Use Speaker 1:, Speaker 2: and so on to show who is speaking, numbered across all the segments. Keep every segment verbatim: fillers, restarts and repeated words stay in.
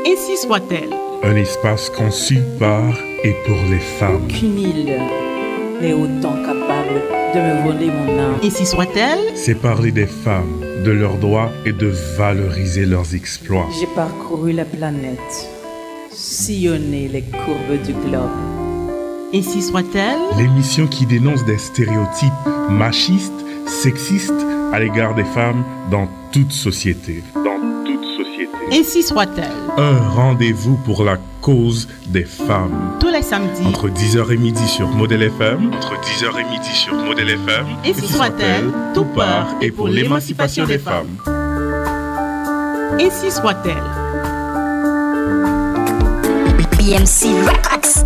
Speaker 1: Ainsi soit-elle.
Speaker 2: Un espace conçu par et pour les femmes.
Speaker 3: Aucune île n'est autant capable de me voler mon âme.
Speaker 1: Ainsi soit-elle.
Speaker 2: C'est parler des femmes, de leurs droits et de valoriser leurs exploits.
Speaker 3: J'ai parcouru la planète, sillonné les courbes du globe.
Speaker 1: Ainsi soit-elle.
Speaker 2: L'émission qui dénonce des stéréotypes machistes, sexistes à l'égard des femmes dans toute société. Dans toute société.
Speaker 1: Ainsi soit-elle.
Speaker 2: Un rendez-vous pour la cause des femmes.
Speaker 1: Tous les samedis.
Speaker 2: Entre dix heures et midi sur Modèle F M. Entre dix heures et midi sur Modèle F M.
Speaker 1: Ainsi soit-elle. Tout part et pour l'émancipation des femmes. Ainsi soit-elle.
Speaker 4: B M C Records.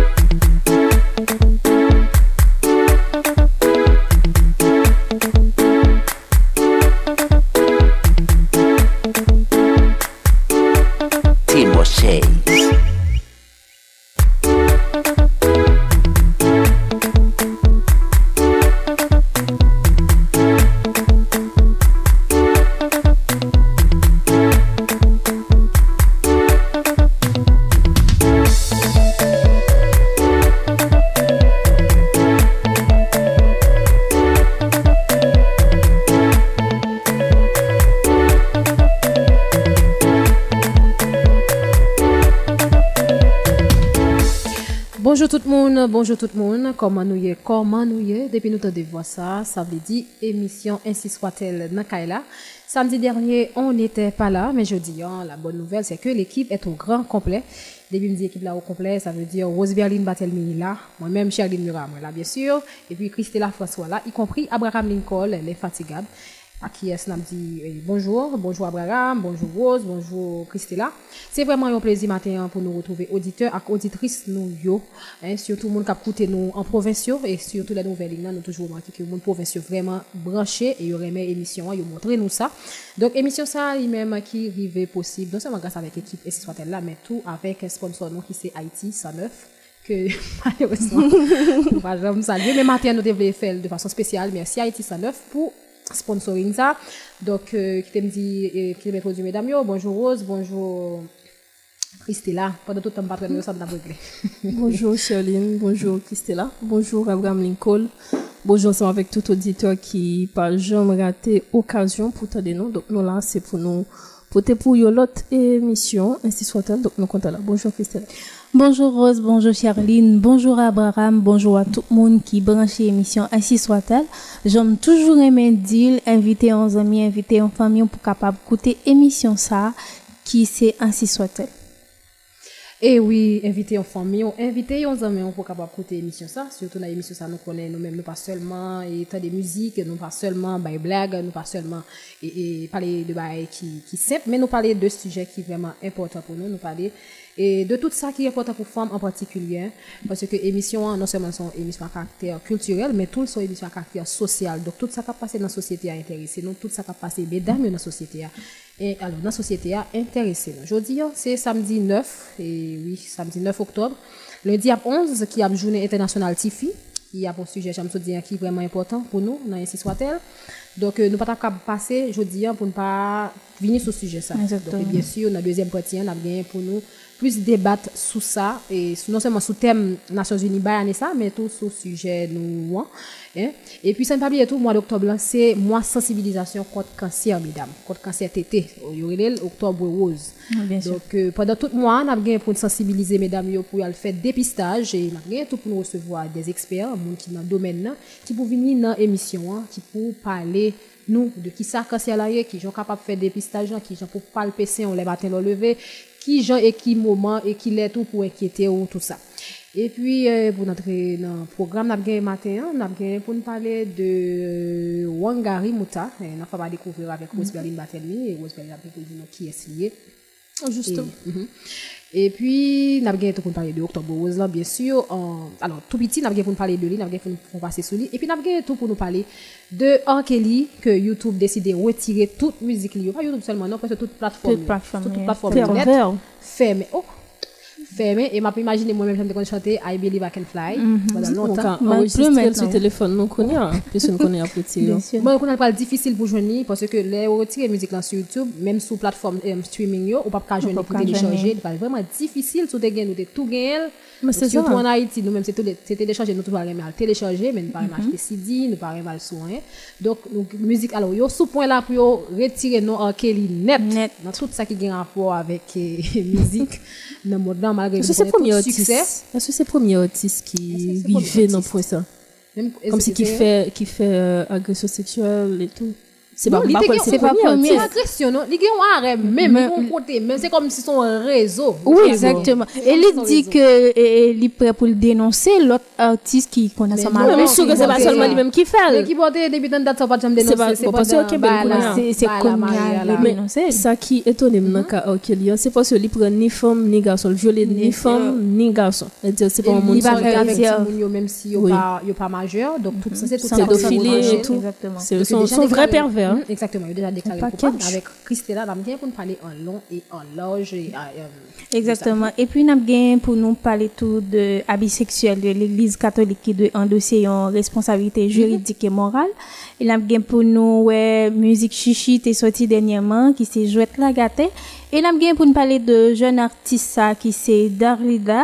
Speaker 5: Bonjour tout le monde, bonjour tout le monde, comment nous y est, comment nous y est, depuis nous t'avons voir ça, ça veut dire émission Ainsi soit-elle dans Kaila. Samedi dernier, on n'était pas là, mais jeudi, hein, la bonne nouvelle, c'est que l'équipe est au grand complet. Depuis me dit équipe là au complet, ça veut dire Rose Berlin Batelmi là, moi-même Charline Murat, moi là bien sûr, et puis Christella François là, y compris Abraham Lincoln, les fatigables. À qui est-ce qu'on dit eh, bonjour, bonjour Abraham, bonjour Rose, bonjour Christella. C'est vraiment un plaisir matin pour nous retrouver auditeurs et auditrices nous yo, hein, surtout les gens qui écoutent nous en provinciaux et surtout les nouvelles lignes, nous toujours remarqué que les gens provinciaux vraiment branchés et ils aimé l'émission, ils montré nous ça. Donc émission ça lui-même qui arrivait possible non seulement grâce à l'équipe et ce soit là mais tout avec un sponsor nous qui c'est Haïti cent neuf que malheureusement on va jamais saluer mais matin nous devons faire de façon spéciale merci Haïti cent neuf pour sponsoring ça. Donc, euh, qui t'aime dit, euh, qui t'aime produit mesdames, yo, bonjour Rose, bonjour Christella. Pendant tout le temps, pas très bien, ça m'a réglé.
Speaker 6: Bonjour Charline, bonjour Christella, bonjour Abraham Lincoln, bonjour ensemble avec tout auditeur qui pas jamais raté occasion pour t'aider nous. Donc, nous là, c'est pour nous, pour te pour l'autre émission, ainsi soit-elle. Donc, nous comptons là. Bonjour Christella.
Speaker 7: Bonjour Rose, bonjour Charline, bonjour Abraham, bonjour à tout le monde qui branche l'émission Ainsi soit-elle. J'aime toujours aimer dire, inviter en amis, inviter en famille pour capable écouter émission ça qui c'est Ainsi soit-elle.
Speaker 5: Et oui, inviter en famille, inviter en amis pour capable écouter émission ça, surtout dans l'émission ça nous connaît nous-mêmes, nous pas seulement et tant de musique, nous pas seulement by blague, nous pas seulement et, et parler de bail qui qui simple, mais nous parler de sujets qui vraiment important pour nous, nous parler et de tout ça qui est important pour femmes en particulier parce que émission non seulement sont émissions à caractère culturel mais tout sont émissions à caractère social. Donc tout ça qui a passé dans la société a intéressé nous, tout ça qui a passé mesdames dans la société et alors dans la société a intéressé nous. Aujourd'hui c'est samedi neuf et oui samedi neuf octobre, lundi à onze qui a une journée internationale Tifi qui a pour sujet j'aime dire qui est vraiment important pour nous dans Ainsi soit-elle. Donc euh, nous pas capable passer aujourd'hui pour ne pas venir sur ce sujet ça. Exactement. Donc bien sûr dans la deuxième partie on a bien pour nous plus débattre sur ça et non seulement sous thème Nations Unies bayane ça mais tout sur sujet nous hein. Et puis ça ne pas bien tout mois d'octobre c'est mois sensibilisation contre cancer mesdames, contre cancer tété octobre rose. Ah, donc euh, pendant tout mois on a bien pour sensibiliser mesdames yo pour aller faire dépistage et on a bien tout pour nous recevoir des experts monde qui dans domaine là qui pour venir dans émission hein, qui pour parler nous de qui ça cancer là qui sont capable faire dépistage qui sont pour palper on les matin le lever qui gens et qui moment et qui les tout pour inquiéter ou tout ça. Et puis euh, pour notre dans le programme n'a gagné matin on a gagné pour nous parler de euh, Wangari Muta et on va découvrir avec Rose Berlin Batelmi et Rose Berlin Batelmi qui est lié justement. Et, mm-hmm. Et puis n'a gagné pour nous parler de Octobre Rose là bien sûr en, alors tout petit n'a gagné pour nous parler de lui n'a gagné pour nous passer sur lui et puis n'a gagné tout pour nous parler de R. Kelly que YouTube décide de retirer toute musique liée pas YouTube seulement non parce que toute plateforme toute plateforme toute plateforme internet fermée oh fermé et m'a imaginer moi-même j'aime de chanter I Believe I Can Fly pendant longtemps.
Speaker 6: On enregistre sur téléphone nous connaît puisque nous connaît après tirer.
Speaker 5: Bon on a pas difficile pour joindre parce que les retirer musique là sur YouTube même sur plateforme um, streaming yo ou pas pas joindre pour télécharger, c'est vraiment difficile sur des gain nous tout gain.
Speaker 6: Mais c'est ça.
Speaker 5: Surtout en Haïti nous même c'est tout c'est télécharger nous tout pas mal télécharger mais nous pas acheter C D, nous pas mal soin. Donc musique alors yo sous point là pour retirer non en Kelly net dans tout ça qui gain rapport avec musique dans monde là malgré
Speaker 6: c'est premier artiste est-ce que c'est premier artiste qui vivait dans point ça comme si qui fait qui fait euh, agression sexuelle et tout c'est pas
Speaker 5: c'est pas premier agression non il gagne un arrêt même mon côté même c'est comme si son réseau
Speaker 7: oui exactement et il dit que il est prêt pour le dénoncer l'autre artiste qui connaît ça mal
Speaker 6: mais sûr que c'est pas seulement lui même qui fait
Speaker 5: qui porte depuis dans date ça pas jamais dénoncer
Speaker 6: c'est pas sûr que
Speaker 7: c'est comme dénoncer
Speaker 6: ça qui étonne dans cas auquel c'est parce que il prend ni femme ni garçon violer ni femme ni garçon c'est pas un monde
Speaker 5: avec même si il pas il pas majeur donc tout ça c'est tout ça
Speaker 6: et tout c'est son vrai pervers.
Speaker 5: Mmh, exactement, il a déjà déclaré coupable avec Christella, on a bien pour nous parler en long et en large. Et, euh,
Speaker 7: exactement. Et puis, on a bien pour nous parler tout de abus sexuels de l'Église catholique qui doit endosser une responsabilité juridique mmh. et morale. Et on a bien pour nous, ouais, musique chichi est sorti dernièrement, qui s'est joué la gâtée. Et on a bien pour nous parler de jeune artiste qui c'est Darlida,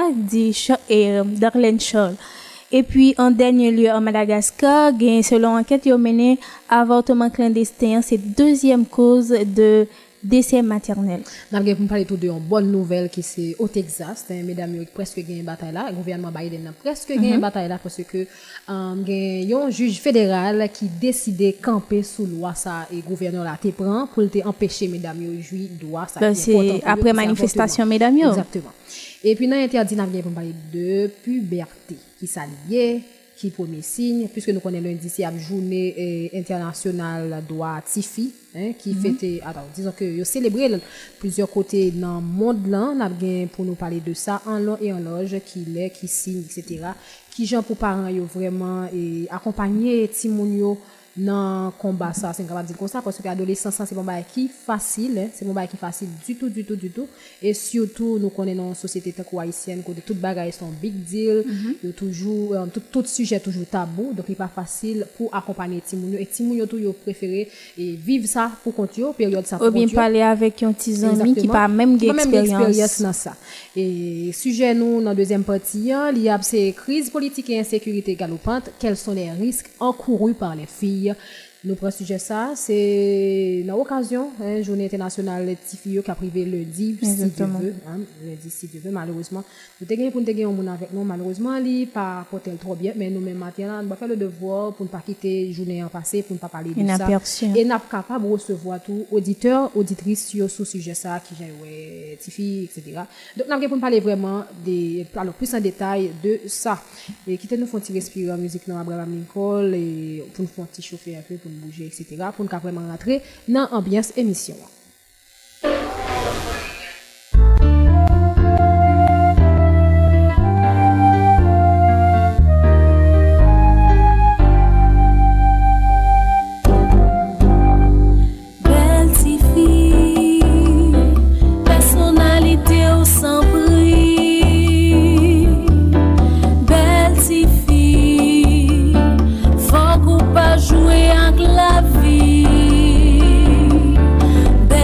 Speaker 7: et Darlene Charles. Et puis, en dernier lieu, en Madagascar, selon enquête, il y a mené avortement clandestin, c'est deuxième cause de décès maternel.
Speaker 5: Nous avons parlé tout de une bonne nouvelle qui c'est au Texas, mesdames, il y a presque gagné une bataille là, le gouvernement Biden a presque gagné une bataille là parce que um, il y a un juge fédéral qui décidait de camper sous loi ça et le gouverneur là te prend pour te empêcher mesdames de jouir droit ça.
Speaker 7: Ben c'est après manifestation mesdames.
Speaker 5: Exactement. Et puis, nous avons interdit pour parler de puberté, qui s'allie, qui premier signe, puisque nous connaissons lundi, c'est la journée eh, internationale droit Tifi, hein, qui mm-hmm. fête, alors, disons que vous célébrez plusieurs côtés dans le monde là, nous avons pour nous parler de ça, en long et en large, qui l'est, qui signe, et cetera, qui gens pour parents, yo vraiment eh, accompagner Timounio dans combat ça c'est capable de dire comme ça parce que l'adolescence c'est pas bail qui facile hein, c'est pas bail qui facile du tout du tout du tout et surtout nous connaissons une société tant haïtienne où toute bagaille sont big deal mm-hmm. toujours um, tout tout sujet toujours tabou donc il pas facile pour accompagner Timounio et Timounio tout yo préféré et vivre ça pour continuer période ça
Speaker 7: ou bien parler avec un petit ami qui pas même
Speaker 5: expérience dans ça et sujet nous dans deuxième partie il y a c'est crise politique et insécurité galopante quels sont les risques encourus par les filles. Nous prenons sujet ça, c'est dans l'occasion, hein, journée internationale Tifio qui a privé lundi, si Dieu veut, hein, lundi si Dieu veut, malheureusement. Nous avons pour nous gagner un monde avec nous, malheureusement, il pas porté trop bien, mais nous même maintenant, nous va faire le devoir pour ne pas quitter journée en passé, pour ne pas parler de
Speaker 7: une
Speaker 5: ça.
Speaker 7: Aperçu.
Speaker 5: Et nous sommes capables de recevoir tout auditeurs, auditrices sur ce sujet ça, qui j'ai ouais, Tifi, et cetera. Donc nous avons pour nous parler vraiment des, alors plus en détail de ça. Et qui nous font respirer en musique dans Abraham Lincoln et pour nous faire chauffer un peu. Pour nous bouger, et cetera, pour nous vraiment rentrer dans l'ambiance émission.
Speaker 8: Belle petite fille, personnalité au sans prix. Belle petite fille, faut qu'on pas jouer avec la vie.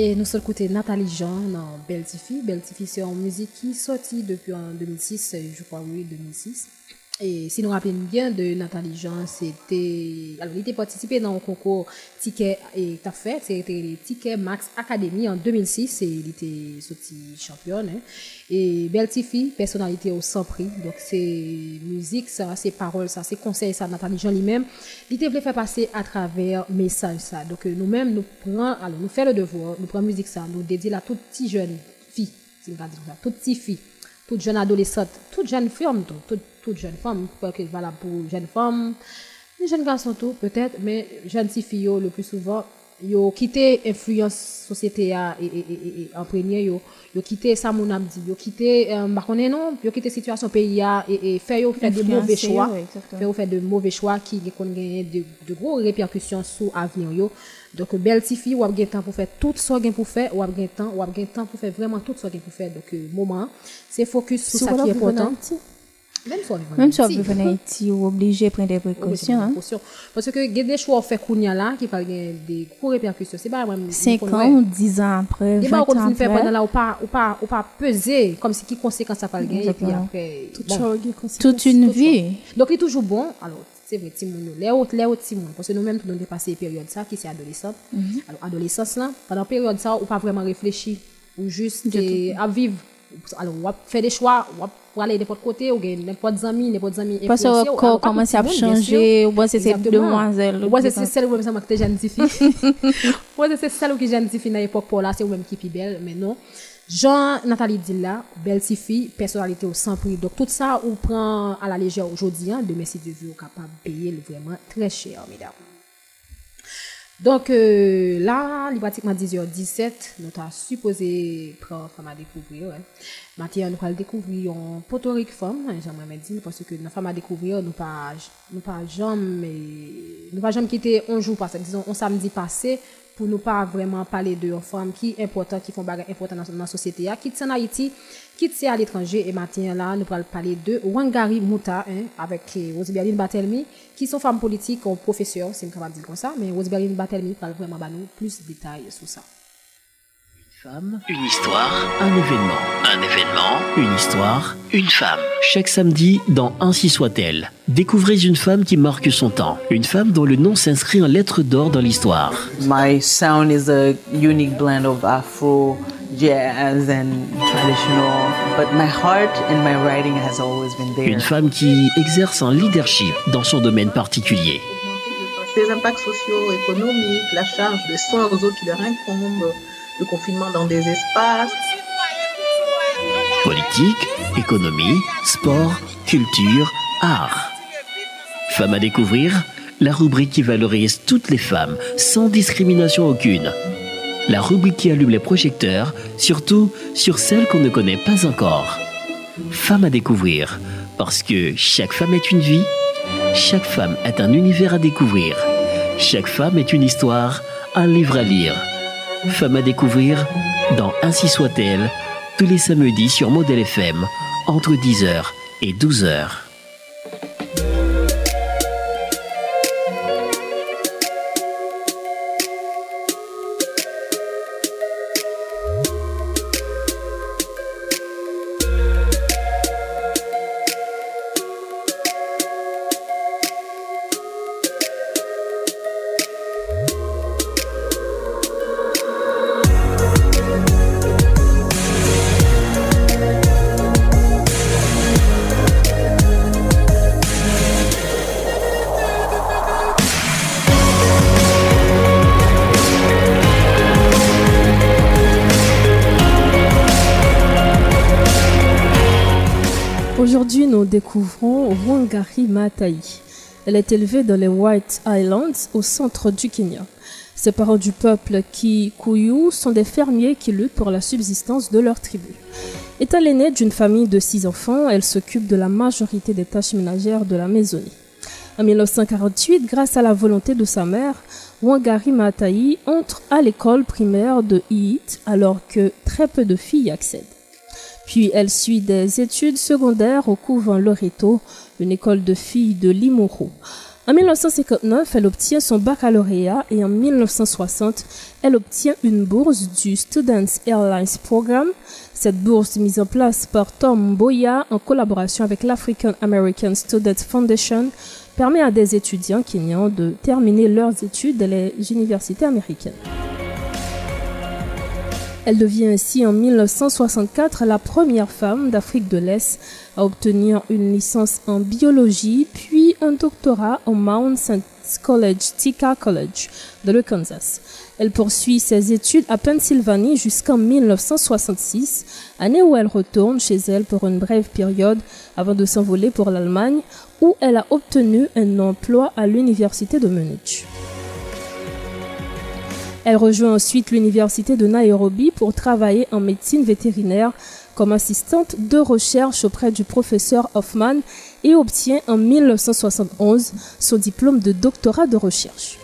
Speaker 5: Et nous sommes écouté Nathalie Jean dans Belle Tifi. Belle Tifi, c'est une musique qui est sortie depuis en deux mille six, je crois, oui, deux mille six. Et si nous rappelons bien de Nathalie Jean, c'était. Alors, il était participé dans un concours Ticket et t'as fait, c'était les Ticket Max Academy en deux mille six et il était sorti championne. Hein. Et Belle Tifi, personnalité au sans prix. Donc, c'est musique, ça, c'est paroles, ça, c'est conseils, ça, Nathalie Jean lui-même. Il était voulu faire passer à travers message, ça. Donc, nous-mêmes, nous prenons, alors, nous faisons le devoir, nous prenons musique, ça, nous dédions à toute petite jeune fille, si on va dire ça, toute petite fille. Toute jeune adolescente, toute jeune femme, tout, toute, toute jeune femme, parce que voilà pour jeune femme, les jeunes garçons tout peut-être, mais jeunes filles le plus souvent, yo quitté influence société a et, et, et, et en premier yo yo quitté ça mon âme dit, yo quitté euh, bah connaît non, yo quitté situation pays a et, et fait yo faire de mauvais choix, fait yo faire de mauvais choix qui qui gagne de, de gros répercussions sur avenir yo. Donc belle petite fille ou a gain temps pour faire tout ce qu'il pour faire ou a gain temps ou a gain temps pour faire vraiment tout ce qu'il pour faire. Donc euh, moment c'est focus sur ça qui est important. Même si
Speaker 7: même si on veut venir Haïti ou obligé prendre des précautions hein.
Speaker 5: Parce que il y a des choix fait kounya là qui parlent des gros répercussions. C'est pas même
Speaker 7: cinq ans ou dix ans après, vingt ans après.
Speaker 5: Faire pendant là ou pas ou pas ou pas peser comme si qui conséquences ça parle gain et puis après
Speaker 7: toute une vie.
Speaker 5: Donc il est toujours bon. Alors c'est vrai Timon les autres les autres Timon parce que nous même nous dépasser période ça qui c'est adolescente. Alors adolescence là pendant période ça ou pas vraiment réfléchir ou juste à vivre. Alors on va faire des choix on va pour aller de n'importe côté ou gagner n'importe amis n'importe amis
Speaker 7: parce que corps commence à changer ou c'est cette demoiselle
Speaker 5: ou c'est celle où ça que jeune fille ou c'est celle qui jeune fille dans l'époque pour là c'est même qui plus belle mais non Jean Nathalie dit là belle fille personnalité au sans prix donc tout ça on prend à la légère aujourd'hui hein demain si Dieu veut on capable payer vraiment très cher mesdames. Donc euh, là, il est pratiquement dix heures dix-sept, nous avons supposé prendre femme à découvrir. Ouais. Maintenant, nous allons découvrir une potorique femme, j'aimerais dire, parce que nos femmes à découvrir, nous pas nous pas jamais nous pas jamais quitter un jour passé, disons un samedi passé pour nous pas vraiment parler de femmes qui important qui font bagarre important dans la société qui sont en Haïti qui sont à l'étranger et maintenant là nous allons parler de Wangari Mouta hein, avec Rosiberline Batelmi qui sont femmes politiques ou professeurs c'est capable de dire comme ça mais Rosiberline Batelmi va vraiment ba nous plus de détails sur ça.
Speaker 9: Une femme, une histoire, un événement, un événement, une histoire, une femme. Chaque samedi, dans Ainsi soit-elle, découvrez une femme qui marque son temps. Une femme dont le nom s'inscrit en lettres d'or dans l'histoire.
Speaker 10: My sound is a unique blend of Afro, jazz and traditional, but my heart and my writing has always been there.
Speaker 9: Une femme qui exerce un leadership dans son domaine particulier.
Speaker 11: Les impacts socio-économiques, la charge de soins aux autres qui leur incombent, le confinement dans des espaces.
Speaker 9: Politique, économie, sport, culture, art. Femmes à découvrir, la rubrique qui valorise toutes les femmes sans discrimination aucune. La rubrique qui allume les projecteurs, surtout sur celles qu'on ne connaît pas encore. Femmes à découvrir, parce que chaque femme est une vie, chaque femme est un univers à découvrir, chaque femme est une histoire, un livre à lire. Femmes à découvrir dans Ainsi soit-elle, tous les samedis sur Modèle F M, entre dix heures et douze heures.
Speaker 6: Aujourd'hui, nous découvrons Wangari Maathai. Elle est élevée dans les White Islands, au centre du Kenya. Ses parents du peuple Kikuyu sont des fermiers qui luttent pour la subsistance de leur tribu. Étant l'aînée d'une famille de six enfants, elle s'occupe de la majorité des tâches ménagères de la maisonnée. En mille neuf cent quarante-huit, grâce à la volonté de sa mère, Wangari Maathai entre à l'école primaire de Iit alors que très peu de filles y accèdent. Puis elle suit des études secondaires au couvent Loreto, une école de filles de Limuru. En mille neuf cent cinquante-neuf, elle obtient son baccalauréat et en mille neuf cent soixante, elle obtient une bourse du Students Airlines Program. Cette bourse mise en place par Tom Mboya en collaboration avec l'African American Student Foundation permet à des étudiants kenyans de terminer leurs études dans les universités américaines. Elle devient ainsi en mille neuf cent soixante-quatre la première femme d'Afrique de l'Est à obtenir une licence en biologie puis un doctorat au Mount Saint College, Tika College, dans le Kansas. Elle poursuit ses études à Pennsylvanie jusqu'en mille neuf cent soixante-six, année où elle retourne chez elle pour une brève période avant de s'envoler pour l'Allemagne, où elle a obtenu un emploi à l'université de Munich. Elle rejoint ensuite l'université de Nairobi pour travailler en médecine vétérinaire comme assistante de recherche auprès du professeur Hoffman et obtient en mille neuf cent soixante-onze son diplôme de doctorat de recherche.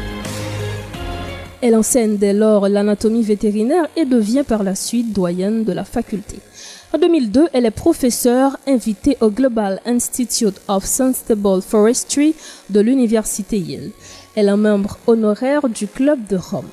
Speaker 6: Elle enseigne dès lors l'anatomie vétérinaire et devient par la suite doyenne de la faculté. En deux mille deux, elle est professeure invitée au Global Institute of Sustainable Forestry de l'université Yale. Elle est un membre honoraire du Club de Rome.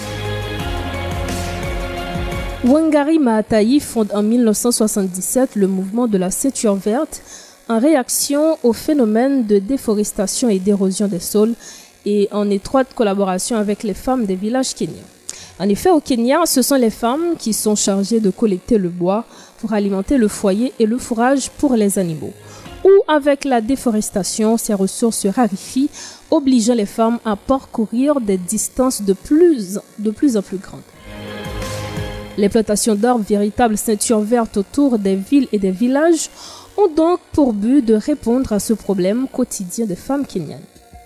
Speaker 6: Wangari Maathai fonde en mille neuf cent soixante-dix-sept le mouvement de la ceinture verte en réaction au phénomène de déforestation et d'érosion des sols et en étroite collaboration avec les femmes des villages kenyans. En effet, au Kenya, ce sont les femmes qui sont chargées de collecter le bois pour alimenter le foyer et le fourrage pour les animaux. Ou avec la déforestation, ces ressources se raréfient, obligeant les femmes à parcourir des distances de plus, de plus en plus grandes. Les plantations d'arbres, véritables ceintures vertes autour des villes et des villages, ont donc pour but de répondre à ce problème quotidien des femmes kenyanes.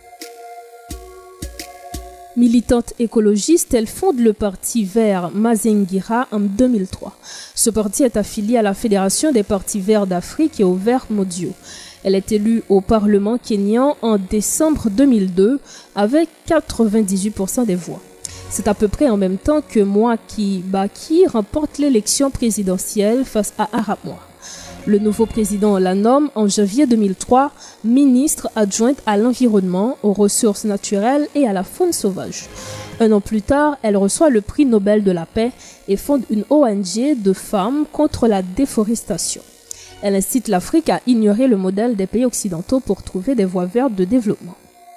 Speaker 6: Militante écologiste, elle fonde le parti vert Mazingira en deux mille trois. Ce parti est affilié à la Fédération des partis verts d'Afrique et au Vert mondiaux. Elle est élue au Parlement kényan en décembre deux mille deux avec quatre-vingt-dix-huit pour cent des voix. C'est à peu près en même temps que Mwai Kibaki remporte l'élection présidentielle face à Arap Moi. Le nouveau président la nomme en janvier deux mille trois ministre adjointe à l'environnement, aux ressources naturelles et à la faune sauvage. Un an plus tard, elle reçoit le prix Nobel de la paix et fonde une O N G de femmes contre la déforestation. Elle incite l'Afrique à ignorer le modèle des pays occidentaux pour trouver des voies vertes de développement.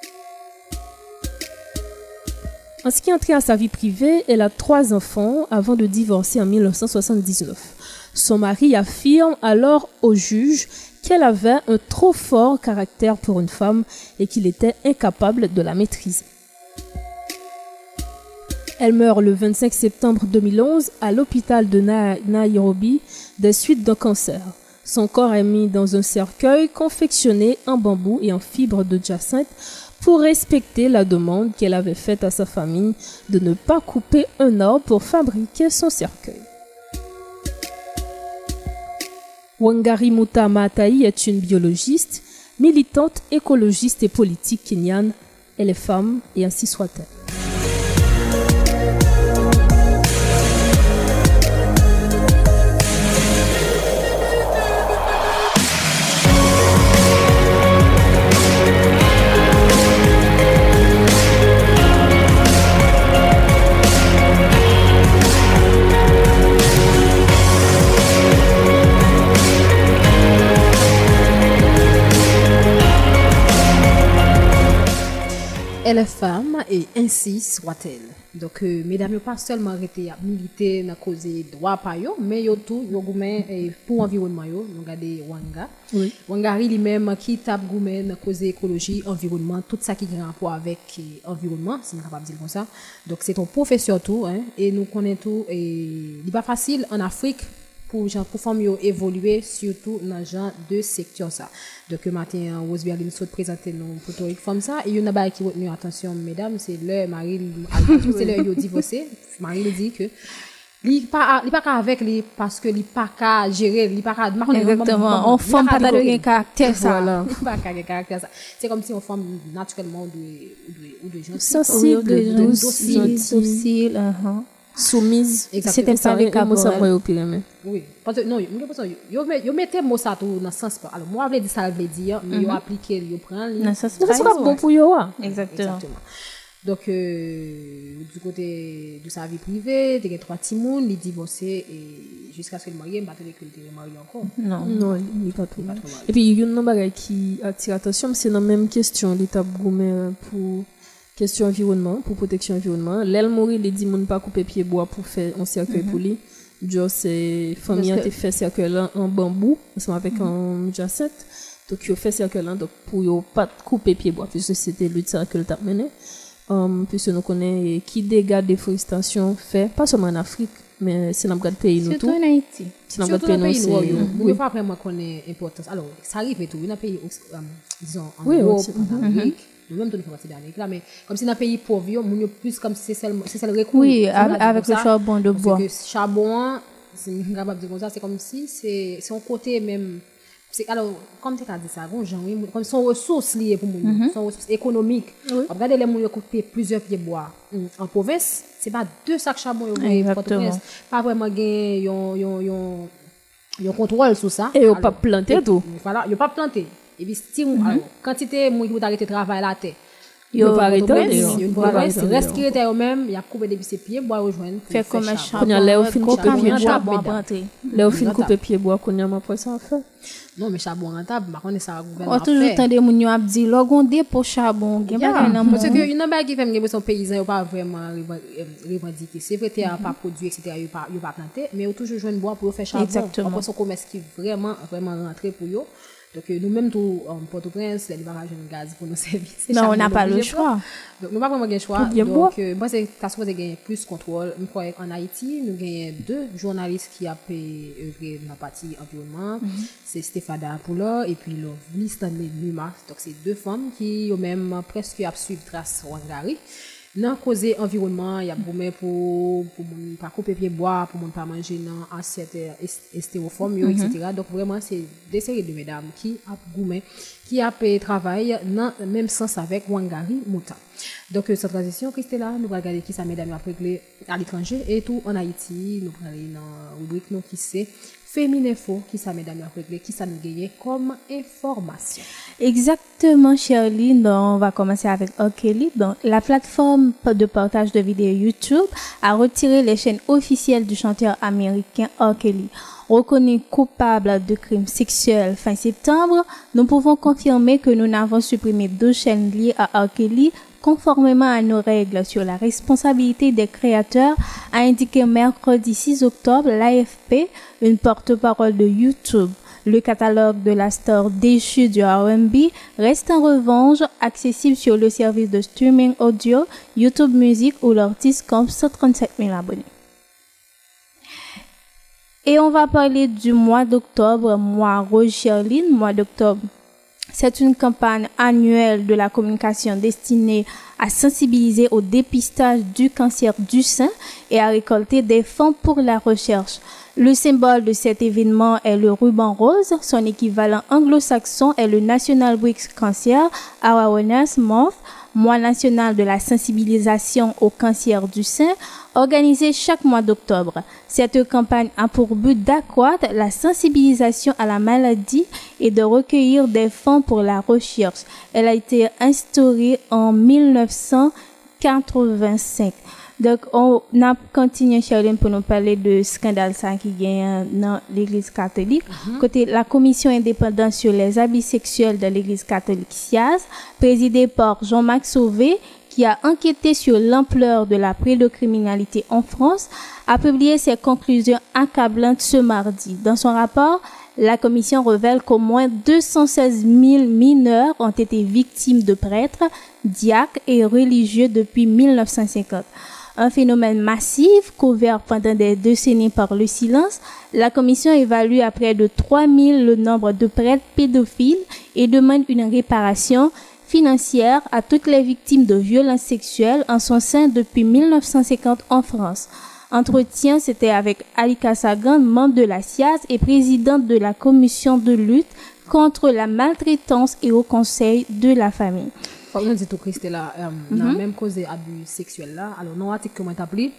Speaker 6: En ce qui a trait à sa vie privée, elle a trois enfants avant de divorcer en mille neuf cent soixante-dix-neuf. Son mari affirme alors au juge qu'elle avait un trop fort caractère pour une femme et qu'il était incapable de la maîtriser. Elle meurt le vingt-cinq septembre deux mille onze à l'hôpital de Na- Nairobi des suites d'un cancer. Son corps est mis dans un cercueil confectionné en bambou et en fibre de jacinthe pour respecter la demande qu'elle avait faite à sa famille de ne pas couper un arbre pour fabriquer son cercueil. Wangari Maathai est une biologiste, militante, écologiste et politique kenyane. Elle est femme et ainsi soit-elle.
Speaker 5: Elle est femme et ainsi soit-elle. Donc, euh, mesdames, yo pas seulement arrêté à militer dans cause droit pa yo, mais yo tout yo goumen eh, pour environnement yo, nous regarder Wanga.
Speaker 6: Oui.
Speaker 5: Wangari lui-même qui tape goumen dans cause écologie, environnement, tout ça qui a rapport avec eh, environnement, si on capable de dire comme ça. Donc c'est un professeur tout hein, et nous connaissons tout et il pas facile en Afrique pour genre pour femmes yo évoluer surtout dans genre de secteur ça. Donc le matin Rose Berlin saute présenter nous photo comme ça et il y en a pas qui retenu attention mesdames, c'est leur mari c'est leur yo divorcé. Marie lui dit que il pas il pas avec lui parce que il pas qu'à gérer, il pas qu'à
Speaker 7: exactement, on femme pas de caractère ça.
Speaker 5: Voilà. Pas qu'à caractère ça. C'est comme si on femme naturellement ou de ou de ou de gens
Speaker 7: sensible, docile, docile,
Speaker 6: soumise.
Speaker 7: C'était pas le cas pour
Speaker 6: elle.
Speaker 5: Oui, parce que non, yo yo mettez mot ça tout dans sens pas. Alors moi je dire ça veut dire mais yo appliquer, yo prend.
Speaker 6: Non, ça c'est pas bon pour yo.
Speaker 7: Exactement.
Speaker 5: Donc euh, du côté de sa vie privée, il y a trois petits moun, il divorcé et jusqu'à ce qu'il marie, pas qu'il était marié encore.
Speaker 6: Non, non, il pas trop. Et puis il y a une bagage qui attire l'attention, c'est la même question l'état gourmet pour question environnement, pour protection environnement. L'aile mourir, il dit moun pas couper pied bois pour faire un cercueil pour lui. Jo c'est famille a fait cercueil en bambou ensemble avec un jacette. Donc il fait cercueil donc pour yo pas couper pied bois puisque c'était le cercueil t'a mené. Um, puisque nous connaissons qui dégâts de déforestation fait, pas seulement en Afrique, mais c'est dans le pays nous tout.
Speaker 7: Surtout en Haïti.
Speaker 5: C'est dans le pays nous. Oui, pas vraiment connaît l'importance. Alors, ça arrive et tout. Dans un pays, disons, en Europe, en Amérique, nous-mêmes, nous faisons partie d'Amérique là, mais comme si dans un pays pauvre, nous sommes plus comme si c'est le recours.
Speaker 7: Oui, avec le charbon de bois.
Speaker 5: Parce que charbon, c'est capable de dire comme ça, c'est comme si c'est un côté même. Alors, comme tu as dit ça, comme son ressources liées pour nous, mm-hmm. son ressources économiques. Oui. Regardez les gens qui coupent plusieurs pieds bois en province, ce n'est pas deux sacs charbon qui sont pas vraiment gagné un contrôle sur ça.
Speaker 6: Et ils n'ont pas planté tout.
Speaker 5: Voilà, ils n'ont pas planté. Et puis, si mm-hmm. quantité de gens qui ont arrêté de travailler à la terre,
Speaker 6: ils n'ont pas arrêté.
Speaker 5: Une province, il reste qui était eux-mêmes, il y a coupé depuis ses pieds bois rejoindre.
Speaker 7: Fait comme un charbon.
Speaker 6: Quand il y a l'air fin couper pied bois, l'air fin couper pied bois, qu'on y a ma poisson à faire.
Speaker 5: Non, mais charbon rentable, par contre, ça gouvernement.
Speaker 7: On toujours tendé moun yo ap di logonde pour charbon, gen pas nan
Speaker 5: parce que une bagay qui fait que son paysan yo pas vraiment revendiquer. C'est vrai terre pas produit et cetera, yo pas yo pas planter, mais yo toujours joindre bois pour faire charbon.
Speaker 7: Exactement.
Speaker 5: Après son commerce qui vraiment vraiment rentré pour yo. Donc nous-mêmes tout en Port-au-Prince, les barrages de gaz pour nos services.
Speaker 7: Non, on n'a pas le choix.
Speaker 5: Donc nous pas vraiment le choix. Donc moi c'est t'as supposé gagner plus contrôle. Nous croyons en Haïti, nous gagnons deux journalistes qui a œuvré dans la partie environnement. C'est Stéphada Poulor et puis Lovely Stanley Numa. Donc c'est deux femmes qui ont même presque à suivre trace Wangari. Dans causer environnement, il y a gourmet pour pour mon pas couper pied bois, pour mon pas manger dans assiette stéréoforme, mm-hmm. et cetera. Donc vraiment c'est des séries de mesdames qui a gourmet, qui a fait travail dans le même sens avec Wangari Mouta. Donc cette transition Christella, nous allons regarder qui ça mesdames a réglé à l'étranger et tout en Haïti, nous allons aller dans rubrique nous qui c'est Féminin Info, qui ça mesdames a réglé, qui ça nous gagne comme information.
Speaker 7: Exactement, Charline. On va commencer avec R. Kelly. Donc, la plateforme de partage de vidéos YouTube a retiré les chaînes officielles du chanteur américain R. Kelly. Reconnu coupable de crimes sexuels fin septembre, nous pouvons confirmer que nous n'avons supprimé deux chaînes liées à R. Kelly conformément à nos règles sur la responsabilité des créateurs, a indiqué mercredi six octobre l'A F P, une porte-parole de YouTube. Le catalogue de la star déchue du R and B reste en revanche accessible sur le service de streaming audio YouTube Music où l'artiste compte cent trente-sept mille abonnés. Et on va parler du mois d'octobre, mois Rose Charline, mois d'octobre. C'est une campagne annuelle de la communication destinée à sensibiliser au dépistage du cancer du sein et à récolter des fonds pour la recherche. Le symbole de cet événement est le ruban rose. Son équivalent anglo-saxon est le National Breast Cancer Awareness Month, mois national de la sensibilisation au cancer du sein, organisé chaque mois d'octobre. Cette campagne a pour but d'accroître la sensibilisation à la maladie et de recueillir des fonds pour la recherche. Elle a été instaurée en mille neuf cent quatre-vingt-cinq. Donc, on a continué, Charline, pour nous parler de scandale ça qui gagne dans l'église catholique. Mm-hmm. Côté la commission indépendante sur les abus sexuels de l'église catholique S I A S, présidée par Jean-Marc Sauvé, qui a enquêté sur l'ampleur de la pédocriminalité en France, a publié ses conclusions accablantes ce mardi. Dans son rapport, la commission révèle qu'au moins deux cent seize mille mineurs ont été victimes de prêtres, diacres et religieux depuis mille neuf cent cinquante. Un phénomène massif couvert pendant des décennies par le silence, la commission évalue à près de trois mille le nombre de prêtres pédophiles et demande une réparation financière à toutes les victimes de violences sexuelles en son sein depuis mille neuf cent cinquante en France. Entretien, c'était avec Alika Sagan, membre de la S I A S et présidente de la commission de lutte contre la maltraitance et au conseil de la famille.
Speaker 5: Comme on dit tout Christella, euh, mm-hmm. dans la même cause d'abus sexuels là, alors non article comment t'appelles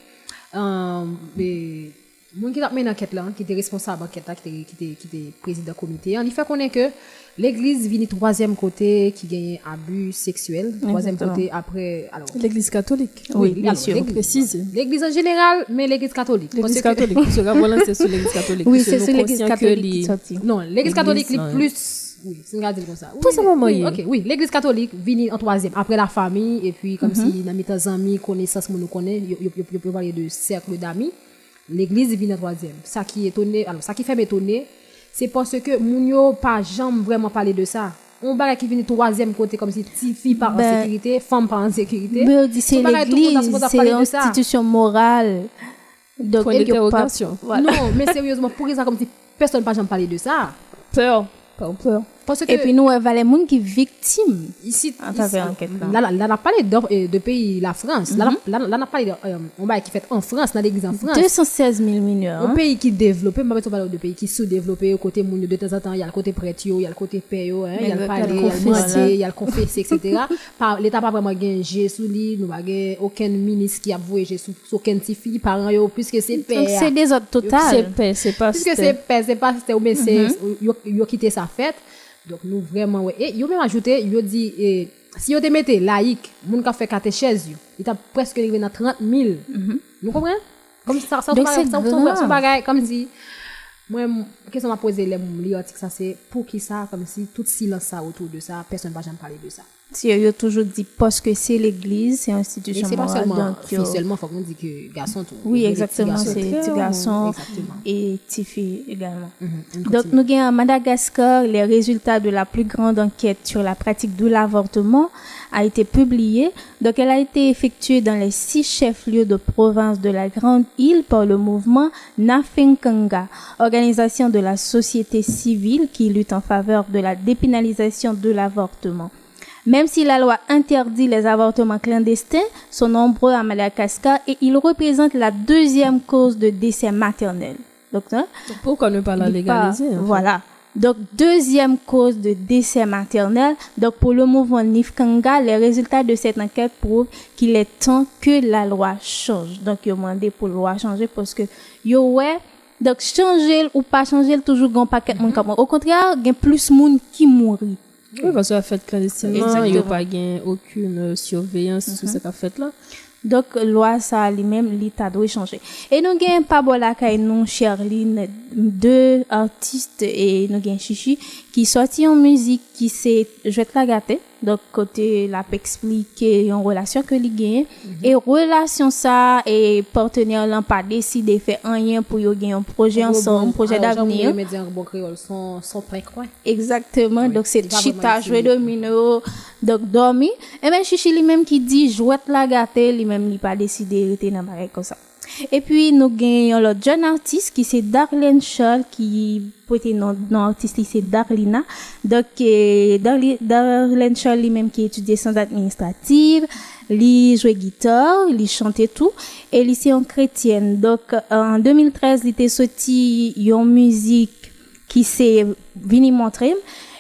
Speaker 5: euh, les gens qui a mené l'enquête là, qui était responsable d'enquête là, qui était, qui était, qui était président comité, il fait connaître que l'église vient troisième côté qui gagne abus sexuels, troisième
Speaker 6: Exactement.
Speaker 5: côté après alors
Speaker 6: L'église catholique.
Speaker 5: oui,
Speaker 6: bien
Speaker 5: alors,
Speaker 6: sûr.
Speaker 5: l'église-
Speaker 6: Précise.
Speaker 5: L'église en général, mais l'église catholique.
Speaker 6: L'église
Speaker 5: Parce que-
Speaker 6: catholique. Parce que voilà, c'est sur l'église catholique.
Speaker 7: Oui,
Speaker 6: Parce que
Speaker 7: c'est
Speaker 6: nous
Speaker 7: sur l'église
Speaker 6: conscients que
Speaker 7: catholique
Speaker 6: les-
Speaker 7: qui sorti.
Speaker 5: Non, l'église catholique
Speaker 6: L'église,
Speaker 5: est
Speaker 6: ouais.
Speaker 5: plus. Oui, c'est une garde comme ça. Oui,
Speaker 6: Tout simplement,
Speaker 5: oui,
Speaker 6: oui.
Speaker 5: ok, oui, l'église catholique vient en troisième, après la famille, et puis comme si dans mes amis, connaissances, nous connaît, il peut parler de cercle d'amis. L'église vient en troisième. Ça qui est étonné, alors ça qui fait m'étonner, c'est parce que moun yo pas jamais vraiment parler de ça. On bagay qui vient troisième côté comme si petite fille pas en
Speaker 7: Ben,
Speaker 5: sécurité, femme pas en sécurité.
Speaker 7: Mais on dit c'est
Speaker 5: Son bagay, tout le monde a
Speaker 7: l'église,
Speaker 5: supposé
Speaker 7: c'est
Speaker 5: parler
Speaker 7: une
Speaker 5: de ça.
Speaker 7: institution morale. Donc,
Speaker 6: Point
Speaker 7: elle y a pas-
Speaker 6: d'interrogation.
Speaker 7: voilà.
Speaker 5: Non, mais sérieusement, pour ça comme si personne pas jamais parler de ça.
Speaker 6: Peur. Pas peur.
Speaker 5: Parce que
Speaker 7: Et puis nous, il y a les gens qui sont victimes.
Speaker 5: ici,
Speaker 7: à travers
Speaker 5: ici,
Speaker 7: l'enquête,
Speaker 5: là, là, là, on a parlé de, euh, de pays, la France. Là, là, là, on a parlé de, euh, on va qui fait en France, dans l'église en France.
Speaker 7: deux cent seize mille mineurs.
Speaker 5: Un
Speaker 7: hein.
Speaker 5: pays qui développé, mais on parle de pays qui sous-développé, au côté moun yo, de temps en temps, il y a le côté prêtre, yo, il y a le côté père, yo, hein, il y a le
Speaker 7: Exact,
Speaker 5: palais,
Speaker 7: il
Speaker 5: il
Speaker 7: y
Speaker 5: y
Speaker 7: a
Speaker 5: a
Speaker 7: le
Speaker 5: le
Speaker 7: confessé.
Speaker 5: mendier, il y a le confessé, et cetera. Par- L'État pas vraiment gagné Jésus, li, nous pas gagné aucun ministre qui a voué Jésus, aucun petit fille, parents, yo, puisque c'est
Speaker 7: Donc
Speaker 5: père.
Speaker 7: c'est des autres
Speaker 6: C'est
Speaker 7: total.
Speaker 6: paix, c'est pas
Speaker 5: Puisque c'est père, c'est pas, c'était, mais c'est, yo, yo quitté sa fête. Donc, nous vraiment, ouais. Et, yo même ajouté, yo dit, eh, si yo te mette laïque, moun ka fait catéchèse, yo, il t'a presque arrivé dans trente mille. Nous comprenez? Comme ça, ça,
Speaker 7: Donc,
Speaker 5: ça,
Speaker 7: c'est
Speaker 5: ça,
Speaker 7: grave.
Speaker 5: ça, bagay, comme si, moi, m- question m'a posé, les li article, ça, c'est pour qui ça, comme si tout silence ça autour de ça, personne va jamais parler de ça.
Speaker 7: Si il y a toujours dit parce que c'est l'église, c'est une
Speaker 5: Et
Speaker 7: institution
Speaker 5: c'est pas
Speaker 7: morale.
Speaker 5: seulement,
Speaker 7: donc,
Speaker 5: fille
Speaker 7: yo-
Speaker 5: seulement, faut qu'on dise que garçon tout.
Speaker 7: Oui,
Speaker 5: Il y a des
Speaker 7: exactement,
Speaker 5: petits
Speaker 7: c'est
Speaker 5: garçons.
Speaker 7: petits garçons
Speaker 5: Exactement.
Speaker 7: et petites filles également.
Speaker 5: Mhm, on
Speaker 7: Donc,
Speaker 5: continue.
Speaker 7: nous avons à Madagascar, les résultats de la plus grande enquête sur la pratique de l'avortement a été publié. Donc, elle a été effectuée dans les six chefs-lieux de province de la Grande Île par le mouvement Nafenkanga, organisation de la société civile qui lutte en faveur de la dépénalisation de l'avortement. Même si la loi interdit les avortements clandestins, sont nombreux à Madagascar et ils représentent la deuxième cause de décès maternel. Donc, hein,
Speaker 6: Donc, pourquoi ne pas la
Speaker 7: il est pas-
Speaker 6: légaliser? en fait?
Speaker 7: Voilà. Donc, deuxième cause de décès maternel. Donc, pour le mouvement Nifkanga, les résultats de cette enquête prouvent qu'il est temps que la loi change. Donc, il a demandé pour la loi changer parce que, yo, ouais, donc, changer ou pas changer, toujours un paquet de monde comme moi. Au contraire, il y a plus de monde qui mourit.
Speaker 6: Oui, parce que la fête clandestinement, il n'y a
Speaker 7: Exactement.
Speaker 6: pas gain aucune euh, surveillance sur cette fête-là.
Speaker 7: Donc, loi, ça, lui-même, l'État doit changer. Et nous avons pas bola kay nous, Charline, deux artistes et nous avons Chichi, qui sorti en musique, qui c'est, je vais te la gâter. Donc, côté, la expliquer une relation que li gagne. Et relation ça, et partenaire l'ont pas décidé faire rien pour yo gagner un projet ensemble, un projet d'avenir.
Speaker 5: Les médias en bon créole sont, sont très coins.
Speaker 7: Exactement,
Speaker 5: Oui,
Speaker 7: donc c'est
Speaker 5: il va
Speaker 7: chita,
Speaker 5: vraiment
Speaker 7: jouer
Speaker 5: essayer.
Speaker 7: domino, donc dormi. Et bien, Chichi lui-même qui dit, jouet la gâter, lui-même, il pas décidé de rester dans pareil comme ça. Et puis, nous gagnons l'autre jeune artiste qui c'est Darlene Shaw, qui peut être non, non artiste, c'est Darlina. Donc, euh, Darli- Darlene Shaw lui-même qui étudie sciences administratives, lui jouait guitare, lui chantait tout, et lui c'est une chrétienne. Donc, en deux mille treize, il était sorti une musique qui s'est venu montrer,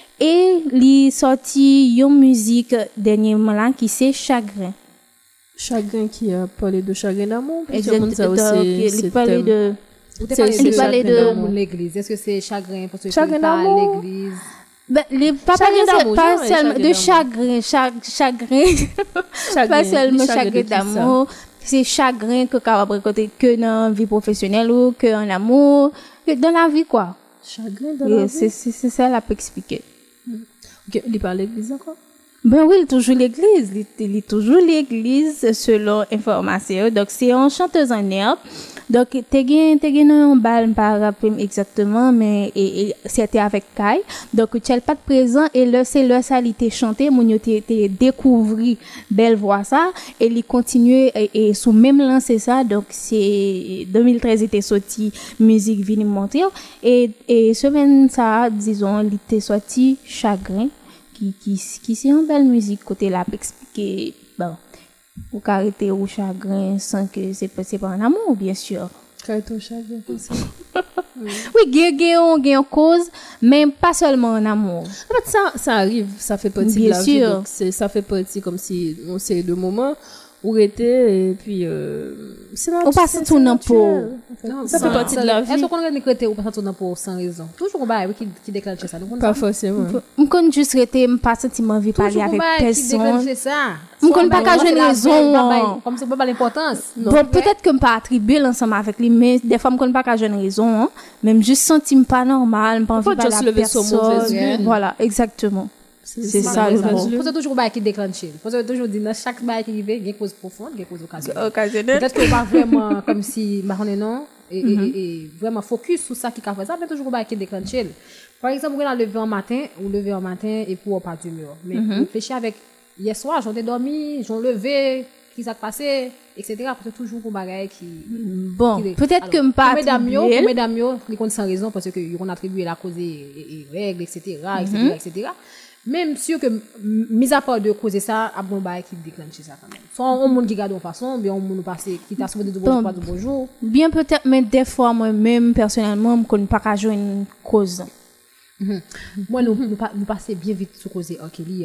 Speaker 7: et il sorti une musique dernièrement là qui c'est Chagrin.
Speaker 6: Chagrin qui a parlé de chagrin d'amour. parce que
Speaker 7: Exact,
Speaker 6: comme ça
Speaker 7: donc,
Speaker 6: aussi,
Speaker 7: il
Speaker 6: c'est
Speaker 7: parlait
Speaker 6: thème.
Speaker 7: de
Speaker 5: Ou t'es
Speaker 6: C'est-
Speaker 5: parlé
Speaker 6: c'est
Speaker 5: de
Speaker 7: il parlait
Speaker 5: chagrin
Speaker 7: de-
Speaker 5: d'amour, l'église. Est-ce que c'est chagrin parce que
Speaker 6: Chagrin
Speaker 5: c'est pas à
Speaker 6: d'amour.
Speaker 5: l'église?
Speaker 7: ben, les, pas
Speaker 6: Chagrin
Speaker 7: parler
Speaker 6: d'amour,
Speaker 7: pas
Speaker 6: genre,
Speaker 7: seulement
Speaker 6: chagrin
Speaker 7: de chagrin, cha- chagrin,
Speaker 6: Chagrin,
Speaker 7: pas seulement
Speaker 6: chagrin de
Speaker 7: chagrin
Speaker 6: qui ça?
Speaker 7: d'amour, c'est chagrin que capable récolter que dans la vie professionnelle ou que en amour, que dans la vie quoi.
Speaker 6: Chagrin de
Speaker 7: Et
Speaker 6: la
Speaker 7: C'est
Speaker 6: vie.
Speaker 7: c'est c'est ça la peut expliquer.
Speaker 6: Ok, il parle l'église encore?
Speaker 7: Ben oui, il est toujours l'église. Il, il est toujours l'église selon information. Donc, c'est une chanteuse en herbe. Donc, t'es gagné, t'es gagné un bal, pas rappeler exactement, mais et, et, c'était avec Kai. Donc, tu n'es pas de présent et là, c'est là, ça, il était chanté, mon yo t'es découvert belle voix ça, et il continue et, et sous même lancé ça. Donc, c'est, deux mille treize, il était sorti musique vini monter. Et, et semaine ça, disons, il était sorti chagrin. Qui, qui, qui c'est une belle musique côté là pour expliquer bon ou arrêter au chagrin sans que c'est pas c'est pas un amour bien sûr
Speaker 6: Quand ton chagrin comme ça.
Speaker 7: oui gagne gagne gagne cause mais pas seulement un amour
Speaker 6: En fait, ça, ça arrive, ça fait partie
Speaker 7: Bien
Speaker 6: de la vie.
Speaker 7: sûr.
Speaker 6: Donc, c'est, ça fait partie comme si on sait de moments ou rester et puis euh, c'est
Speaker 7: on passe tout dans pour
Speaker 6: ça fait partie de la vie.
Speaker 5: Est-ce qu'on a rester ou passe tout dans pour sans raison? Toujours un bail qui qui déclenche ça.
Speaker 6: Pas forcément.
Speaker 7: On connaît juste rester pas sentiment envie parler avec personne. On connaît pas qu'à une raison.
Speaker 5: Comme ça pas l'importance.
Speaker 7: Bon, peut-être que me pas attribuer l'ensemble avec lui, mais des fois me connais pas qu'à une raison, même juste sentir pas normal, pas envie parler avec personne. Voilà, exactement. C'est ça le mot.
Speaker 5: Faut toujours bail qui déclenche. Faut toujours dire dans chaque bail qui arrive, il y a cause profonde, il y a cause occasionnelle. Peut-être que pas vraiment comme si marronné non et, mm-hmm. et, et vraiment focus sur ça qui a fait ça, mais toujours bail qui déclenche. Par exemple, vous allez lever en matin ou lever en matin et pour pas d'humeur. Mais mm-hmm. réfléchir avec hier soir, j'en ai dormi, j'en levé, qui s'est passé, et cetera. Parce que toujours pour bagaille qui
Speaker 7: bon, qui peut-être que me pas
Speaker 5: mesdames yo, pour mesdames yo, ils comptent sans raison parce que ils ont attribué la cause et règles, et cetera, et cetera, et cetera. Même sûr que, mis à part de causer ça, à bon bail qui déclenche ça quand même. Soit on monde qui garde en façon, bien on monde passer, qui t'a sauvé de bonjour, pas de bonjour.
Speaker 7: Bien peut-être, mais des fois, moi-même, personnellement, je ne connais pas qu'à jouer une cause.
Speaker 5: Mm-hmm. Moi, nous, nous, nous passer bien vite sur causer R. Kelly.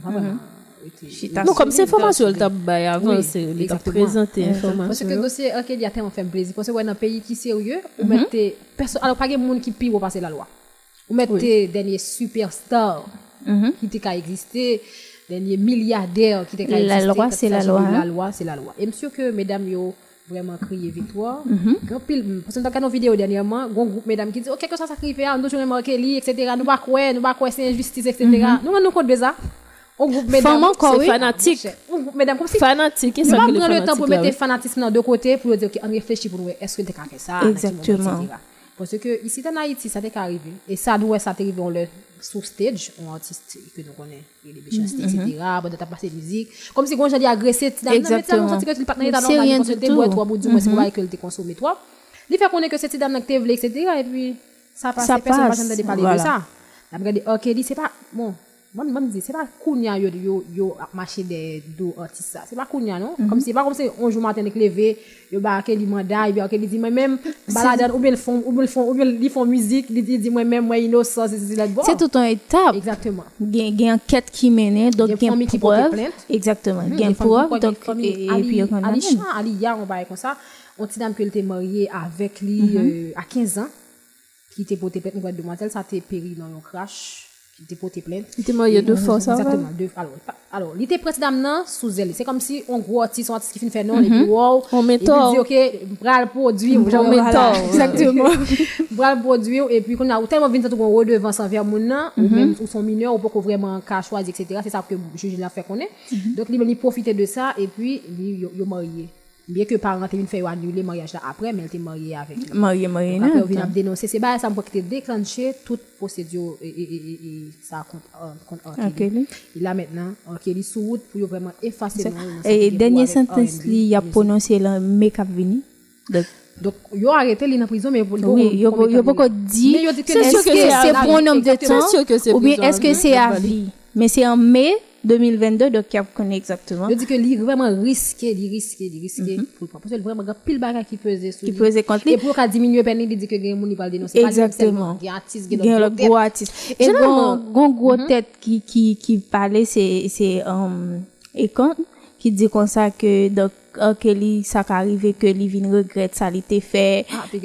Speaker 6: Mm-hmm. Non, comme c'est information, le tabac avant, c'est les présenté information.
Speaker 5: Parce que le dossier R. Kelly a tellement fait plaisir. Parce que dans un pays qui est sérieux, on mettait, alors pas de monde qui pire pour passer la loi. On mettait dernier superstar. Mm-hmm. qui était qu'à exister, dernier milliardaire qui était qu'à exister.
Speaker 7: La loi, c'est la loi.
Speaker 5: La loi, c'est la loi. Et monsieur que mesdames yo vraiment crié victoire. Grand pile parce que dans une vidéo dernièrement, un groupe mesdames qui dit OK que ça sacrifié, nous toujours marqué Kelly et cetera. Nous pas croire, nous pas croire c'est injustice et cetera. Nous nous compte de ça. Un groupe mesdames
Speaker 6: c'est fanatique.
Speaker 5: Un groupe mesdames comme si
Speaker 6: fanatique,
Speaker 5: ça prend le temps pour mettre fanatisme dans deux côtés pour dire OK, on réfléchit pour nous est-ce que tu as fait ça.
Speaker 7: Exactement.
Speaker 5: Parce que ici en Haïti ça t'est arrivé et ça doit ça t'arrive on le sur stage un artiste que nous connaît les méchancetés et cetera bon t'as passé musique comme si quand j'ai dit agressé
Speaker 7: exactement
Speaker 5: non mais tu le partenaire dans normal parce que t'es boire trois bouts du moins c'est pas que t'es consommé toi il fait connaître que cette dame que t'es vle et cetera et puis ça passe personne pas jamais parler de ça la regarder OK dit c'est pas bon moi moi me dit c'est pas kounya yo yo yo marcher des do artiste ça c'est pas kounya non comme si pas comme si un jour matin lever yo ba que li mandat et puis que li dit moi même balade ou bien le font ou bien le font ou bien ils font musique il dit moi même moi innocent c'est là
Speaker 7: c'est tout un étape
Speaker 5: exactement
Speaker 7: gain gain enquête qui mène donc gain preuve exactement gain preuve donc
Speaker 5: et puis Alisha Aliya on va comme ça on ti dame que elle était mariée avec lui à quinze ans qui était porté plainte une demoiselle ça t'est péri dans un crash qui était porté plainte.
Speaker 6: Il était marié deux fois, ça.
Speaker 5: Exactement, deux alors alors, il était presque dame nan sous elle. C'est comme si on gros artiste, un artiste qui finit faire non et puis wow,
Speaker 6: on met tort.
Speaker 5: Il dit OK, bral produit,
Speaker 6: on met tort.
Speaker 5: Exactement. Bral produit et puis qu'on a tellement vinn tout on redevance envers mon nan ou même ou son mineur ou pas vraiment cas choisi et cetera. C'est ça que le juge l'a fait connaître. Donc il il profiter de ça et puis il yo marié. Bien que parents t'ont fait annuler mariage là après mais elle était mariée avec lui.
Speaker 7: Mariée mariée.
Speaker 5: Après on vient dénoncer c'est bah ça me qui déclenché toute procédure et et et ça contre contre Kelly. Il a maintenant Kelly sous route pour vraiment effacer
Speaker 7: et dernière sentence il a prononcé le mec a venu.
Speaker 5: Donc yo arrêté lui en prison mais
Speaker 7: oui yo yo pas dit c'est sûr que c'est pour un nombre de temps ou bien est-ce que c'est à vie mais c'est en mai deux mille vingt-deux donc qui connaît exactement.
Speaker 5: Je dis que lui vraiment risqué, lui risqué, lui risqué pour parce que vraiment pile bagage qui pesait sur
Speaker 7: qui pesait contre lui
Speaker 5: et pour qu'a diminuer peine il dit que gain moun il va dénoncer
Speaker 7: pas exactement.
Speaker 5: Il artiste
Speaker 7: gain le gros artiste et gon gon gros tête qui qui qui parlait c'est c'est um et quand qui dit comme ça que donc que lui ça arrivé que lui vient regrette ça il était fait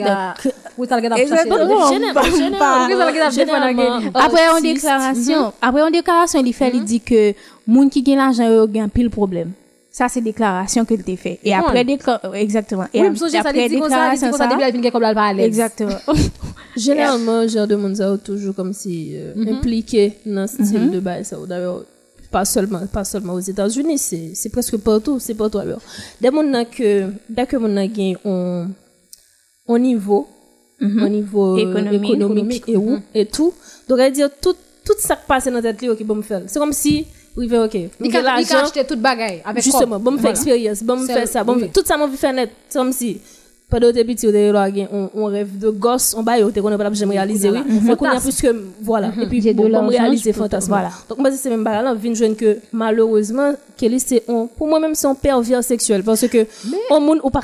Speaker 5: pour ça regarde
Speaker 7: après en déclaration après en déclaration il fait il dit que moun qui gagne l'argent yo gagne pile problème ça c'est déclaration que il t'a fait et après exactement
Speaker 5: et après déclaration ça depuis il comme là parler
Speaker 7: exactement
Speaker 6: généralement genre de monde ça toujours comme si impliqué dans ce style de bail ça d'ailleurs pas seulement pas seulement aux États-Unis c'est c'est presque partout c'est partout alors des monde que dès que mon gain on au niveau au niveau économique, économique et où et tout donc à dire tout tout ça qui passe dans tête lui qui bon me faire c'est comme si oui OK
Speaker 5: il a acheté toute bagaille avec
Speaker 6: justement bon me faire expérience bon me faire ça bon tout ça m'a vu faire net c'est comme si pas d'autres petits on on rêve de gosse on bail on pas jamais réaliser oui mais qu'on a plus que voilà et puis on réaliser fantasme voilà donc moi c'est même balle là vinn joindre que malheureusement Kelly c'est on pour moi même c'est un pervers sexuel parce que on monde ou pas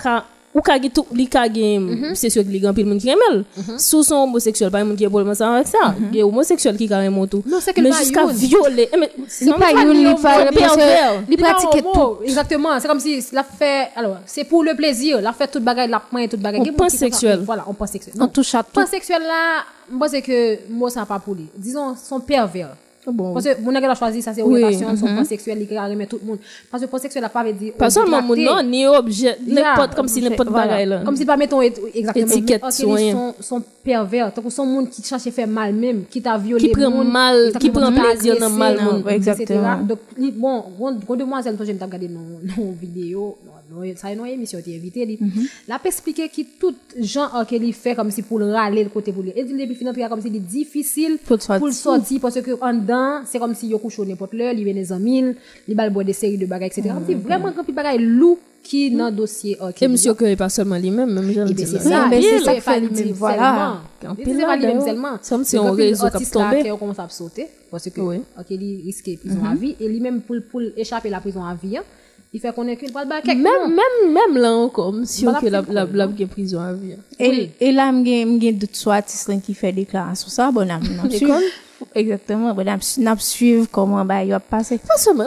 Speaker 6: ou ka gen tout li ka gen c'est sûr que li grand pile monde qui aime sous son homosexuel pas monde qui est problème ça avec ça gen homosexuel qui carrément tout
Speaker 5: non c'est que
Speaker 6: mais
Speaker 5: pas
Speaker 6: jusqu'à
Speaker 5: youn.
Speaker 6: violer mais
Speaker 5: c'est pas youn, il fa-
Speaker 6: pervers
Speaker 5: il pratique tout exactement c'est comme si la fait alors c'est pour le plaisir la fait toute bagaille la point toute bagaille
Speaker 6: on pense sexuel
Speaker 5: voilà on pense sexuel
Speaker 7: On touche à tout.
Speaker 5: pense sexuel là moi c'est que moi ça pas pour lui disons son pervers.
Speaker 6: Bon.
Speaker 5: Parce que mon a choisi ça c'est
Speaker 6: Oui,
Speaker 5: orientation son
Speaker 6: mhm.
Speaker 5: point sexuel il remet tout le monde parce que point sexuel a pas veut dire
Speaker 6: pas seulement mon non ni objet n'importe comme si n'importe
Speaker 5: voilà.
Speaker 6: bagaille là
Speaker 5: comme si pas mettons exactement
Speaker 6: étiquette
Speaker 5: mais,
Speaker 6: sur
Speaker 5: okay,
Speaker 6: rien.
Speaker 5: son son pervers tant que son monde qui cherche faire mal même qui t'a violé
Speaker 6: qui prend
Speaker 5: monde,
Speaker 6: mal qui prend plaisir dans mal
Speaker 5: monde
Speaker 6: monde
Speaker 7: exactement
Speaker 5: donc li, bon grande demoiselle toi j'aime regarder non non vidéo non ça une émission t'es invité li l'a expliquer qui tout gens que il fait comme si pour le râler le côté pour lui et depuis fin comme si c'est difficile
Speaker 7: pour
Speaker 5: le sortir parce que en dedans c'est comme si yo couche n'importe l'heure il vient des amis il bal boire des séries de bagages etc c'est vraiment quand il bagaille loup qui dans dossier OK
Speaker 6: et monsieur que pas seulement lui-même même j'aime dire
Speaker 5: c'est ça
Speaker 7: mais c'est ça
Speaker 5: c'est pas lui-même
Speaker 7: voilà
Speaker 5: c'est pas lui-même seulement
Speaker 6: comme si on réseau cap tomber
Speaker 5: qui commence à sauter parce que OK il risque prison à vie et lui-même pour pour échapper la prison à vie il fait qu'on est qu'une pas de baquet
Speaker 6: même même même là encore monsieur que la la la prison à vie
Speaker 7: et et là m'gè m'gè d'autres soit artistes qui fait déclaration ça bon n'a exactement bon n'a suivre comment bah il va passer
Speaker 6: pas seulement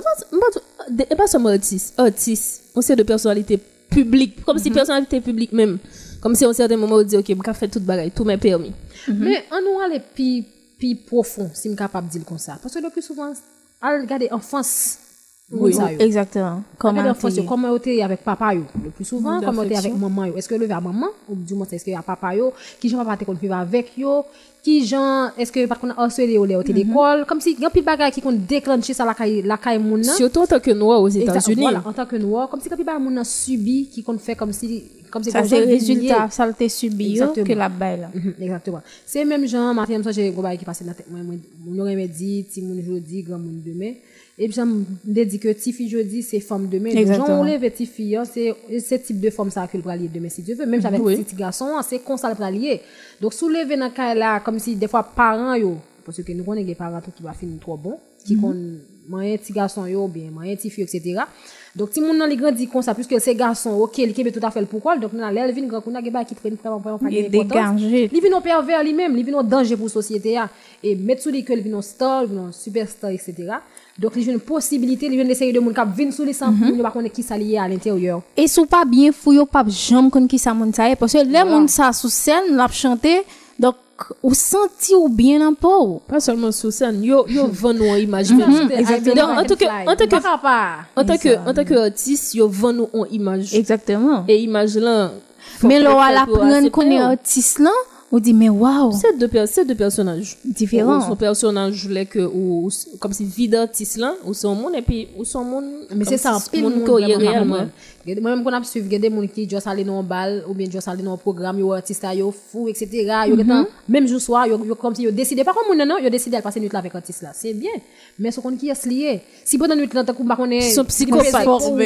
Speaker 6: pas pas seulement artiste artiste on sait de personnalité publique comme si personnalité publique même comme si à un certain moment on dit OK me faire toute bagaille tout m'est permis
Speaker 5: mais on nous aller plus plus profond si me capable dire comme ça parce que le plus souvent à regarder enfance.
Speaker 7: Oui, exactement.
Speaker 5: Comment on comment était avec papa yo le plus souvent comment était avec maman yo est-ce que le vers maman ou du moins est-ce que y a papa yo qui gens papa te qu'on vivre avec yo qui gens est-ce que par contre harceler ou au l'école comme si grand pile bagage qui qu'on déclencher ça la caille la caille moun nan
Speaker 6: surtout en tant que noir aux États-Unis
Speaker 5: voilà en tant que noir comme si grand pile bagage moun nan subi qui qu'on fait comme si comme si
Speaker 7: ça c'est résultat ça le subi que la baille là
Speaker 5: exactement c'est même gens Mathieu ça j'ai gros bagage qui passe dans tête moi moi aurait dit ti moun jodi grand moun demain et puis j'aime dit que ti fille jeudi c'est femme demain donc j'en lève ti fille c'est ce type de forme ça que le lier demain si Dieu veut même avec petit garçon c'est comme ça le lier donc soulever dans cas là comme si des fois parents yo parce que nous connaissons des parents qui va finir trop bon qui kon moyen petit garçon yo bien moyen petit fille etc. donc si mon nan li grandi comme ça puisque ces garçons OK il kebe tout à fait pourquoi donc nan l'elle vinn grand kuna geba qui prenne vraiment pas importance il vinn au pervers lui-même il vinn au danger pour société et mettre sous lui que il vinn au star il vinn au superstar etc. donc il y a une possibilité il y a une série de monde qui viennent sous les sans ne pas connaître qui s'allier à l'intérieur
Speaker 7: et sou pas bien fou yo pas jamais connait qui ça monde ça parce que les monde ça sous scène l'a chanter donc ou senti ou bien en peau
Speaker 6: pas seulement sous scène yo yo vend nous image exactement en tant que en tant que en tant que en tant que artiste yo vend nous en image
Speaker 7: exactement
Speaker 6: et image là
Speaker 7: mais là la prendre connait artiste là on dit mais waouh
Speaker 6: c'est deux c'est deux personnages
Speaker 7: différents
Speaker 6: son personnage là que ou comme si vide artiste là ou son monde et puis ou son monde
Speaker 5: mais c'est ça pile monde réellement moi même qu'on a suivre des monde qui juste aller dans bal ou bien juste aller dans programme yo artiste yo fou etc. yo même jour soir yo comme si yo décidé pas comme monde non yo décidé de passer nuit là avec artiste là c'est bien mais ce qu'on qui est lié si pendant nuit là tant pas connait
Speaker 6: son psychopathe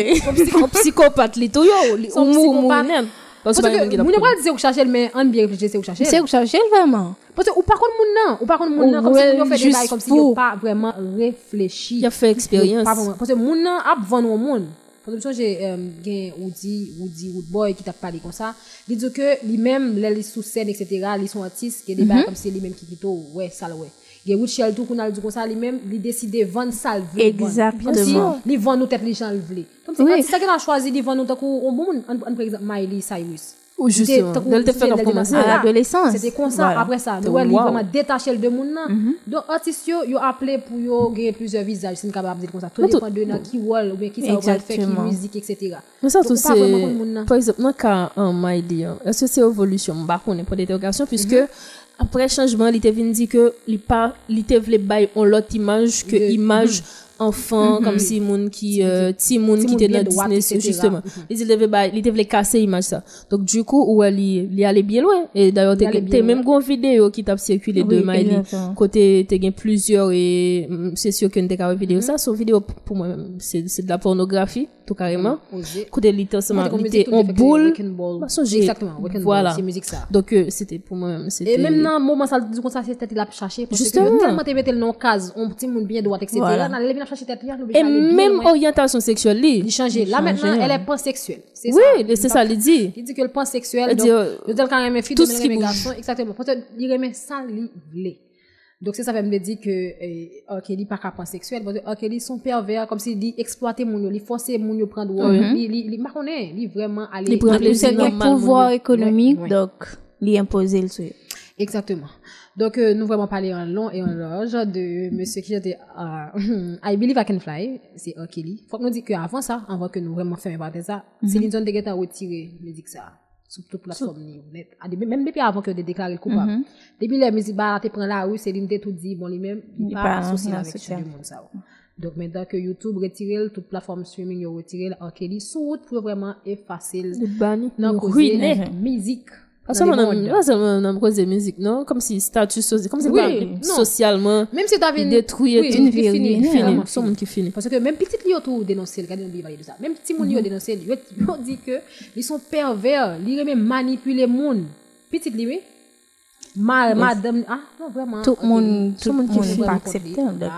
Speaker 6: son psychopathe li tout yo ou mou
Speaker 5: parce que moun pas dire que chercher mais on bien réfléchir c'est que chercher
Speaker 7: c'est que chercher vraiment
Speaker 5: parce que ou pas contre moun nan ou pas contre moun nan comme si on fait des bails comme si on pas vraiment réfléchi
Speaker 6: il a fait expérience
Speaker 5: parce que moun nan a vendre au monde parce que j'ai gain Woody Woody Woodboy qui t'a parlé comme ça il dit que lui-même les sous scène etc. ils sont artistes qui des bails comme si lui-même qui plutôt ouais ça ouais il Woodshell tout qu'on a dit comme ça lui-même il décider vendre ça
Speaker 7: exactement
Speaker 5: il vend nous tête les gens le veulent comme c'est ça qu'il a choisi de vendre nous tant qu'on bon par exemple Miley Cyrus
Speaker 6: ou justement elle te fait commencer
Speaker 7: à l'adolescence
Speaker 5: c'était comme ça après ça nous elle vraiment détaché de monde donc artistes yo appelé pour yo gagner plusieurs visages c'est capable dire comme ça tout dépend de qui rôle ou bien qui ça va faire qui musique etc.
Speaker 6: mais ça tout c'est par exemple dans cas en Miley est-ce que c'est évolution bah connait pour d'interrogation puisque après changement il était venu dire que il pas il était voulait bailler on l'autre image que image enfant comme si moun qui ti moun qui était dans Disney justement il devait bailler il devait casser image ça donc du coup où elle il allait bien loin et d'ailleurs t'es même gon vidéo qui t'a circulé de Miley côté t'es gain plusieurs et c'est sûr que n'était capable vidéo ça sur vidéo pour moi c'est c'est de la pornographie tout carrément côté littéralement était en boule
Speaker 5: exactement
Speaker 6: voilà
Speaker 5: c'est musique ça
Speaker 6: donc c'était pour moi c'était
Speaker 5: et même dans moment ça dit comme ça c'était la chercher parce que tellement te mettre le nom case on petit monde bien droit etc. changer tête là,
Speaker 6: et même orientation sexuelle li
Speaker 5: il changer là maintenant elle est pansexuelle c'est
Speaker 6: ça oui c'est ça il dit
Speaker 5: il dit que le pansexuel donc le tel quand même fille de même garçon exactement peut-être il remet ça li vle donc c'est ça fait me dire que OK il pas capable sexuel parce que OK ils sont pervers comme s'il dit exploiter mon yo il forcer mon yo prendre il il pas connaît il vraiment aller
Speaker 7: c'est un pouvoir économique donc lui imposer le truc.
Speaker 5: Exactement. Donc euh, nous vraiment parler en long et en large de monsieur qui était uh, I Believe I Can Fly, c'est R. Kelly. Faut que nous dire que avant ça, avant que nous vraiment fassions partie ça, mm-hmm. Céline Dion de retirer musique ça sur toute plateforme ni même depuis avant que de déclarer le coupable. Mm-hmm. Depuis la musique bah te prend la rue, Céline te tout dit bon lui-même il pas associé avec tout le monde ça. Donc maintenant que YouTube retire toute plateforme streaming yo retirer R. Kelly sous pour vraiment effacer le ban non ruiner musique.
Speaker 6: Parce que on a cause de musique non comme si statut social comme si oui, socialement
Speaker 5: même si tu avais
Speaker 6: détruire oui, une vie fini fini son monde qui finit
Speaker 5: parce que même petit li tout dénoncer regardez on parler de ça même petit monde yo dénoncer yo dit que ils sont pervers ils remet manipuler monde petit li oui ma madame ah non vraiment
Speaker 7: tout monde tout le monde qui pas accepter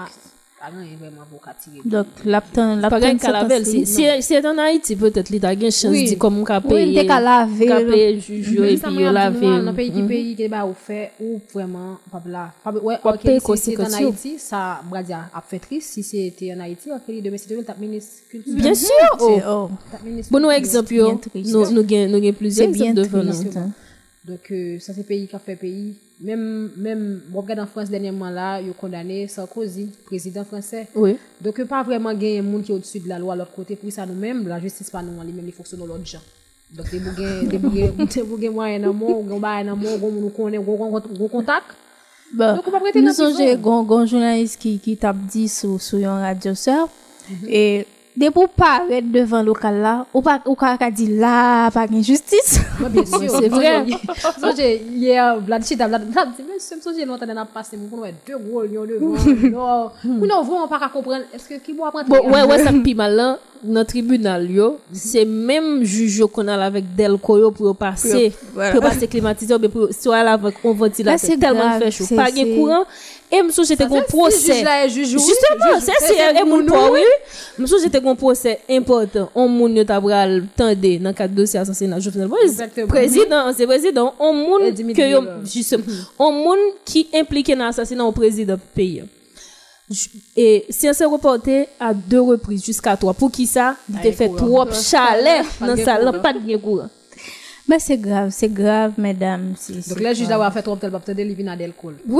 Speaker 7: donc l'aptan l'aptan
Speaker 6: calabel si si c'est en Haïti peut-être il a une chance de comme capé
Speaker 7: oui t'es laver
Speaker 6: capé juge et puis laver
Speaker 5: dans pays qui pays qui ba ou fait ou vraiment pas là ouais OK si c'est en Haïti ça bradia a fait triste si c'était en Haïti OK demain c'est le ministre culture
Speaker 6: bien sûr oh bon exemple nous nous gain nous gain plusieurs exemples devant nous
Speaker 5: donc euh, ça c'est pays qui a fait pays même même on regarde en France dernièrement là ils ont condamné Sarkozy président français
Speaker 6: oui
Speaker 5: donc pas vraiment gagner monde qui au-dessus de la loi l'autre côté pour ça nous même la justice pas nous lui même il fonctionne dans l'autre gens donc des bougain des bougain des bougain moyen dans mot gon ba dans mot gon nous connaît gros contact
Speaker 7: donc on pas prêter nous songe gon gon journaliste qui qui tape dit sur sur un radio sœur et de pour paraître devant local là ou pas ou ka dit là pas injustice
Speaker 5: bien sûr c'est vrai so j'ai hier Vladimir Vlad même so j'ai longtemps n'a passé pour nous deux gros lions devant non nous vraiment pas comprendre est-ce que qui doit prendre
Speaker 6: ouais ouais ça pi mal là dans tribunal yo c'est même juge qu'on a avec Delco yo pour passer pour passer climatiseur mais pour soit là avec un ventilateur tellement fait chaud pas gain courant et m'sou j'étais un procès justement c'est c'est mon toi oui m'sou j'étais un procès important on moun yo t'a bral tande dans cadre dossier assassinat Jovenel Moïse président c'est président on moun que yo justement on moun qui impliqué dans l'assassinat au président pays et c'est un reporté à deux reprises jusqu'à trois pour qui ça il te fait trop chalet dans ça là pas de bien courant.
Speaker 7: Mais c'est grave, c'est grave, mesdames. C'est,
Speaker 5: donc là, juste d'avoir fait trop, tel pas peut-être, il vient à d'alcool.
Speaker 6: Oui.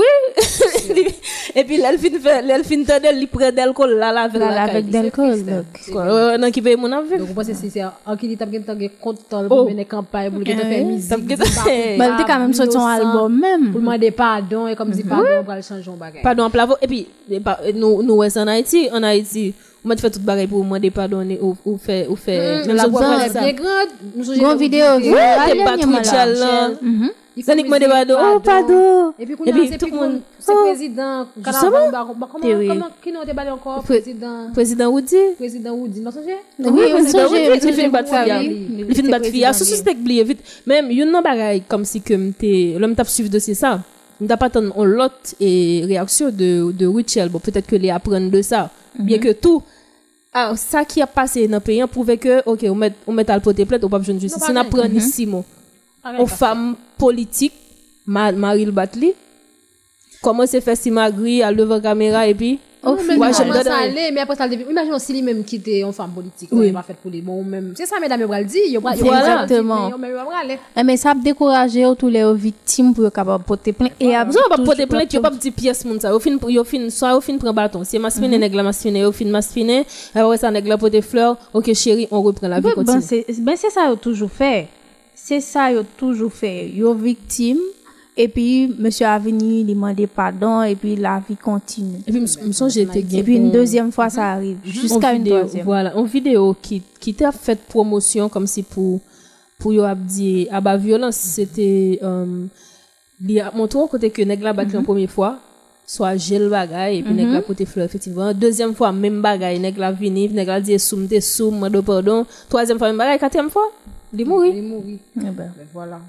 Speaker 6: Et puis, l'elfine fait, l'elfine tente, il prend d'alcool, là, là, avec
Speaker 7: la avec d'alcool.
Speaker 6: Donc, non, qui paye mon avis.
Speaker 5: Donc, vous pensez que c'est un qui dit, t'as bien, t'as bien, content, pour mener campagne, pour faire musique.
Speaker 7: Mais il était quand même sorti son album, même.
Speaker 5: Pour demander pardon, et comme si pardon, pour aller changer un bagage.
Speaker 6: Pardon, en plavo. Et puis, nous, nous, en Haïti, en Haïti, on m'a fait toute bagaille pour demander pardon ou ou faire ou faire
Speaker 5: même la voix bien grande nous
Speaker 7: une vidéo
Speaker 6: oui t'es pas tout challenge il faut demander pardon oh pardon
Speaker 5: et puis c'est tout le monde c'est président comment comment qui nous débat encore président
Speaker 6: président Woody
Speaker 5: président Woody non songez
Speaker 6: oui président Woody il fait battre fia il fait battre fia sous sous oublier vite même une non bagaille comme si que m'était l'homme t'a suivre dossier ça on t'a pas tant on l'autre et réaction de de Richel bon peut-être que les apprendre de ça bien que tout ah ça qui a passé dans pays prouve que OK on met on met à le porter plainte au pas jeune justice on apprend ici mot aux femmes politiques Maril Batli comment c'est fait si Magri à devant caméra et puis
Speaker 5: oh moi j'aime ça aller mais après ça imagine aussi lui même qui était une femme politique il pas fait pour les bon même c'est ça mesdames bral dit il
Speaker 7: exactement mais ça décourager tous les victimes pour capable porter plainte et
Speaker 6: besoin pas porter plainte il pas petit pièce moun ça au fin au fin soit au fin prend bâton c'est masculine nèg la masculine au fin masculine après ça nèg la porter fleur OK chérie on reprend la vie continue
Speaker 7: c'est ben c'est ça toujours fait c'est ça yo toujours fait yo victime et puis monsieur a venu demander pardon et puis la vie continue
Speaker 6: et puis me songe j'étais
Speaker 7: et puis une deuxième fois ça arrive jusqu'à une troisième
Speaker 6: voilà une vidéo qui qui t'a fait promotion comme si pour pour yo a dit à ba violence c'était euh il a montré côté que nèg la battu en première fois soit gel bagay et puis nèg la côté fleur effectivement deuxième fois même bagay nèg la vini nèg la dit soum te soum mando pardon troisième fois même bagay quatrième fois il mourit
Speaker 5: il mourit
Speaker 6: eh ben
Speaker 5: voilà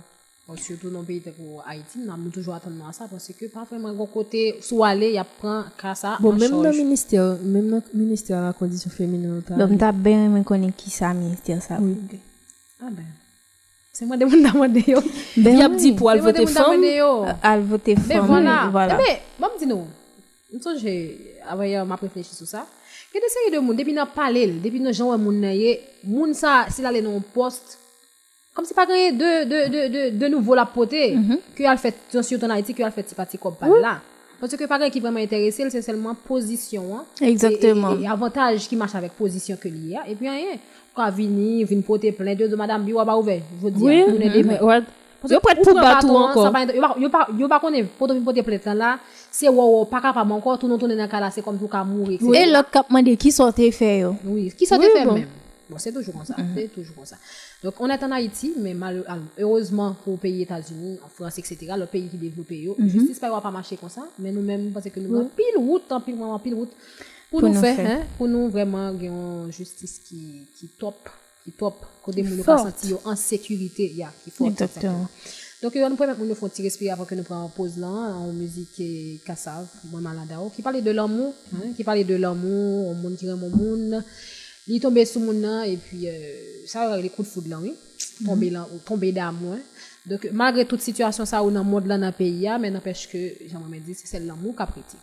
Speaker 5: Surtout dans le pays de Haïti, nous avons toujours attendu à ça parce que pas vraiment un côté sous aller, il y a prend ça.
Speaker 6: Bon, même dans le ministère, même dans le ministère de la condition féminine.
Speaker 7: Donc, tu as bien connaître qui ça, ministère ça.
Speaker 5: Oui. Ah ben. C'est moi de mon demander yo.
Speaker 6: Ben, il y a petit pour aller voter femme.
Speaker 7: Aller voter femme.
Speaker 5: Mais voilà.
Speaker 7: voilà.
Speaker 5: Mais, bon, dis nous. Nous sommes, avant, m'a réfléchi sur ça. Il y a des séries de monde, depuis nous parler, depuis nous gens, moun naye, moun ça, s'il allait dans un poste, comme si pas gagné de, de, de, de, de nouveau la poté, que a fait, surtout en Haïti, que a fait parti comme pas là. Parce que pas qui vraiment intéressé, c'est seulement position, hein.
Speaker 7: Exactement.
Speaker 5: Et, et, et avantage qui marche avec position que lié, et puis rien. Quand venir, venir porter plein de madame, biwa ba ouvert, je veux dire,
Speaker 6: oui, on est des, ouais. Yo prête pour battre encore.
Speaker 5: Yo pas yo pas connaît pour venir porter plainte là, c'est wow pas capable encore tout non tourner dans cas c'est comme tout ca mourir.
Speaker 7: Et l'autre cap mandé qui sortait faire yo.
Speaker 5: Oui, qui sortait faire même. Bon, c'est toujours comme ça, c'est toujours comme ça. Donc on est en Haïti mais heureusement pour le pays États-Unis, en France et cetera, le pays qui développé yo, justice pas pas marcher comme ça, mais nous même parce que nous avons pile route, en pile en pile route pour nous faire hein, pour nous vraiment une justice qui qui top. Top, côté moun pas senti en sécurité, ya qui faut exactement. Donc on peut mettre nous font petit respirer avant que nous prenions pause là en musique et Kassav, moi maladao qui parlait de l'amour, hein, qui parlait de l'amour, on monde qui aime monde, il tombé sous moun là et puis euh, ça les coups de foudre là oui, tomber là tomber d'amour. Donc malgré toute situation ça ou dans monde là dans pays là, mais n'empêche que j'aimerais dire c'est celle l'amour qu'a prêté.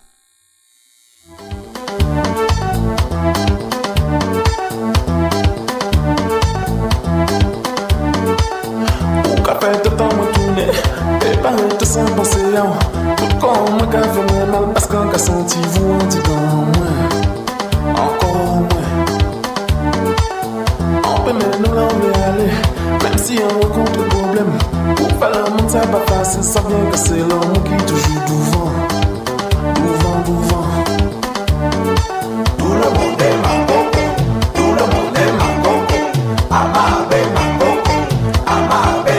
Speaker 12: Après tout temps me tourner et pas tout sans penser tout comme moi qui fait mal parce qu'on a senti vous en dit dans moi encore moins on peut même nous l'enlever aller même si on rencontre problème pour faire le monde ça pas facile ça vient que c'est l'homme qui toujours devant devant devant tout le monde est ma coco tout le monde est ma coco à ma belle ma coco à ma belle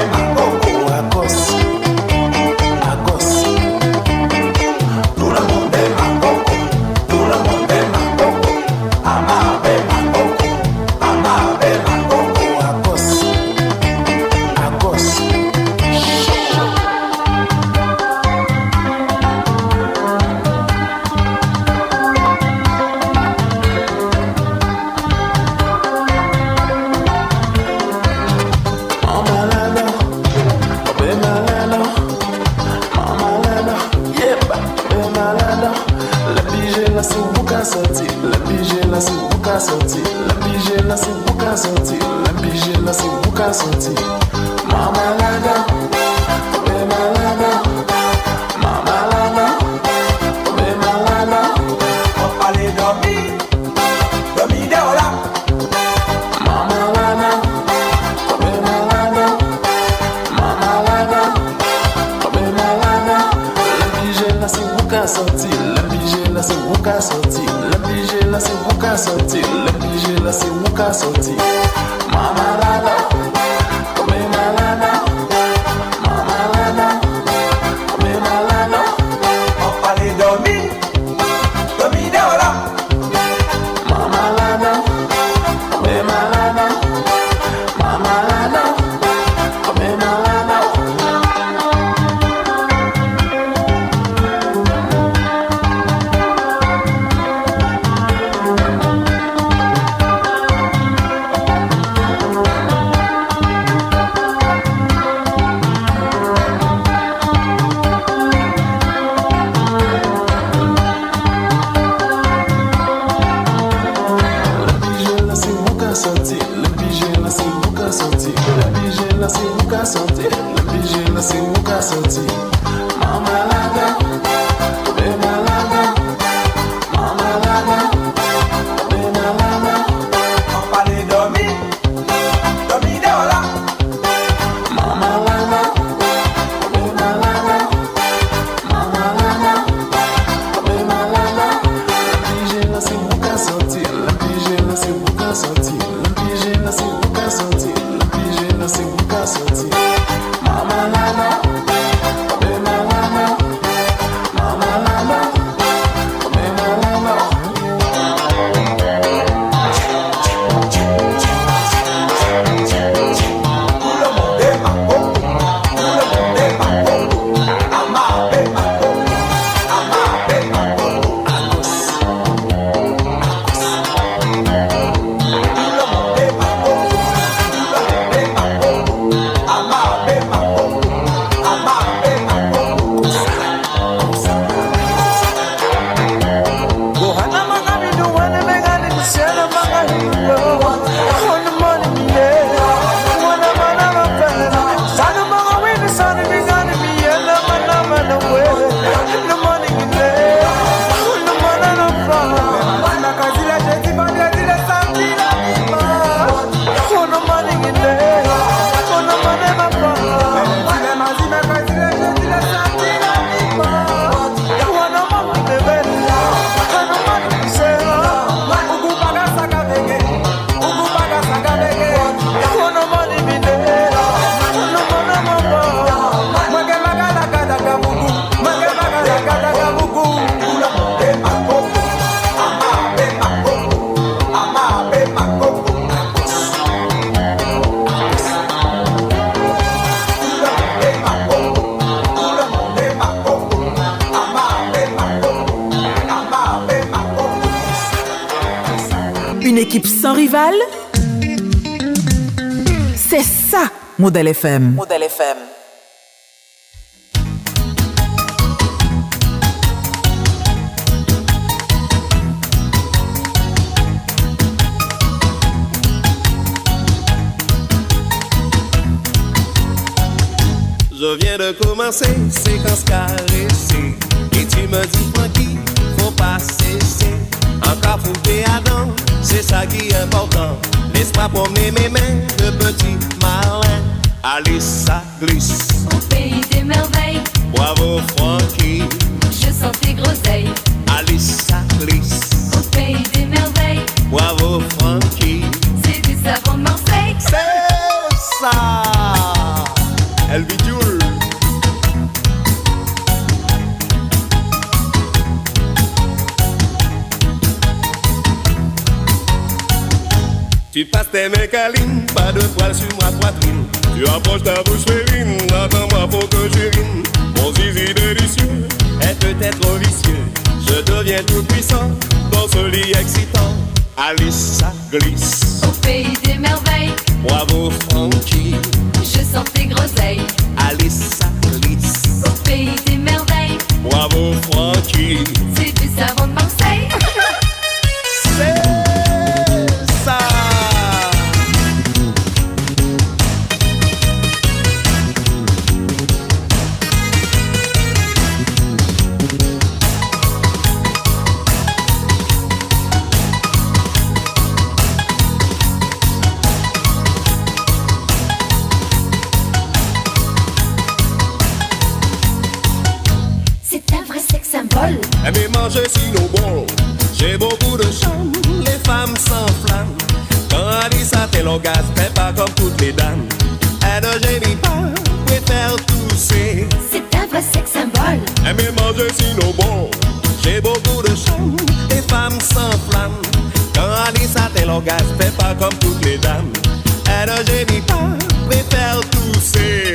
Speaker 13: équipe sans rival. C'est ça, Modèle F M. Modèle F M.
Speaker 14: Je viens de commencer, séquence caressée. Et tu me dis, Francky, faut pas cesser. Encore fouiller à dents, c'est ça qui est important. Laisse-moi promener mes mains de petit malin. Allez, ça glisse.
Speaker 8: Au pays des merveilles,
Speaker 14: Bravo, Francky.
Speaker 8: je sens tes groseilles.
Speaker 14: Allez, ça glisse.
Speaker 8: Au pays des merveilles,
Speaker 14: Bravo, Francky.
Speaker 8: c'est du savon de Marseille.
Speaker 14: C'est ça. Elvidule. Tu passes tes mains câlines, pas de poils sur ma poitrine. Tu approches ta bouche féline, attends-moi pour que j'urine. Mon zizi délicieux est peut-être vicieux. Je deviens tout puissant dans ce lit excitant. Alice, ça glisse.
Speaker 8: Au pays des merveilles,
Speaker 14: Bravo, Francky.
Speaker 8: je sens tes groseilles.
Speaker 14: Alice, ça glisse.
Speaker 8: Au pays des merveilles,
Speaker 14: Bravo, Francky.
Speaker 8: c'est du savon de Marseille.
Speaker 14: C'est ça.
Speaker 8: C'est un vrai sexe symbole.
Speaker 14: Aimer manger sinon bon. J'ai beaucoup de charme, les femmes s'enflamment. Quand Alice a tel orgasme, elle pas comme toutes les dames. Elle ne gémit pas, préfère tousser.
Speaker 8: C'est un vrai sexe symbole.
Speaker 14: Aimer manger sinon bon. J'ai beaucoup de charme, les femmes s'enflamment. Quand Alice a tel orgasme, elle pas comme toutes les dames. Elle ne gémit pas, préfère tousser.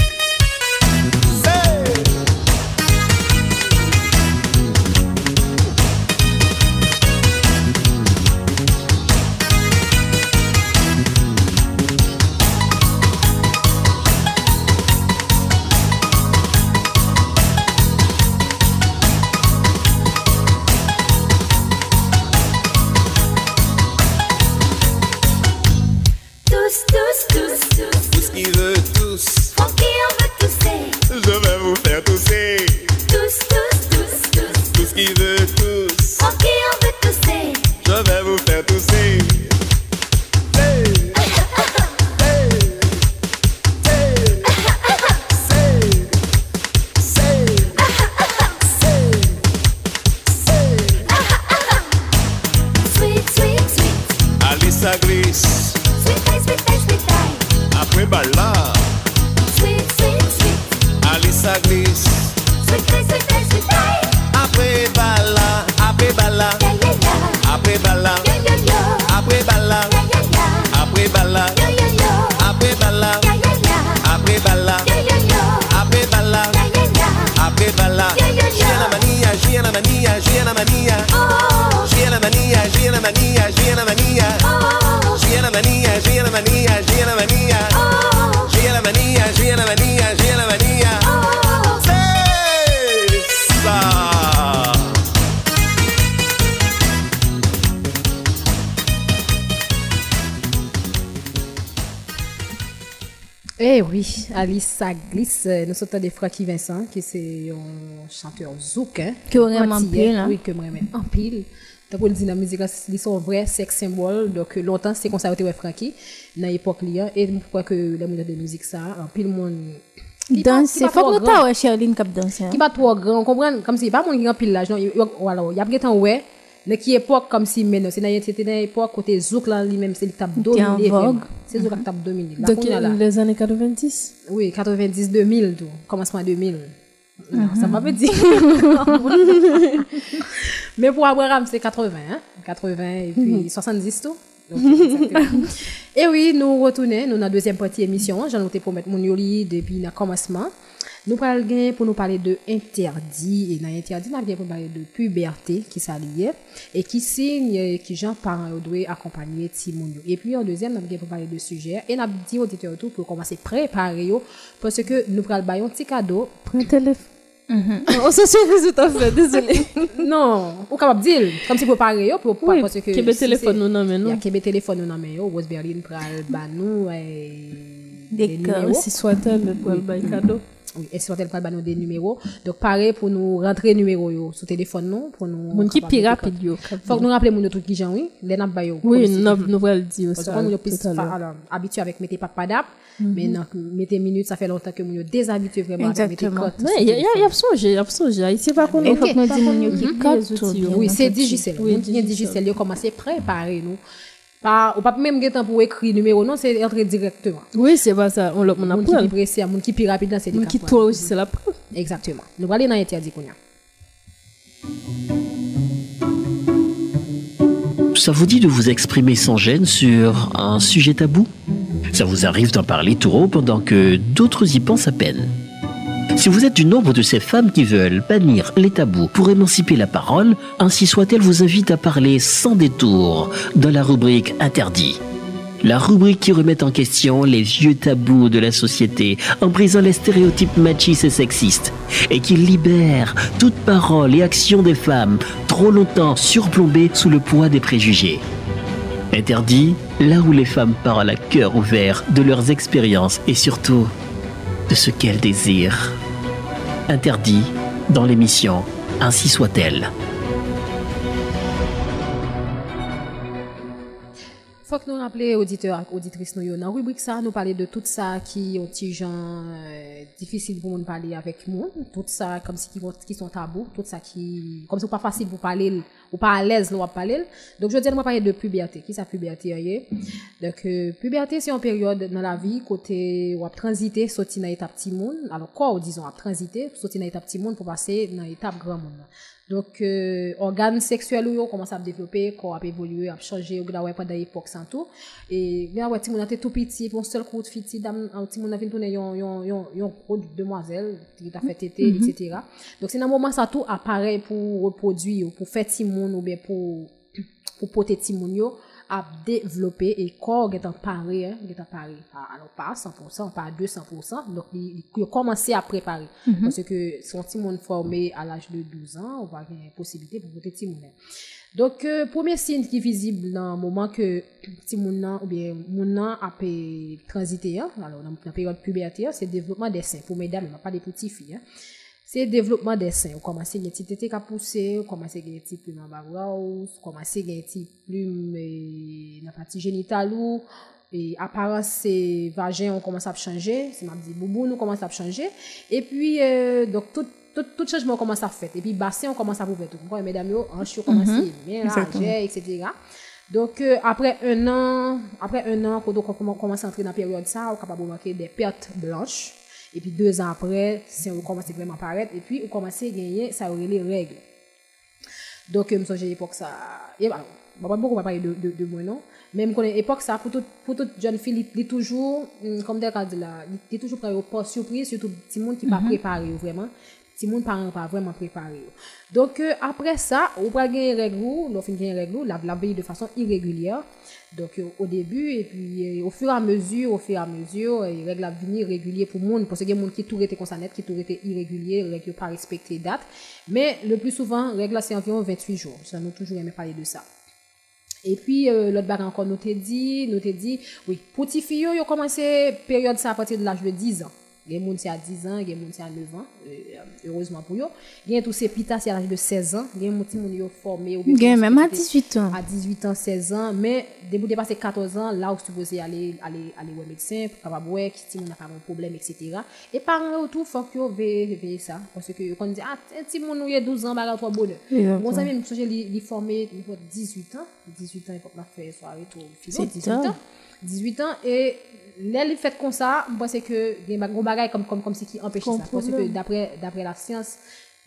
Speaker 8: Tous, tous, tous, tous.
Speaker 14: Tout ce qui veut tous,
Speaker 8: Francky en veut tousser.
Speaker 14: je vais vous faire tousser.
Speaker 8: Tous, tous, tous, tous.
Speaker 14: Tout ce qui veut tous,
Speaker 8: Francky en veut tousser.
Speaker 14: je vais vous faire tousser.
Speaker 8: Sweet, sweet, sweet.
Speaker 14: Alice ça glisse,
Speaker 8: Sweet eye, sweet eye, sweet eye.
Speaker 14: après balla.
Speaker 8: Sweet, sweet, sweet.
Speaker 14: Alice ça glisse,
Speaker 8: Sweet eye, sweet eye, sweet eye.
Speaker 14: après balla, après balla,
Speaker 8: Yeah, yeah, yeah.
Speaker 14: après balla,
Speaker 8: Yo, yo, yo.
Speaker 14: après balla,
Speaker 8: Yeah, yeah, yeah.
Speaker 14: après balla,
Speaker 8: Yo, yo, yo.
Speaker 14: après balla,
Speaker 8: Yeah, yeah, yeah.
Speaker 14: après balla,
Speaker 8: Yo, yo, yo.
Speaker 14: après balla,
Speaker 8: Yeah, yeah, yeah.
Speaker 14: après balla.
Speaker 8: Yeah, yeah, yeah.
Speaker 14: J'ai la mania, j'ai la mania, j'ai la mania.
Speaker 8: Oh,
Speaker 14: J'ai la mania, j'ai la mania, j'ai la mania.
Speaker 8: oh,
Speaker 14: J'ai la mania, j'ai la mania, j'ai la mania.
Speaker 8: oh,
Speaker 14: J'ai la mania, j'ai la mania, j'ai la mania.
Speaker 8: oh.
Speaker 14: C'est ça.
Speaker 5: Eh oui, Alice ça glisse. Euh, Nous sommes des Francky Vincent, qui c'est un chanteur zouk, hein.
Speaker 7: Que vraiment en
Speaker 5: Antillais,
Speaker 7: pile, hein.
Speaker 5: Oui, que vraiment en pile. Donc, on dit dans la musique, ils sont vrais sex symbole. Donc, euh, longtemps, c'est comme ça, ouais, Francky, dans l'époque, là. Et je crois que la musique de musique, ça, en pile, monde.
Speaker 7: Danse, c'est faut que nous pas ouais Charline cap danser.
Speaker 5: Qui pas trop grand, on comprend, comme si, pas mon grand pile l'âge, non, voilà, il y a bien temps, ouais. Mais qui époque comme si maintenant c'est dans c'était dans époque côté zouk là lui-même c'est le tap dominé c'est zouk qui tap dominé
Speaker 6: donc les années quatre-vingt-dix
Speaker 5: oui quatre-vingt-dix deux mille tout commencement deux mille non, mm-hmm. Ça m'a pas dit mais pour Abraham c'est quatre-vingts hein quatre-vingts et puis mm-hmm. soixante-dix tout donc, et oui nous retournons nous dans la deuxième partie émission j'en ai promis mon yoli depuis le commencement Nous parlons gain pour nous parler de interdit et dans interdit nous pour parler de puberté qui s'allie et qui signe qui gens parents doivent accompagner ti moun yo. Et puis en deuxième nous pour parler de sujet et n'a dit auditeur tout pour commencer préparer yo parce que nous pral ba un petit cadeau,
Speaker 6: prends téléphone. Mm-hmm. On se surprise tout à fait, désolé.
Speaker 5: Non, ou capable dire comme si préparer yo pour
Speaker 6: oui,
Speaker 5: parce que
Speaker 6: Québec téléphone nous non mais
Speaker 5: il y
Speaker 6: nous.
Speaker 5: a Québec téléphone nous non mais yo Rose Berlin pral ba nous
Speaker 7: des
Speaker 6: numéros si soit-elle pour le bail cadeau.
Speaker 5: Oui, et si on tel pas ba nous des numéros. Donc pareil pour nous rentrer numéro yo sur téléphone non pour nous
Speaker 6: mon qui plus rapide yo.
Speaker 5: Faut que nous rappeler mon tout qui jan oui, les n'a ba yo.
Speaker 6: Oui, nous nous va le dire ça.
Speaker 5: Parce que nous plus habitué avec mettez pas padap. Mais non, mettez minutes, ça fait longtemps que nous déshabitué vraiment avec mettez cote.
Speaker 6: Oui, il y a il y a songé, il y a songé. Ici pas qu'on
Speaker 7: faut que nous dit mon qui cote.
Speaker 5: Oui, c'est Digicel. Oui, Digicel, il commencer préparer nous. Pas ou pas même temps pour écrire numéro non, c'est entrer directement.
Speaker 6: Oui, c'est pas ça, on on apprend.
Speaker 5: Qui pressé, mon qui plus rapide c'est
Speaker 6: des qui toi aussi c'est la preuve.
Speaker 5: Exactement. Nous allons aller dans interdit qu'on a.
Speaker 9: Ça vous dit de vous exprimer sans gêne sur un sujet tabou? Ça vous arrive d'en parler tout haut pendant que d'autres y pensent à peine? Si vous êtes du nombre de ces femmes qui veulent bannir les tabous pour émanciper la parole, ainsi soit-elle vous invite à parler sans détour dans la rubrique Interdit. La rubrique qui remet en question les vieux tabous de la société en brisant les stéréotypes machistes et sexistes et qui libère toute parole et action des femmes trop longtemps surplombées sous le poids des préjugés. Interdit, là où les femmes parlent à cœur ouvert de leurs expériences et surtout de ce qu'elles désirent. Interdit dans l'émission Ainsi soit-elle.
Speaker 5: Faut que nous rappeler auditeurs et auditrices nous dans rubrique ça nous parler de tout ça qui ont petit gens euh, difficile pour nous parler avec nous, tout ça comme si qui, qui sont tabous, tout ça qui comme c'est pas facile pour parler ou pas à l'aise nous parler. Donc je dis moi parler de puberté, qui ça puberté est. Donc euh, puberté c'est une période dans la vie côté ou transiter sortir dans étape petit monde, alors quoi disons à transiter sortir dans étape petit monde pour passer dans étape grand monde. Donc euh, organes sexuels yo commence à développer, corps a évoluer, a changer, ou là ouais pendant l'époque sans tout et bien ouais ti moun était tout petit pour un seul coup de fille dame ti moun a vinn tourner yon yon yon yon gros demoiselle qui t'a fait tété mm -hmm. et cetera. Donc c'est dans moment ça tout appareil pour reproduire pour faire ti moun ou bien pour pour porter ti moun yo a développer et corps est en paré hein est en paré alors pas cent pour cent pas deux cents pour cent donc il, il commencer à préparer mm -hmm. parce que son petit monde formé à l'âge de douze ans on va avoir une possibilité pour porter petit monde. Donc euh, premier signe qui est visible dans le moment que petit monde ou bien monde a transité hein alors dans la période puberté c'est le développement des seins pour mesdames mais pas des petites filles hein. C'est le développement des seins. On commence à petit tété qui a poussé, on commence à gagner petit plume en bas rose, on commence à gagner petit plume dans la partie génitale ou et apparence c'est vagin on commence à changer, c'est m'a dit boubou nous commence à changer et puis euh, donc tout tout tout changement commence à faire et puis bassin on commence à ouvrir tout. Vous mesdames yo hanche commence bien larger et cetera. Donc euh, après un an, après un an quand on commence à entrer dans la période ça, on capable de remarquer des pertes blanches. Et puis deux ans après, c'est on commence vraiment à apparaître et puis on commence à gagner ça aurait les règles. Donc me songe l'époque ça et alors on va pas beaucoup parler de de de moi non, même qu'on époque ça pour tout pour toute jeune fille il toujours comme des cas là, il est toujours prêt au surprise surtout petit monde qui pas préparé vraiment. Si moun parents pas vraiment préparé. Donc euh, après ça, on va gagner règle, l'on fin gagner règle, la la veille de façon irrégulière. Donc euh, au début et puis euh, au fur et à mesure, au fur et à mesure, les règles à venir régulier pour monde parce que y a monde qui tout était comme ça net, qui tout était irrégulier, règle pas respecter date. Mais le plus souvent, règle c'est environ vingt-huit jours. Ça nous toujours aimé parler de ça. Et puis euh, l'autre bagarre encore nous t'a dit, nous t'a dit oui, pour petit fille yo commencé période ça à partir de l'âge de dix ans. Il y a des gens qui ont dix ans, il y a des gens qui ont neuf ans, heureusement pour eux. Il y a tous ces pitas à l'âge de seize ans, il y a des gens qui ont formé.
Speaker 7: Il y a même à dix-huit ans.
Speaker 5: À dix-huit ans, seize ans, mais dès que vous dépassez quatorze ans, là où vous supposez aller, aller, aller au médecin, pour capable voir si vous n'avez pas un problème, et cetera. Et parents autour, il faut que vous veillez ça. Parce que quand on dit, ah, si vous avez douze ans, bah, trop bonheur. Moi, ça vient, je l'ai formé, dix-huit ans. dix-huit ans, il faut que je fasse soirée tout philo. dix-huit ans. dix-huit ans, et là, le fait comme ça, moi, c'est que il y a un bagage comme, comme, comme si qui empêche ça. Parce que d'après, d'après la science,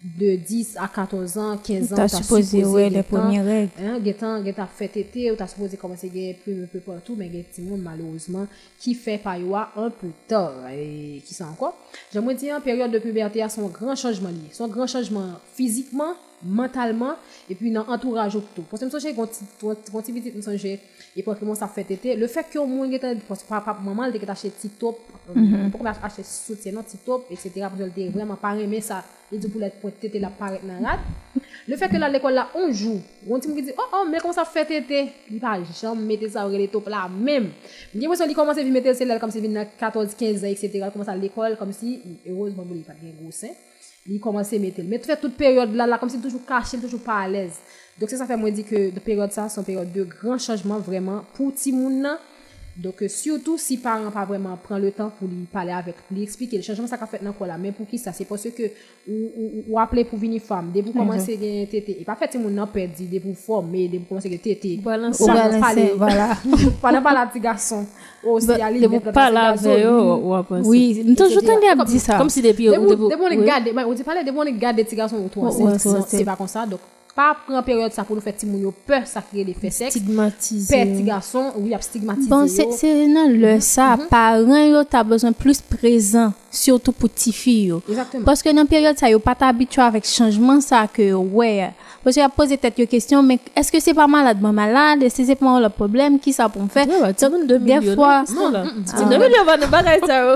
Speaker 5: de dix à quatorze ans, quinze ans,
Speaker 7: t'as supposé ouais les premières règles.
Speaker 5: Hein, getan getan fait tété ou t'as supposé commencer gagner plus un peu partout mais gen ti monde malheureusement qui fait pa yo un peu tard et qui ça encore. J'aimerais dire en période de puberté a son grand changement lié, son grand changement physiquement, mentalement et puis dans entourage tout. Parce que me songe quand quand petit petit me songe et pour comment ça fait tété, le fait que au monde getan parce que papa maman elle était acheter TikTok, pour acheter soutien dans TikTok et cetera pour elle vraiment pas aimer ça. Et du pour pour tété la paraître dans rat. Le fait que là l'école là on joue, on dit me dit oh oh mais comment ça fait tété, il pas jamais mettre ça les top là même. J'ai l'impression qu'il commence à mettre celle comme si il dans quatorze quinze ans et cetera commence à l'école comme si heureusement il pas bien gros sein. Il commence à mettre mais fait toute période là là comme si toujours caché, toujours pas à l'aise. Donc c'est ça fait moi dit que de période ça c'est une période de grand changement vraiment pour ti moun nan. Donc surtout si parents pas vraiment prend le temps pour lui parler avec pour lui expliquer le changement ça qu'a fait dans quoi là mais pour qui ça c'est parce que ou ou, ou appeler pour venir femme dès vous commencer gagner tété et pas fait mon nan perdu dès vous former dès vous commencer que tété
Speaker 7: balancer voilà
Speaker 5: pendant pas la petit garçon aussi aller
Speaker 6: vous parler avec ou après
Speaker 7: oui nous toujours tendre dire ça
Speaker 6: comme si depuis
Speaker 5: vous dès vous regarder on dit parler dès vous regarder petit garçon autour c'est pas comme ça donc pas prendre période ça pour nous faire petit moun yo peur ça créer des faits sexe
Speaker 6: stigmatiser
Speaker 5: petit garçon oui a stigmatiser
Speaker 7: bon c'est c'est non le ça parents yo t'as besoin plus présent surtout pour petit fille yo parce que dans période ça yo pas t'habitué avec changement ça que ouais parce que a posé tête yo question mais est-ce que c'est pas malade moi malade est-ce que c'est pas le problème qui ça pour me faire des fois
Speaker 6: deux millions va nous bagaille ça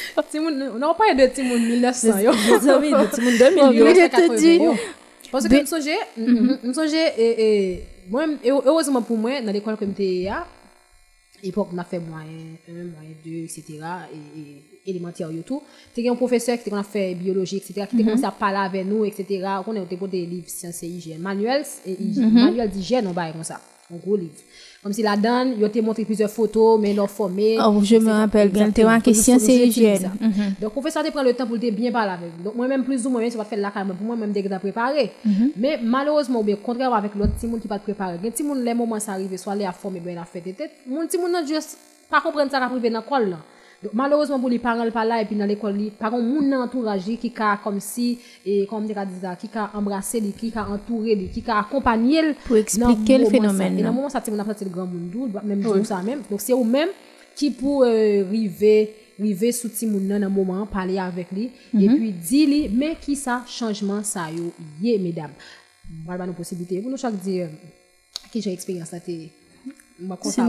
Speaker 5: on n'a pas de petit moun mille neuf cents yo
Speaker 6: amis de petit moun deux millions
Speaker 7: je te dis
Speaker 5: parce que me songe me songe et moi heureusement pour moi dans l'école que j'étais à époque on a fait moyen un moyen deux etc et élémentaire et tout tu un professeur qui a fait biologie etc qui commencé à parler avec nous etc on a pour des livres sciences et hygiène manuels et manuel d'hygiène on bail comme ça un gros livre comme si la donne il t'a montré plusieurs photos mais non formé
Speaker 7: oh je me rappelle bien t'es en question c'est hygiène
Speaker 5: donc professeur te prend le temps pour te bien parler avec donc moi même plus ou moins c'est pas faire la pour moi même dès que t'as préparé mais malheureusement bien contrairement avec l'autre petit monde qui pas préparé un petit monde les moments ça arrive soit les à former ben la fait tête mon petit monde juste pas comprendre ça va privé dans l'école là donc malheureusement pour les parents pas là et puis dans l'école li par contre mon entourage qui a comme si et comme tu as dit ça qui a embrassé lui qui a entouré lui qui a accompagné
Speaker 7: pour expliquer le phénomène
Speaker 5: et dans moment ça tu on a fait le grand monde même dire ça même donc c'est eux même qui pour arriver arriver sous ti moun nan moment parler avec lui et puis dire lui mais qui ça changement ça yo yé mesdames on va nous possibilité pour nous chaque dire qui j'ai expérience là ma ça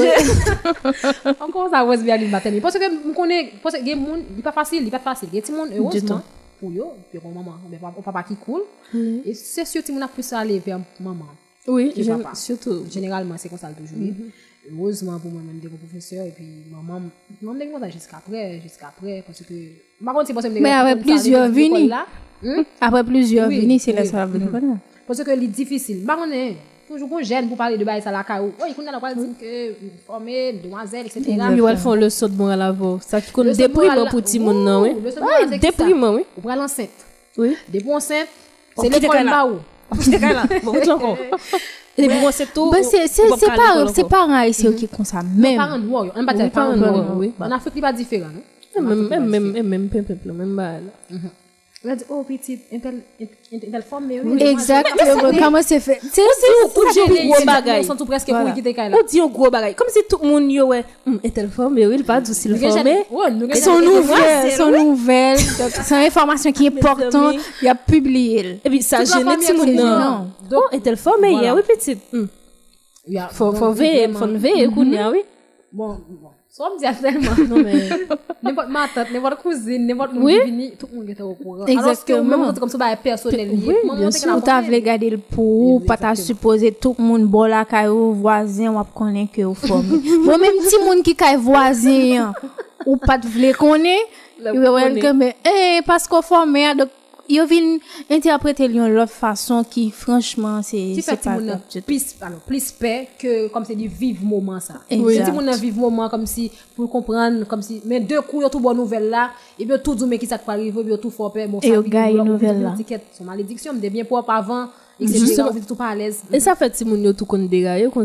Speaker 5: encore ça was bien matin parce que me connais parce que game monde il pas facile il pas facile il ti monde heureusement pour yo puis maman on papa qui cool et c'est surtout mon a plus aller vers maman
Speaker 6: oui surtout
Speaker 5: généralement c'est comme ça toujours heureusement pour moi même des professeurs et puis maman maman me demande jusqu'à après jusqu'à après parce que ma contre c'est parce que
Speaker 7: mais avec plusieurs venus après plusieurs venus c'est là ça va
Speaker 5: parce que c'est difficile ma connais toujours jeune pour parler de bail ça la caillou oui qu'on a pas dire que formé demoiselle etc
Speaker 6: ils vont faire le saut de moral avant ça qui connaît déprimant pour ti moun nan oui oui déprimant oui
Speaker 5: pour l'enceinte
Speaker 6: oui
Speaker 5: des bons enceintes c'est l'école là où
Speaker 6: c'est là bon encore et des bons c'est tout
Speaker 7: c'est c'est c'est pas c'est pas un haïtien qui comme ça même
Speaker 5: parents noirs on pas des parents noirs oui en Afrique il pas différent
Speaker 6: même même même même peuple même bail
Speaker 5: on a dit oh petite intel intel forme mais
Speaker 7: exactement comment c'est fait
Speaker 6: c'est aussi gros bagay
Speaker 5: sont tout presque pour quitter là
Speaker 6: on dit un gros bagay comme si tout le monde yo ouais intel forme mais il pas aussi le formé
Speaker 7: son nouvelle son nouvelle c'est une information qui est importante il a publié
Speaker 6: et puis ça gêne tout le monde donc intel forme mais oui petite faut faut veiller faut veiller oui
Speaker 5: bon so me dire tellement non mais n'importe ma tante n'importe cousine n'importe monde qui vient tout le monde est au courant alors que même comme ça ba personnel
Speaker 7: bien sûr tu as regarder le pour pas ta supposer tout le monde bon la caillou voisin ou connaît que au forme moi même petit monde qui caille voisin ou pas de vle connaît il welcome eh parce qu'on formé donc yo vinn interpréter l'autre façon qui franchement c'est c'est pas
Speaker 5: plus alors plus paix que comme c'est du vivre moment ça si mon vivre moment comme si pour comprendre comme si mais deux coups tout bonne nouvelle là et bien tout mais qui ça peut arriver bien tout fort peur bon
Speaker 7: ça une nouvelle là
Speaker 5: son malédiction me bien propre avant etc tout pas à l'aise
Speaker 6: et ça fait si mon yo tout connait dégailler comme ça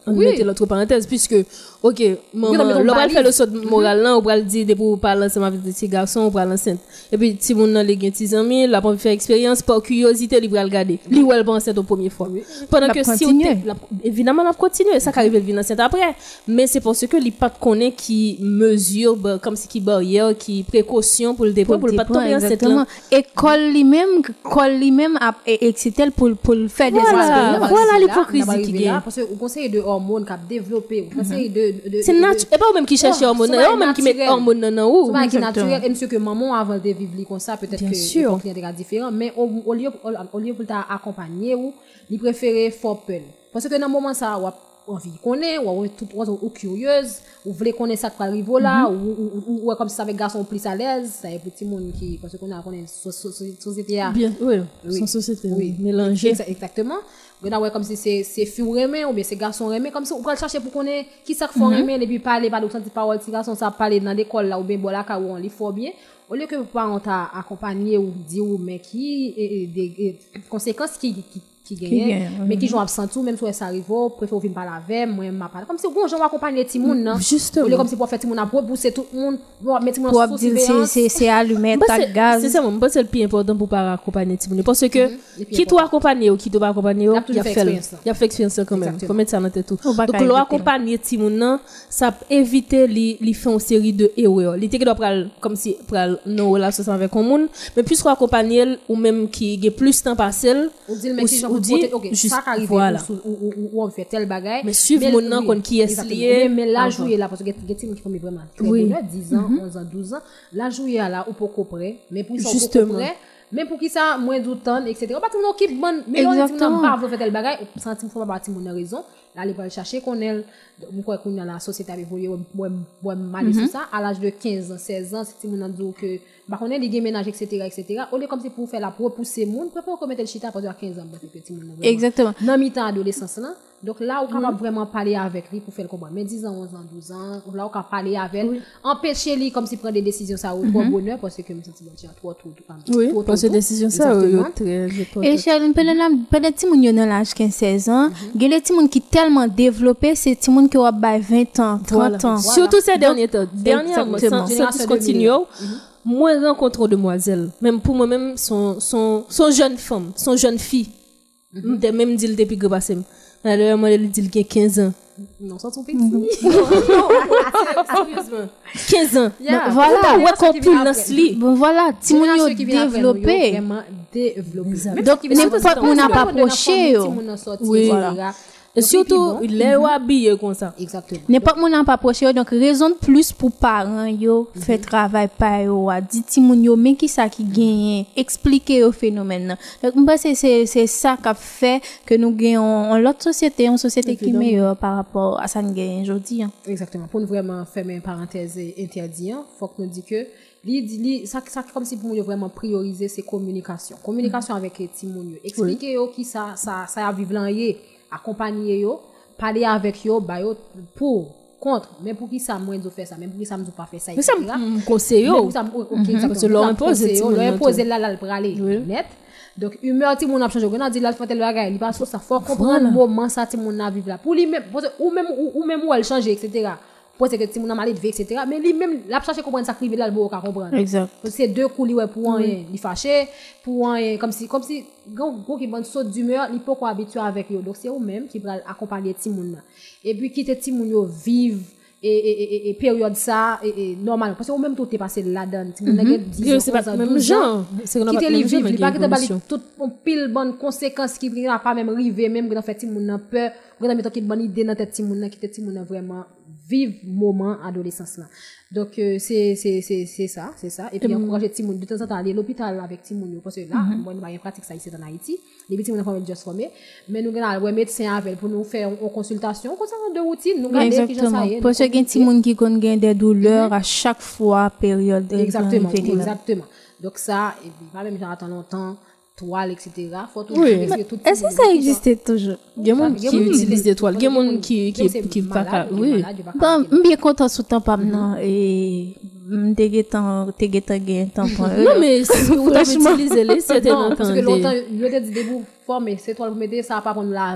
Speaker 6: on
Speaker 5: Oui.
Speaker 6: mettait l'autre parenthèse puisque OK,
Speaker 5: non,
Speaker 6: maman,
Speaker 5: mais ton
Speaker 6: l'on va
Speaker 5: balise.
Speaker 6: faire le saut moral là, on va le dire de pour parler ensemble avec des petits garçons, on va l'enceinte. Et puis si mon nan les gen petits amis, la pour faire expérience par curiosité, il va regarder. Lui ou elle pas enceinte au première fois. Pendant
Speaker 7: La
Speaker 6: que si on
Speaker 7: continuer.
Speaker 6: t'est- la- évidemment la continuer, ça qu'arrive elle vient enceinte après, mais c'est parce que il pas connaît qui mesure bah, comme si qui barrière, qui précaution pour le dépôt pour le pas tomber enceinte
Speaker 7: exactement.
Speaker 6: là.
Speaker 7: École lui-même, école lui-même a excité pour pour le faire des
Speaker 6: Voilà.
Speaker 7: expériences.
Speaker 6: Voilà
Speaker 5: Là,
Speaker 6: l'hypocrisie
Speaker 5: on va
Speaker 6: qui
Speaker 5: arriver
Speaker 6: gagne.
Speaker 5: là, parce que au conseil de hormones qui a développé, au conseil de, de,
Speaker 6: C'est
Speaker 5: de-
Speaker 6: naturel. Et pas ou même qui cherche
Speaker 5: Oh,
Speaker 6: hormones,
Speaker 5: c'est pas
Speaker 6: ou même qui met
Speaker 5: naturel.
Speaker 6: hormones dans nan ou.
Speaker 5: C'est pas qui est
Speaker 6: Exactement.
Speaker 5: naturel. Et monsieur que maman avant de vivre li comme ça, peut-être
Speaker 6: Bien
Speaker 5: que
Speaker 6: sûr.
Speaker 5: le client est différent, mais au, au lieu au, au lieu pour t'accompagner ou, il préférait fort peur. Parce que dans le moment ça, ou envie connaître, ou tout ou curieuse, ou voulez connaître ça qui arrive là, ou ou ou ou comme si ça avec garçon plus à l'aise, ça est petit monde qui parce qu'on a connaît so- so- so- société a
Speaker 6: Bien, oui,
Speaker 5: Oui.
Speaker 6: son société
Speaker 5: Oui.
Speaker 6: mélangée.
Speaker 5: Exa- Exactement. On a ouais comme si c'est c'est fille remé ou bien c'est garçon remé comme ça on va chercher pour connaître qui ça font
Speaker 6: Mhm.
Speaker 5: remé et puis parler pas de senti parole si garçon ça parler dans l'école là ou bien bon là où on lit fort bien au lieu que parents t'a accompagner ou dire ou mais qui et, et, des et, conséquences qui qui qui
Speaker 7: Qui
Speaker 5: gagnent
Speaker 7: gagne,
Speaker 5: mais qui
Speaker 7: mhm.
Speaker 5: jouent absent tout même si ça arrive préfère venir parler avec moi m'a parler comme si bon gens accompagner petit monde non
Speaker 6: Justement.
Speaker 5: au lieu comme si pour faire petit monde pour pousser tout le monde pour mettre tout le
Speaker 7: Pour
Speaker 5: monde sous
Speaker 7: dire c'est
Speaker 5: surveillance
Speaker 7: c'est c'est allumette
Speaker 6: Bah,
Speaker 7: à
Speaker 6: c'est-
Speaker 7: gaz.
Speaker 6: C'est ça, moi, je pense que c'est le plus important pour pas accompagner Timoun. Parce que,
Speaker 5: Le plus
Speaker 6: qui doit accompagner ou qui doit pas accompagner,
Speaker 5: Il a
Speaker 6: il
Speaker 5: toujours
Speaker 6: a
Speaker 5: fait
Speaker 6: fait,
Speaker 5: expérience, là.
Speaker 6: il a fait expérience quand même.
Speaker 5: Exactement.
Speaker 6: Faut mettre ça dans tête tout.
Speaker 7: Faut pas
Speaker 6: Donc,
Speaker 7: qu'à
Speaker 6: l'on
Speaker 7: éviter.
Speaker 6: accompagner Timoun, nan, ça peut éviter li, li faire une série de erreurs. Li te ki doit pral, comme si, pral, non, relation avec un monde. Mais puisqu'on accompagne, ou même qui a plus de temps passé,
Speaker 5: ou dit le mec qui
Speaker 6: ou
Speaker 5: j'en
Speaker 6: dit,
Speaker 5: peut OK
Speaker 6: juste,
Speaker 5: ça qui arrive
Speaker 6: voilà.
Speaker 5: ou ou ou- ou on fait tel bagage
Speaker 6: Mais suivre mon nom, qu'on qui est
Speaker 5: exactement.
Speaker 6: lié,
Speaker 5: mais mais là
Speaker 6: avant.
Speaker 5: jouer là parce que get qui font vraiment très
Speaker 6: Oui.
Speaker 5: bonheur dix ans
Speaker 6: Mhm.
Speaker 5: onze ans douze ans là jouer là ou pas près mais pour ça ou pas
Speaker 6: Justement.
Speaker 5: près mais pour qui ça moins du temps etc pas tout le monde qui bonne mais on dit
Speaker 7: Exactement.
Speaker 5: non pas faire tel bagage ou senti faut pas partir mon raison là aller pas chercher qu'on elle on croit qu'on a la société a évolué moi moi mal sur ça à l'âge de quinze ans seize ans si mon dit que bah on est les ménage etc etc au lieu comme c'est pour faire la repousser monde préfère qu'on mette le chita parce que à quinze ans parce que petit monde
Speaker 7: Exactement.
Speaker 5: dans mi-temps adolescence là donc là on capable vraiment parler avec lui pour faire le comprendre mais dix ans onze ans douze ans là on capable parler avec empêcher lui comme s'il prend des décisions ça au trop bonheur parce que me senti bon trop trop trop
Speaker 6: Oui,
Speaker 5: trop,
Speaker 6: parce que
Speaker 5: trop.
Speaker 6: décision ça, oui,
Speaker 5: Exactement.
Speaker 6: très important.
Speaker 7: Et Charline, peut-être ti moun yo dans l'âge quinze seize ans, il y a des ti moun qui tellement développé, c'est ti moun qui ont bay vingt ans, trente ans.
Speaker 6: Surtout ces derniers temps. Dernièrement,
Speaker 7: Exactement.
Speaker 6: sans, sans discontinuer, moi, je rencontre demoiselles. Même pour moi-même, sont, sont, sont jeunes femmes, sont jeunes filles. Mm Même dit depuis que passé. Alors, moi, elle dit qu'il a quinze ans.
Speaker 5: non sans son petit
Speaker 6: Sérieusement. quinze ans.
Speaker 5: Yeah.
Speaker 7: Bon, voilà.
Speaker 5: D'ailleurs,
Speaker 6: Ouais,
Speaker 5: ceux
Speaker 6: qu'on
Speaker 5: qui viennent
Speaker 6: pull dans
Speaker 5: après.
Speaker 6: ce lit.
Speaker 7: Bon voilà, ti moun yo
Speaker 5: Génération qui vient après nous, yo
Speaker 7: développé.
Speaker 5: vraiment développé Même
Speaker 7: Donc,
Speaker 5: ceux qui viennent
Speaker 7: n'importe
Speaker 5: après nous,
Speaker 7: moun a
Speaker 5: parce
Speaker 7: pas
Speaker 5: que dans la
Speaker 7: approché,
Speaker 5: famille,
Speaker 7: yo.
Speaker 5: ti moun nan sorti,
Speaker 6: Oui.
Speaker 5: et cetera.
Speaker 6: Voilà. Et
Speaker 5: Donc,
Speaker 6: surtout,
Speaker 5: et puis bon.
Speaker 6: il est habillé comme ça.
Speaker 5: Exactement.
Speaker 7: N'importe moun n'a pas approché, donc raison de plus pour parents yo fait travail pa yo a dit ti moun yo mais qui ça qui gagne expliquer au phénomène nan. Donc moi c'est c'est c'est ça qui a fait que nous gagnons en l'autre société, une société qui est
Speaker 5: Évidemment.
Speaker 7: meilleure par rapport à ça nous gagne aujourd'hui. hein.
Speaker 5: Exactement. Pour nous vraiment fermer une parenthèse interdit, il faut que nous disions que li, li, ça, ça comme si pour nous vraiment prioriser c'est communication. Communication avec les petits moun yo. Expliquer yo qui ça ça ça a vivre là yé, accompagner yo, parler avec yo, ba yo pour contre, mais pour qui ça moins de faire ça, même pour qui ça me pas faire ça.
Speaker 6: Mais ça
Speaker 5: et cetera.
Speaker 6: me conseille.
Speaker 5: Mais pour ça, ok, exactement.
Speaker 6: Parce que l'on impose,
Speaker 5: Conseil,
Speaker 6: petit
Speaker 5: l'on
Speaker 6: moun nan
Speaker 5: impose
Speaker 6: tout.
Speaker 5: là là pour aller net. Donc humeur ti moun a changé, on a dit là fait tel bagage, il pas sur ça faut comprendre
Speaker 6: Voilà.
Speaker 5: moment ça ti moun a vivre là. Pour lui même parce que ou même ou, ou même ou elle changer et cetera. Pour que ti moun a mal élevé et cetera. Mais lui même la chercher comprendre ça qui là le beau comprendre.
Speaker 7: Exact.
Speaker 5: Parce que c'est deux coups li ouais pour rien, il fâché, pour rien comme si comme si gros gros qui bonne saute d'humeur, il peut pas habitué avec eux. Donc c'est eux même qui va accompagner ti moun là. Et puis quitter ti moun yo vivre et et et, et période ça et, et normal parce que ou même tout est passé là-dedans. Ti moun
Speaker 6: Mhm.
Speaker 5: a dix
Speaker 6: Et
Speaker 5: ans,
Speaker 6: c'est pas
Speaker 5: onze ans,
Speaker 6: même
Speaker 5: douze ans.
Speaker 6: genre. C'est qu'on a
Speaker 5: Qui
Speaker 6: pas
Speaker 5: te
Speaker 6: même
Speaker 5: li
Speaker 6: genre,
Speaker 5: vivre,
Speaker 6: mais
Speaker 5: li pas
Speaker 6: qui
Speaker 5: que te bali
Speaker 6: évolution.
Speaker 5: tout un pile bonne conséquences qui n'a pas même rivé même que dans fait ti moun nan peur, que dans mettre qui bonne idée dans tête ti moun nan qui te ti moun nan vraiment vivre moment adolescence là. Donc euh, c'est c'est c'est c'est ça, c'est ça et puis
Speaker 6: Mm.
Speaker 5: encourager ti moun de temps en temps aller à l'hôpital avec ti moun yo parce que là
Speaker 6: Mhm.
Speaker 5: moi nous pas pratique ça ici en Haïti. Les petits moun nan pas juste formé, mais nous gana ouais médecin avec pour nous faire une consultation, consultation de routine, nous regarder qui j'en
Speaker 7: Exactement.
Speaker 5: sais.
Speaker 7: Parce que gen ti moun qui kon gen des douleurs à chaque fois période de
Speaker 5: Exactement,
Speaker 7: de- de-
Speaker 5: exactement. Donc ça, et puis pas même j'en attends longtemps, toile, et cetera. Faut tout
Speaker 6: Oui.
Speaker 5: parce que tout-
Speaker 7: Est-ce que ça existait toujours?
Speaker 6: Il y a des gens qui utilisent des toiles. Il y a des gens qui qui qui pas ka- oui.
Speaker 7: Bon, m bien content sous temps pas maintenant et m te getan te getan gen tampon.
Speaker 6: Non mais si vous
Speaker 7: Franchement.
Speaker 6: utilisez les c'est
Speaker 5: Non, parce que
Speaker 6: entendez.
Speaker 5: longtemps, je te dis debout, formé, c'est toi le mettre ça pas pour nous laver.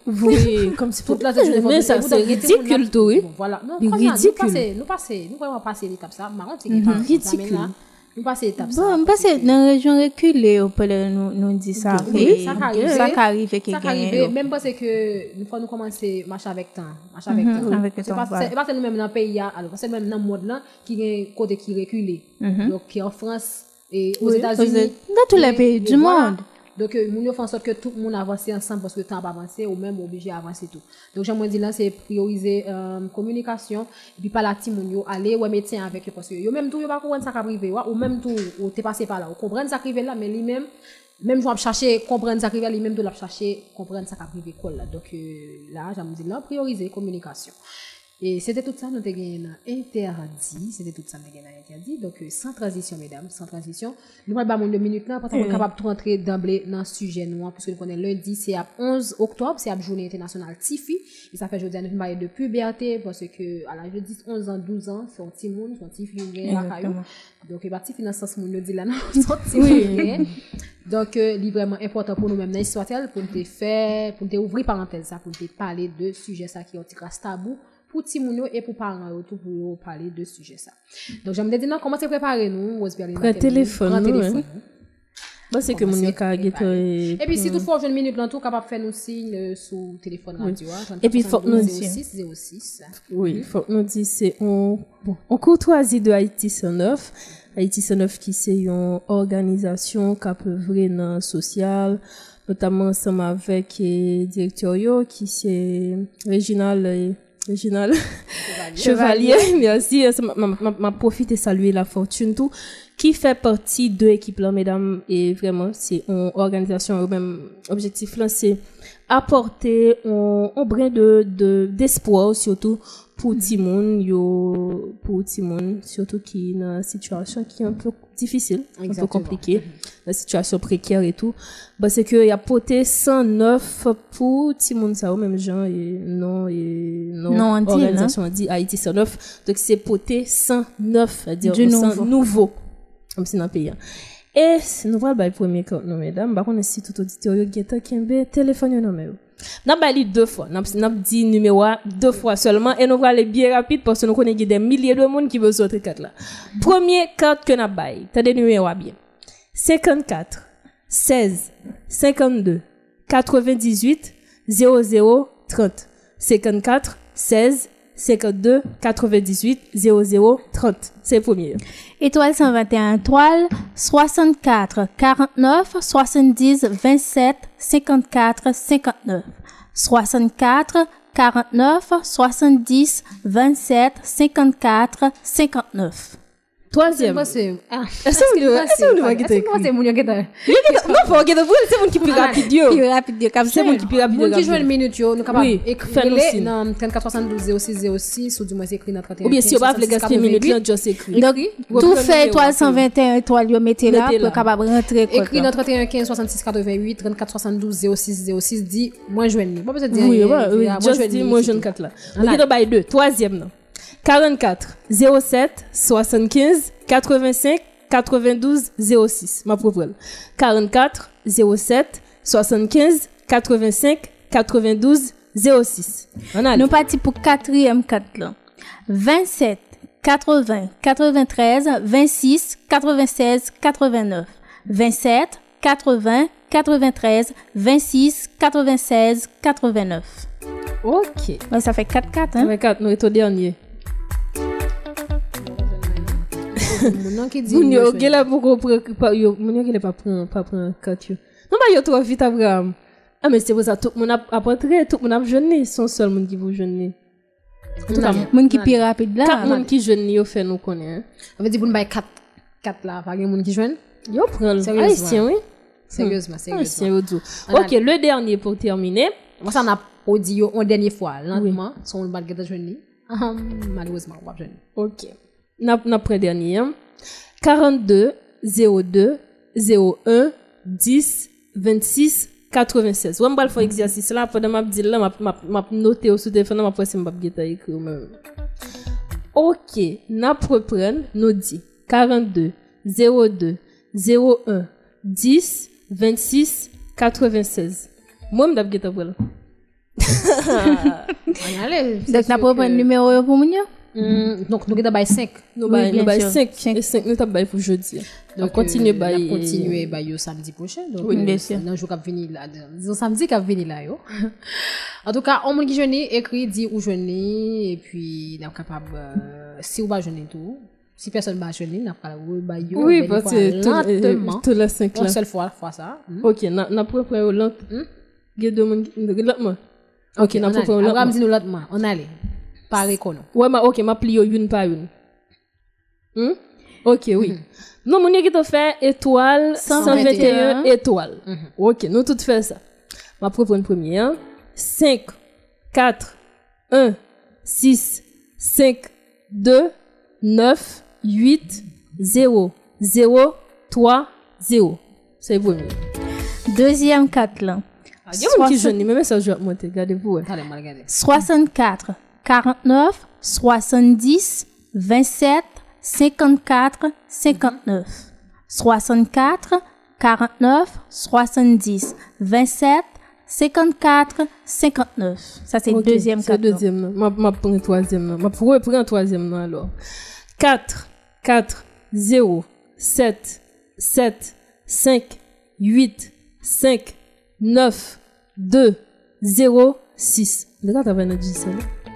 Speaker 6: Oui, comme si
Speaker 5: toute la journée.
Speaker 6: Mais ça, c'est ridicule, tout, oui.
Speaker 5: Voilà. Non,
Speaker 6: ridicule.
Speaker 5: Nous passons, nous vraiment passer l'étape ça. Marrant, c'est
Speaker 6: ridicule.
Speaker 5: Nous passons l'étape ça.
Speaker 7: Bon, parce que dans la région reculée, on peut nous, nous dire ça.
Speaker 5: Oui, ça arrive.
Speaker 7: Ça arrive.
Speaker 5: Ça arrive. Même parce que nous faut nous commencer à marcher avec temps. Marcher avec temps.
Speaker 7: Avec le temps.
Speaker 5: C'est pas nous-mêmes dans le pays, alors c'est même dans le monde là, qui est côté qui reculé. Donc, qui en France et aux États-Unis.
Speaker 7: Dans tous les pays du monde.
Speaker 5: Donc, nous nous faisons en sorte que tout le monde avance ensemble parce que le temps va avancer ou même obligé d'avancer tout. Donc, j'aimerais dire là, c'est prioriser la euh, communication et puis pas la team, aller ou médecin avec eux parce que yo même tout, yo pas comprendre ça qui arrive, ou même tout, ou t'es passé par là, ou comprendre ça qui arrive là, mais lui-même, même je vais chercher comprendre ça qui arrive là, lui-même doit chercher comprendre ça qui arrive là. Donc, euh, là, j'aimerais dire là, prioriser communication. Et c'était tout ça, nous avons interdit. C'était tout ça, nous avons interdit. Donc, euh, sans transition, mesdames, sans transition. Nous allons pas deux minutes là, parce qu'on est capable de rentrer d'emblée dans le sujet noir, puisque nous connaissons lundi, c'est à onze octobre, c'est la journée internationale Tifi. Et ça fait aujourd'hui, nous parlons de puberté, parce que, à l'âge de dix, onze ans, douze ans, c'est un petit monde, c'est un petit film, donc, il va Tifi dans ce sens, nous dit là, non, c'est un petit film. Donc, euh, c'est vraiment important pour nous-mêmes dans l'histoire, pour nous faire, pour nous ouvrir parenthèse, ça, pour nous parler de sujets, ça, qui ont été tabou. Pour Timounio et pour parents autour pour parler de ce sujet ça. Donc j'aimerais dire non comment se préparer nous Rosemary
Speaker 6: prend téléphone
Speaker 5: prend
Speaker 6: téléphone. Bah c'est que mon yo ka
Speaker 5: et et puis si toutefois une minute dans tout capable faire nous signe sur téléphone radio.
Speaker 6: Et puis faut nous dire
Speaker 5: zéro six.
Speaker 6: Oui, faut nous dire c'est on bon on courtoisie de Haïti cent neuf. Haïti cent neuf qui c'est une organisation qui peut vrai dans social notamment ensemble avec directeur yo qui c'est Réginal Réginal Chevalier, merci. M'a profité saluer la fortune tout qui fait partie de l'équipe là, mesdames, et vraiment c'est une organisation même objectif là c'est apporter un, un brin de de d'espoir surtout pour Timon yo pour Timon surtout qui dans une situation qui est un peu difficile. Exactement. Un peu compliquée, la situation précaire et tout, bah c'est que y a porté cent neuf pour Timon ça au même gens et non et non,
Speaker 7: non
Speaker 6: organisation
Speaker 7: hein?
Speaker 6: dit Haïti cent neuf, donc c'est porté cent neuf, c'est-à-dire
Speaker 7: du
Speaker 6: nouveau.
Speaker 7: nouveau.
Speaker 6: nouveau comme si dans le pays. Et nous voilà le premier compte nous mesdames, par contre si tout auditeur yo geta kembe téléphone yo mais n'a pas dit deux fois, n'a n'a dit numéro deux fois seulement et nous va aller bien rapide parce que nous connaissons des milliers de monde qui veut sortir carte là. Premier carte que n'a bail, t'as des numéros bien. cinquante-quatre seize cinquante-deux quatre-vingt-dix-huit zéro zéro trente. cinquante-quatre seize cinquante-deux quatre-vingt-dix-huit zéro zéro trente. C'est le premier.
Speaker 7: Étoile cent vingt et un étoile soixante-quatre quarante-neuf soixante-dix vingt-sept cinquante-quatre cinquante-neuf. soixante-quatre quarante-neuf soixante-dix vingt-sept cinquante-quatre cinquante-neuf.
Speaker 6: Troisième.
Speaker 5: C'est ah.
Speaker 6: Est-ce que vous est-ce que vous
Speaker 5: C'est moi c'est mon yo geta.
Speaker 6: Non, faut que vous c'est mon qui plus rapide yo.
Speaker 7: Plus rapide comme
Speaker 6: c'est mon qui plus rapide.
Speaker 5: Mon qui joue une minute yo, nous capable
Speaker 6: écrire
Speaker 5: dans trente-quatre soixante-douze zéro six zéro six ou du moins écrit dans trente et un.
Speaker 6: Ou bien si on va faire gaspiller minute là juste écrit.
Speaker 7: Donc tout fait étoile cent vingt et un étoile yo mettez là pour capable rentrer
Speaker 5: écrit dans trente et un quinze soixante-six quatre-vingt-huit trente-quatre soixante-douze zéro six zéro six dit moi joindre. Pas besoin de dire.
Speaker 6: Oui, oui, juste dit moi joindre quatre là. OK donc bail deux, troisième là. quarante-quatre zéro sept soixante-quinze quatre-vingt-cinq quatre-vingt-douze zéro six ma propre quarante-quatre zéro sept soixante-quinze quatre-vingt-cinq quatre-vingt-douze zéro six
Speaker 7: nous parti pour quatrième quatre là vingt-sept quatre-vingts quatre-vingt-treize vingt-six quatre-vingt-seize quatre-vingt-neuf vingt-sept quatre-vingts quatre-vingt-treize vingt-six quatre-vingt-seize quatre-vingt-neuf.
Speaker 6: OK.
Speaker 7: Ouais, ça fait quatre quatre hein.
Speaker 6: Ça fait quatre, nous est au dernier.
Speaker 5: Mon qui dit
Speaker 6: mon yo gela beaucoup pour yo mon yo gela pas prendre pas prendre quatre yo. Non pas yo trop vite Abraham. Ah mais c'est pour ça tout mon a apporté tout mon a jeûné son seul monde qui vous jeûner.
Speaker 7: Tout cas monde qui plus rapide là.
Speaker 6: Quatre monde qui jeûne yo fait nous connaît.
Speaker 5: On veut dire pour nous bailler quatre quatre là pas monde qui jeûne.
Speaker 6: Yo prend haïtien oui.
Speaker 5: Sérieusement, sérieusement.
Speaker 6: OK, le dernier pour terminer.
Speaker 5: Moi ça n'a pas dit yo une dernière fois lentement son balle qui jeûner. Malheureusement on va jeûner.
Speaker 6: OK. N'a n'a prend dernier. quarante-deux zéro deux zéro un dix vingt-six quatre-vingt-seize. On va faire exercice là pendant m'a dit là m'a m'a noter au sous téléphone m'a presse m'a geta écrire même. OK, n'a reprendre nous dit quarante-deux zéro deux zéro un dix vingt-six quatre-vingt-seize. Moi m'd'a geta voilà.
Speaker 5: Allez,
Speaker 7: donc n'a pas prendre numéro pour moun yo.
Speaker 5: Donc nous avons cinq.
Speaker 6: Nous avons cinq et cinq nous avons pour jeudi. Donc continuer
Speaker 5: bah
Speaker 6: bailler
Speaker 5: continuer bah yo samedi prochain. Donc
Speaker 7: oui, bien sûr.
Speaker 5: Non, jour qu'a venir là, disons samedi qu'a venir là yo. En tout cas, on monde qui jeune écrit dit où jeune et puis n'a capable si ou pas jeune tout. Si personne va jeune, n'a pas ou bah yo.
Speaker 6: Oui, parce que tout les cinq là.
Speaker 5: Une seule fois fois ça.
Speaker 6: OK, n'a n'a préparé au lent. Gè deux monde lentement.
Speaker 5: OK, n'a préparé au lent. On va dire lentement. On allait. Par écono.
Speaker 6: Ouais, ma OK, ma pli yo une par une. Hmm? OK, oui. Mm-hmm. Non, mon qui te fait étoile cent vingt et un étoiles. Mm-hmm. OK, nous tout fait ça. Ma propre première. cinq, quatre, un, six, cinq, deux, neuf, huit, zéro, zéro, trois, zéro. C'est le premier.
Speaker 7: Deuxième quatre là.
Speaker 6: Ah, il y a un petit jeune, mais ça joue à monter. Regardez-vous.
Speaker 7: soixante-quatre, quarante-neuf, soixante-dix, vingt-sept, cinquante-quatre, cinquante-neuf. soixante-quatre, quarante-neuf, soixante-dix, vingt-sept, cinquante-quatre, cinquante-neuf. Ça, c'est le okay, deuxième
Speaker 6: cas. C'est le deuxième. Ma, ma prends le troisième. Ma pourrais prendre le troisième, alors. quatre, quatre, zéro, sept, sept, cinq, huit, cinq, neuf, deux, zéro, six. Regarde, t'avais notre dix,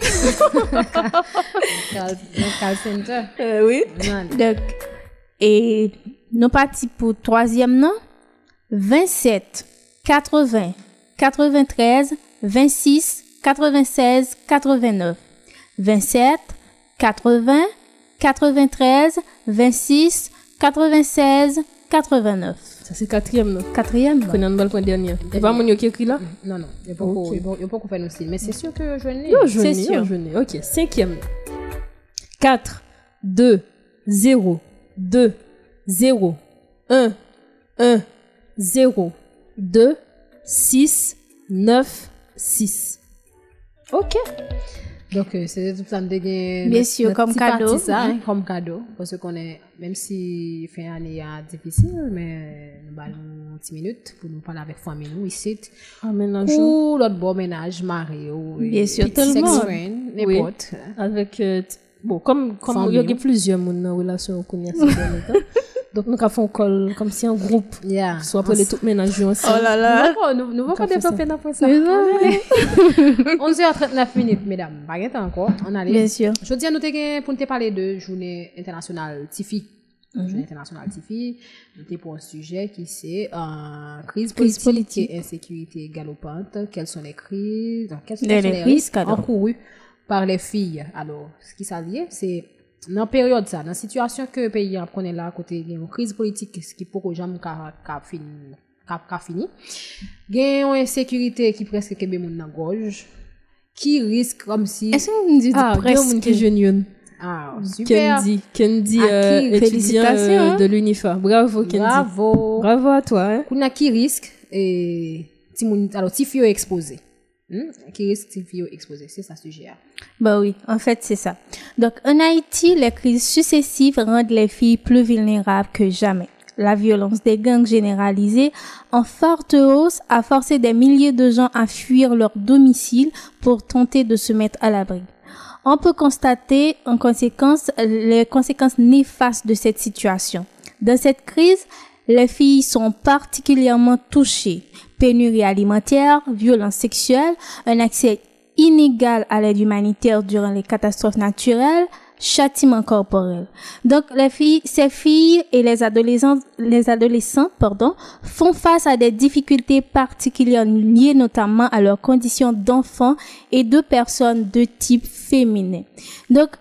Speaker 5: Call center.
Speaker 6: Euh, oui.
Speaker 7: Donc, et nous partons pour troisième nom. vingt-sept, quatre-vingts, quatre-vingt-treize, vingt-six, quatre-vingt-seize, quatre-vingt-neuf. vingt-sept, quatre-vingts, quatre-vingt-treize, vingt-six, quatre-vingt-seize, quatre-vingt-neuf.
Speaker 6: Ça c'est quatrième non?
Speaker 7: Quatrième.
Speaker 6: Qu'on a un balcon dernier. Et pas mon qui écrit là?
Speaker 5: Non non, il y a pas beaucoup, il y a pas beaucoup faire aussi, mais c'est sûr que je n'ai.
Speaker 6: C'est sûr, je n'ai. OK, cinquième. quatre, deux, zéro, deux, zéro, un, un, zéro, deux, six, neuf, six. OK.
Speaker 5: Donc euh, c'est tout ça de
Speaker 7: bien sûr comme cadeau
Speaker 5: ça hein, comme cadeau parce qu'on est même si fin année est difficile mais nous allons dix minutes pour nous parler avec famille nous ici
Speaker 6: aménage
Speaker 5: ou l'autre bon ménage mari ou
Speaker 7: bien sûr tellement
Speaker 5: n'importe
Speaker 6: avec euh, bon comme comme il y a plusieurs monde dans relation qu'on y a ces temps. Donc nous avons fait call comme si un groupe
Speaker 5: yeah.
Speaker 6: soit pour les tout ménager ensemble.
Speaker 5: Oh là là. Nous nous pas développer après ça. onze heures trente-neuf minutes mesdames. Pas gain encore. On allait.
Speaker 7: Bien sûr.
Speaker 5: Je dis à nous te pour te parler de journée internationale Tifi. Mm-hmm. Journée internationale Tifi. Nous te pour un sujet qui c'est euh, crise, crise politique, politique et insécurité galopante. Quelles sont les crises, quels sont les, les risques encourus par les filles. Alors, ce qui s'allie c'est dans période ça dans situation que le pays connaît là côté une crise politique ce qui pourquoi jamais ka ka fini ka ka fini gain une insécurité qui presque kebe moun nan gorge qui risque comme si
Speaker 7: est-ce que vous dites
Speaker 6: ah,
Speaker 7: presque
Speaker 6: qui jeune
Speaker 5: ah super
Speaker 6: Kendi Kendi euh, étudiant euh, de l'Unifa bravo Kendi
Speaker 5: bravo
Speaker 6: bravo à toi hein
Speaker 5: kuna qui risque et ti moun alors ti fio exposé. Hmm? Qui risque de exposer, c'est ça le sujet.
Speaker 7: Bah oui, en fait, c'est ça. Donc, en Haïti, les crises successives rendent les filles plus vulnérables que jamais. La violence des gangs généralisée en forte hausse a forcé des milliers de gens à fuir leur domicile pour tenter de se mettre à l'abri. On peut constater, en conséquence, les conséquences néfastes de cette situation. Dans cette crise, les filles sont particulièrement touchées. Pénurie alimentaire, violence sexuelle, un accès inégal à l'aide humanitaire durant les catastrophes naturelles, châtiment corporel. Donc, les filles, ces filles et les adolescents, les adolescents, pardon, font face à des difficultés particulières liées notamment à leurs conditions d'enfants et de personnes de type féminin. Donc,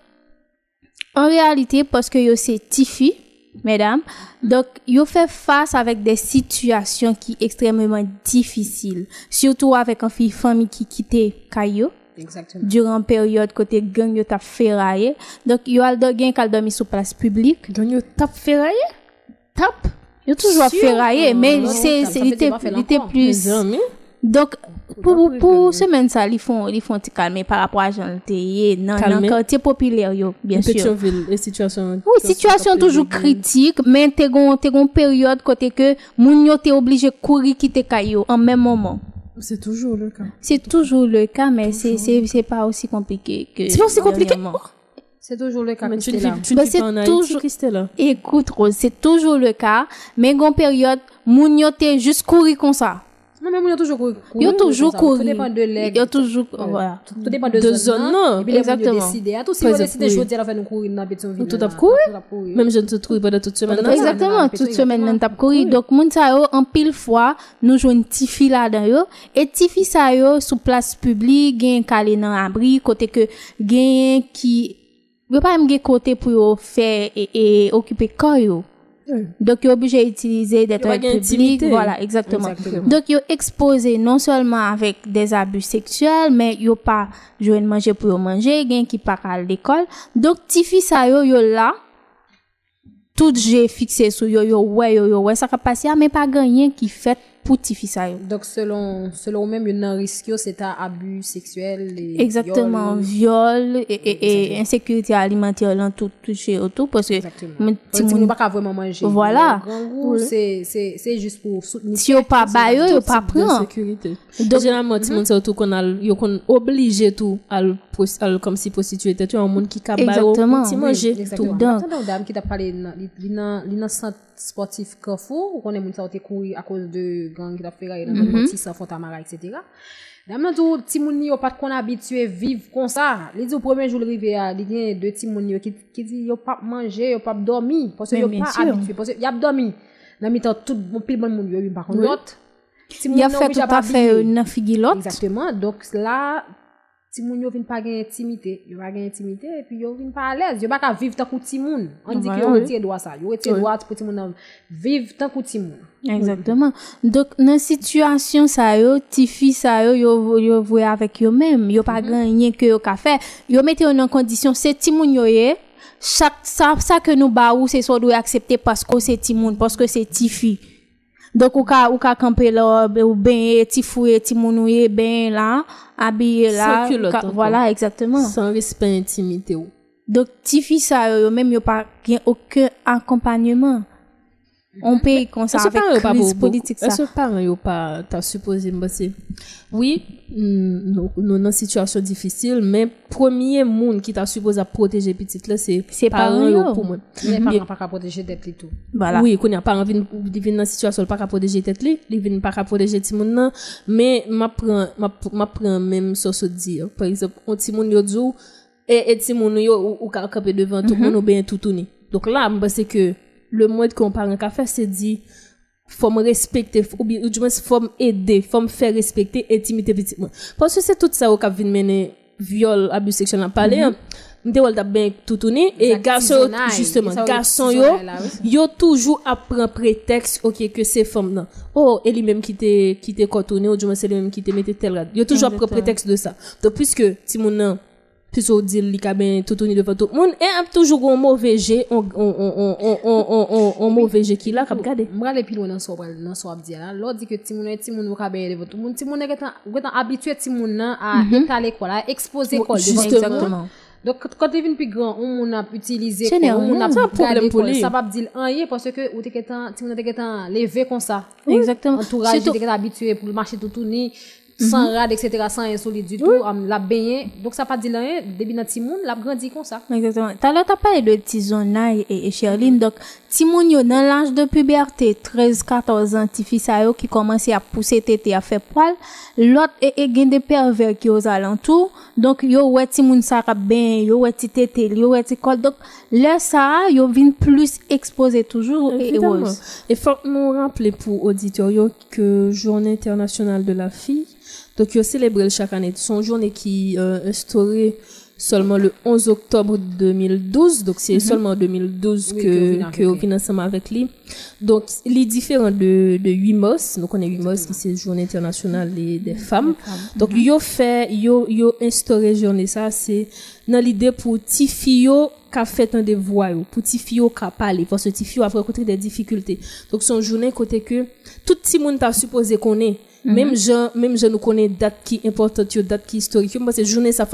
Speaker 7: en réalité, parce que yo c'est Tifi, mesdames, donc yo fait face avec des situations qui extrêmement difficiles, surtout avec une fille famille qui quittait Kayo.
Speaker 5: Exactement.
Speaker 7: Durant une période côté gang yo t'a ferraillé. Donc yo al do gen kal dormi sur place publique.
Speaker 6: Gang yo t'a ferraillé?
Speaker 7: Tap. Yo toujours ferraillé, mais c'est c'est il était il était plus. Donc pour pour, pour semaine ça ils font ils font calmer par rapport à janté non non quartier populaire yo bien sûr.
Speaker 6: Pétionville et situation.
Speaker 7: Oui, situation toujours critique, mais t'es gon t'es gon période côté que moun yo t'es obligé courir quitter Kayo en même moment.
Speaker 6: C'est toujours le cas.
Speaker 7: C'est toujours le cas, mais c'est c'est c'est pas aussi compliqué que.
Speaker 6: C'est pas aussi compliqué.
Speaker 5: C'est toujours le cas.
Speaker 6: Mais tu ne
Speaker 5: Christella.
Speaker 6: vis tu ne
Speaker 7: Bah,
Speaker 6: vis
Speaker 7: c'est
Speaker 6: pas en Haïti,
Speaker 7: toujours-
Speaker 6: Christella.
Speaker 7: Écoute, Rose, c'est toujours le cas, mais gon période, moun yo te juste courir comme ça.
Speaker 5: Non, mais moun yo toujours couru.
Speaker 7: Yo toujours
Speaker 5: comme ça.
Speaker 7: courir.
Speaker 5: Tout dépend de l'aigle.
Speaker 7: Yo toujours,
Speaker 5: Ouais.
Speaker 7: voilà.
Speaker 5: Tout, tout dépend de,
Speaker 6: De
Speaker 5: zone,
Speaker 6: zone,
Speaker 5: non.
Speaker 6: non.
Speaker 5: Et puis les moun yo
Speaker 7: Exactement.
Speaker 5: décidé. À tout si
Speaker 6: Par
Speaker 5: vous
Speaker 6: exemple,
Speaker 5: décidez,
Speaker 6: oui.
Speaker 5: je dis, elle va nous courir dans Béton Ville.
Speaker 6: Tout a couru. Même je ne te trouve pas de toute semaine.
Speaker 5: Pendant
Speaker 6: non?
Speaker 5: ça,
Speaker 7: Exactement,
Speaker 5: dans
Speaker 7: toute
Speaker 5: la
Speaker 7: semaine
Speaker 5: pétrole,
Speaker 7: nan tap kouri. Donc moun sa yo en pile fois nous joine ti fi la dan yo et ti fi sa yo sous place publique gen kale nan abri côté que gen qui yo pas même gen côté pour yo faire et, et occuper corps yo. Donc yo obligé utiliser des
Speaker 6: Yo pas
Speaker 7: toilettes
Speaker 6: gen
Speaker 7: publiques,
Speaker 6: intimité.
Speaker 7: voilà, exactement.
Speaker 5: Exactement.
Speaker 7: Donc yo exposé non seulement avec des abus sexuels mais yo pas joine manger pour yo manger, gen qui pas à l'école. Donc ti fi sa yo yo là tout j'ai fixé sur yo yo ouais yo yo ouais ça ka passer mais pas gagner qui fait pour ti fi sa yo.
Speaker 5: Donc, selon, selon même, il y a un risque, c'est un abus sexuel. Et
Speaker 7: Exactement,
Speaker 5: viol.
Speaker 7: viol et, et, et insécurité alimentaire là tout touché autour parce que mon
Speaker 5: Si
Speaker 7: petit
Speaker 5: on ne
Speaker 7: moun-
Speaker 5: pas vraiment manger.
Speaker 7: Voilà.
Speaker 5: Le grand goût,
Speaker 7: Oui.
Speaker 5: c'est, c'est, c'est juste pour soutenir.
Speaker 7: Si yo pas ba yo, yo pas
Speaker 6: De
Speaker 7: prend.
Speaker 6: sécurité. Donc, généralement, tout le monde sait tout qu'on a, yo qu'on obligé tout à le pros- à le- comme si prostituée était, tu as un monde qui capable
Speaker 7: Exactement,
Speaker 6: de
Speaker 7: oui,
Speaker 6: manger tout.
Speaker 5: Exactement.
Speaker 7: Donc.
Speaker 5: Attends, une dame qui t'a parlé, il y a un centre sportif Carrefour, où on est monté à courir à cause de gang qui t'a fait railler dans le
Speaker 7: Mhm.
Speaker 5: petit sans Fontamara, et cetera. Dame nan tout, ti moun yo pas qu'on habitué vivre comme ça. Les au premier jour rivé a, il y a deux ti moun yo qui qui dit yo pas manger, yo pas dormir parce que
Speaker 7: Mais
Speaker 5: yo
Speaker 7: bien
Speaker 5: pas
Speaker 7: sûr.
Speaker 5: habitué parce que y a dormi. Dans mi temps tout bon pile bon moun yo yo par contre
Speaker 7: Oui.
Speaker 5: l'autre. Ti
Speaker 7: Il y a
Speaker 5: moun yo
Speaker 7: fait
Speaker 5: obligé
Speaker 7: tout à
Speaker 5: pas
Speaker 7: fait
Speaker 5: habiller.
Speaker 7: une figilotte.
Speaker 5: Exactement. Donc là, ti moun yo vinn pas gen intimité, yo pas gen intimité et puis yo vinn pas à l'aise. Yo pas ka vivre tant que ti moun. On dit
Speaker 7: Voilà,
Speaker 5: que yo
Speaker 7: oui.
Speaker 5: retire droit ça. Yo retire
Speaker 7: Oui.
Speaker 5: droit pour ti moun nan vivre tant que ti moun.
Speaker 7: Exactement. Donc dans situation ça yo, ti fi ça yo yo yo voye avec yo même, yo pas gagner que yo ka faire. Yo mette yo dans condition c'est ti moun yo ye. Chaque ça ça que nous ba ou c'est soit doit accepter parce que c'est ti moun, parce que c'est ti fi. Donc ou ka ou ka camper là ou ben ti fouye ti moun ou ye ben là, habillé là.
Speaker 6: Sans culotte
Speaker 7: ka-
Speaker 6: encore.
Speaker 7: Voilà, exactement.
Speaker 6: Sans respect intimité ou.
Speaker 7: Donc ti fi ça yo, yo même yo pas gen aucun accompagnement. On paye comme ça
Speaker 6: Est-ce que
Speaker 7: avec
Speaker 6: parents yo pas
Speaker 7: crise
Speaker 6: beaucoup-
Speaker 7: politique ça.
Speaker 6: Est-ce que parents yo pas t'as supposé me passer? Oui, mm, nous nous dans situation difficile, mais premier monde qui t'a supposé protéger petite là c'est
Speaker 7: C'est
Speaker 6: parents
Speaker 7: parents
Speaker 6: yo
Speaker 7: yo.
Speaker 6: pour moi.
Speaker 5: Les
Speaker 6: Mm.
Speaker 5: parents pas ka protéger tête li tout.
Speaker 7: Voilà.
Speaker 6: Oui, qu'on y a pas envie de vivre dans situation pas qu'à protéger tête li, li vinn pas qu'à protéger ti moun nan, mais m'a prend m'a m'a prend même ça se dire. Par exemple, on ti moun yo djou et et ti moun yo ou, ou ka camper devant tout le monde ou bien tout tourner. Donc là, me pense que le moins qu'on parent qu'a faire c'est dire faut me respecter ou bien ou du moins faut me aider, faut me faire respecter intimité petit moi. Parce que c'est tout ça au cap vinn mener viol, abus sexuel en parler.
Speaker 7: Mhm.
Speaker 6: M'te wal t'a bien tout tourner et
Speaker 5: Exact,
Speaker 6: garçon
Speaker 5: tisonnaille.
Speaker 6: justement
Speaker 5: Ça,
Speaker 6: garçon yo
Speaker 5: tisonnaille là, oui.
Speaker 6: yo toujours apprend prétexte OK que c'est femme nan. Oh, et lui même qui t'est qui t'est contourné ou du moins c'est lui même qui t'est metté tel rad. Yo toujours apprend
Speaker 7: Exactement.
Speaker 6: prétexte de ça. Donc puisque ti moun nan puisque dit li ka ben tout tourner devant tout le monde et a toujours un mauvais jet on on on on on on on on mauvais jet qui là ka regarder.
Speaker 5: Moi les pilons dans so dans so ap di là. L'autre dit que ti moun ti moun ka ben devant tout le monde. Ti moun est étant habitué ti moun nan à étaler quoi là, exposer quoi devant tout le monde.
Speaker 7: Exactement.
Speaker 5: Donc quand tu viens plus grand, on a utilisé
Speaker 7: C'est
Speaker 5: quoi, on a
Speaker 7: normal.
Speaker 6: C'est un problème pour lui.
Speaker 5: Ça va dire rien parce que ou t'es qu'étant ti moun t'es qu'étant levé comme ça.
Speaker 7: Exactement.
Speaker 5: Entourage
Speaker 7: Surtout-
Speaker 5: t'es habitué pour le marcher tout tourner sans rad et cetera sans insolite du tout, am la baigner. Donc ça pas dire rien, depuis dans ti moun, la grandi comme ça.
Speaker 7: Exactement. Tout à l'heure, t'as parlé de tisonnaille et, et Sherline. Donc, ti moun yo dans l'âge de puberté, treize quatorze ans, ti fi sa yo qui commence à pousser tété, à faire poil. L'autre, et, et gen des pervers qui aux alentours. Donc, yo ouais ti moun sa rap ben, yo ouais ti tété, yo ouais ti col. Donc, là, ça, yo vin plus exposé toujours et
Speaker 6: Évidemment.
Speaker 7: heureuse.
Speaker 6: Et faut nous rappeler pour auditeurs yo que Journée internationale de la fille, donc yo célèbre chaque année son journée qui euh, instaurée seulement le onze octobre deux mille douze, donc c'est
Speaker 7: Mhm.
Speaker 6: seulement en deux mille douze
Speaker 5: Oui,
Speaker 6: que
Speaker 5: que
Speaker 6: que on vient ensemble avec lui. Donc il est différent de de huit mars, donc on est huit mars qui c'est Journée internationale des, des femmes. Donc yo fait yo yo instauré journée ça c'est dans l'idée pour ti fille yo qu'a fait un devoir yo, pour ti fille yo qu'a parler parce que ti fille yo a rencontré des difficultés. Donc son journée côté que tout petit monde t'a supposé connaître.
Speaker 7: Mhm.
Speaker 6: Même gens même gens nous connaît date qui importante yo, date qui historique. Moi c'est journée ça faut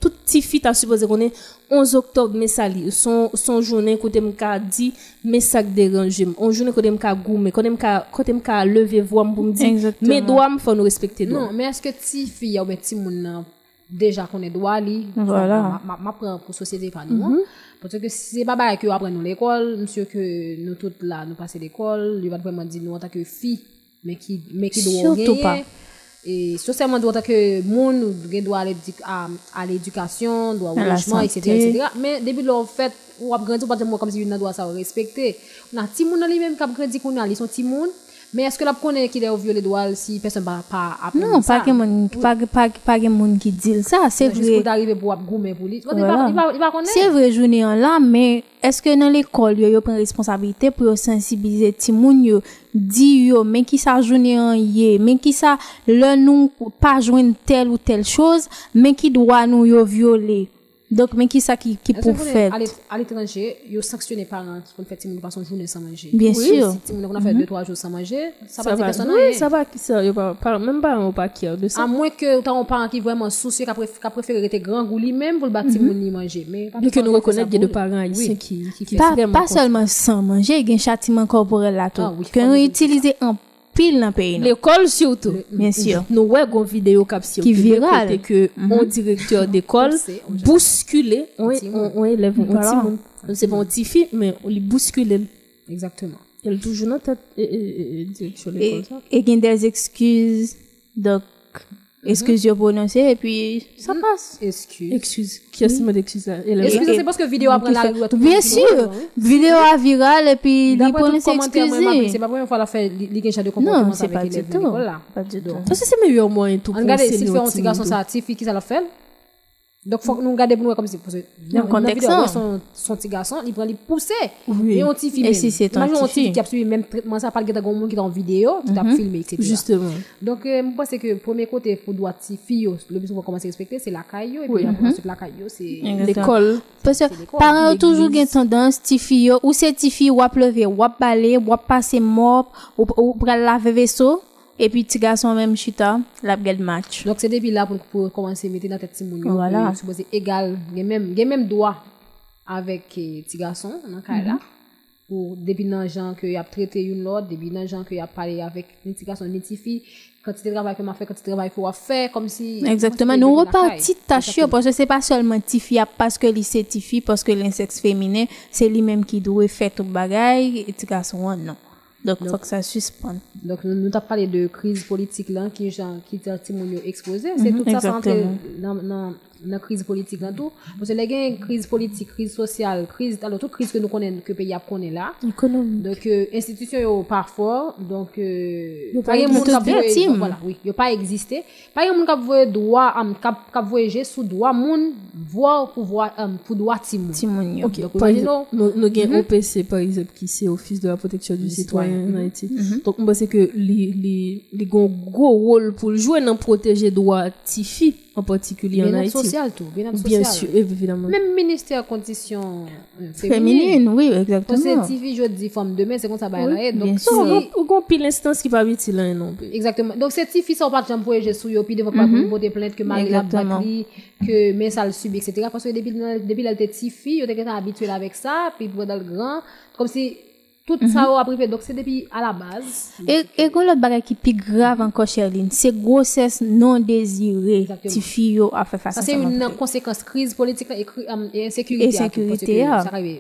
Speaker 6: toute petite fille t'a supposé qu'on est onze octobre mais ça li son son journée côté m'ka dit mais ça dérange on journée côté m'ka goumé côté m'ka côté m'ka lever voix pour me dire mais doit me faut nous respecter
Speaker 5: non mais est-ce que ti fille ou ti moun déjà qu'on est droit li
Speaker 7: voilà
Speaker 5: ma ma prend pour société pas nous parce que c'est pas bail que après nous l'école monsieur que nous toutes là nous passer l'école il va vraiment dire nous en tant que fille mais qui mais qui doit gagner et socialement doit que monde doit aller à, à l'éducation doit au logement etc etc mais depuis le fait ou a grandi pas comme si une doit ça respecter on a ti monde lui même qui a grandi qu'on a ils sont ti monde mais est-ce que la connaît qu'il est violé droit si personne pas pas
Speaker 7: non pas que monde pas pas pas que monde qui dit ça c'est vrai
Speaker 5: pour d'arriver pour goumer pour lui il va il va connaître
Speaker 7: c'est vrai journée là mais est-ce que dans l'école yo yo prend responsabilité pour sensibiliser ti moun yo di yo mais qui ça journée en yé mais qui ça le nous pas joindre telle ou telle chose mais qui doit nous yo violer donc mais qui ça qui qui pour faire
Speaker 5: à l'étranger yo sanctionner parents pour faire ti moun pas son journée sans manger
Speaker 7: bien sûr
Speaker 5: si moun on a fait deux trois jours sans manger ça va personne
Speaker 6: oui ça va qui ça yo pas même pas on pas qui de ça
Speaker 5: à moins que t'as un parent qui vraiment soucieux qui préfère rester grand goût lui même pour le bâti moun ni manger mais
Speaker 6: que nous reconnaître des parents haïtiens qui qui
Speaker 7: pas pas seulement sans manger il y a un châtiment corporel là tout que nous utiliser en pile dans pays
Speaker 6: l'école surtout
Speaker 7: bien sûr
Speaker 6: nous ouais gon vidéo cap sur
Speaker 7: qui viral
Speaker 6: que un directeur d'école bousculer on on élève un petit monde c'est pas un petit fille mais on lui bousculer
Speaker 5: exactement
Speaker 6: elle toujours dans tête direction l'école ça
Speaker 7: et il y a des excuses donc excuse yo prononcer et puis ça passe
Speaker 5: excuse
Speaker 6: excuse qui a ce mot d'excuse là
Speaker 5: excuse c'est parce que vidéo après la rue
Speaker 7: bien sûr vidéo a viral et puis il prononce excuse
Speaker 5: c'est pas première fois la fait li gen de comportement
Speaker 7: non c'est pas du tout pas du tout
Speaker 6: ça c'est meilleur moyen tout
Speaker 5: pour regarder si fait un petit garçon ça ti fille qui ça la fait donc faut nous regarder pour nous comme si
Speaker 7: dans contexte
Speaker 5: son son petit garçon il prend il pousser
Speaker 7: et
Speaker 5: on ti filme
Speaker 7: et si c'est un
Speaker 5: petit fille qui a suivi même traitement ça pas grand monde qui dans vidéo qui t'a filmé etc
Speaker 6: justement
Speaker 5: donc je pense que premier côté pour doit ti fille le plus pour commencer à respecter c'est la caillou et puis ensuite la caillou c'est
Speaker 7: l'école parce que parents toujours gain tendance ti fille ou c'est ti fille ou a pleuver ou a balai ou a passer mop ou pour laver vaisseau et puis petit garçon même chita la gueule match
Speaker 5: donc c'est depuis là pour, pour commencer mettre dans tête ti moun yo
Speaker 7: voilà
Speaker 5: supposé égal gen même gen même droit avec petit garçon dans cas là pour depuis dans gens que y a traité une l'autre depuis dans gens que y a parlé avec petit garçon petit fille quand tu travailles que m'a fait quand tu travailles faut faire comme si
Speaker 7: exactement nous reparti tâche parce que c'est pas seulement ti fille parce que li c'est ti fille parce que l'insexe féminin c'est lui même qui doit faire tout bagaille et petit garçon non. Donc, il faut que ça suspende.
Speaker 5: Donc, nous, nous avons parlé de crise politique là, qui est qui exposé. C'est tout ça, ça entre dans, dans, dans crise politique là, tout. Parce que il y a une crise politique, crise sociale, crise, alors, toute crise que nous connaissons, que le pays connaît là.
Speaker 6: Économique.
Speaker 5: Donc, euh, institution est pas fort. Donc, euh,
Speaker 7: pas de monde
Speaker 5: voilà, oui, il n'y a pas existé. Pas de monde qui a droit, qui a voyagé sous droit, monde, voir pouvoir, pour droit timon.
Speaker 6: Ok, par exemple, nous avons O P C, par exemple, qui c'est Office de la protection du citoyen en Haïti. Donc, on pense que les, les, les gros rôle pour jouer dans protéger droit tifi, en particulier en Haïti.
Speaker 5: Social tout, bien social.
Speaker 6: Bien sûr, évidemment.
Speaker 5: Même ministère conditions
Speaker 7: féminines, oui, exactement.
Speaker 5: Parce que T V, je dis femme demain, c'est comme ça, bah,
Speaker 7: oui,
Speaker 5: donc,
Speaker 7: si,
Speaker 6: ou qu'on pile l'instance qui pas utile là, non.
Speaker 5: Exactement. Donc, c'est T V, ça, on pas de jambe voyager sous yo, puis devant pas pour porter plainte que Marie l'a battu, que, mais ça le subit, et cetera. Parce que depuis, depuis, elle était T V, yo était habitué avec ça, puis pour dans le grand, comme si, tout mm-hmm. ça a privé donc c'est depuis à la base
Speaker 7: et et quand l'autre bagage qui plus grave encore Cherline c'est grossesse non désirée ti fille a fait face
Speaker 5: ça c'est une conséquence crise politique et, et insécurité
Speaker 7: et sécurité
Speaker 5: ça arrive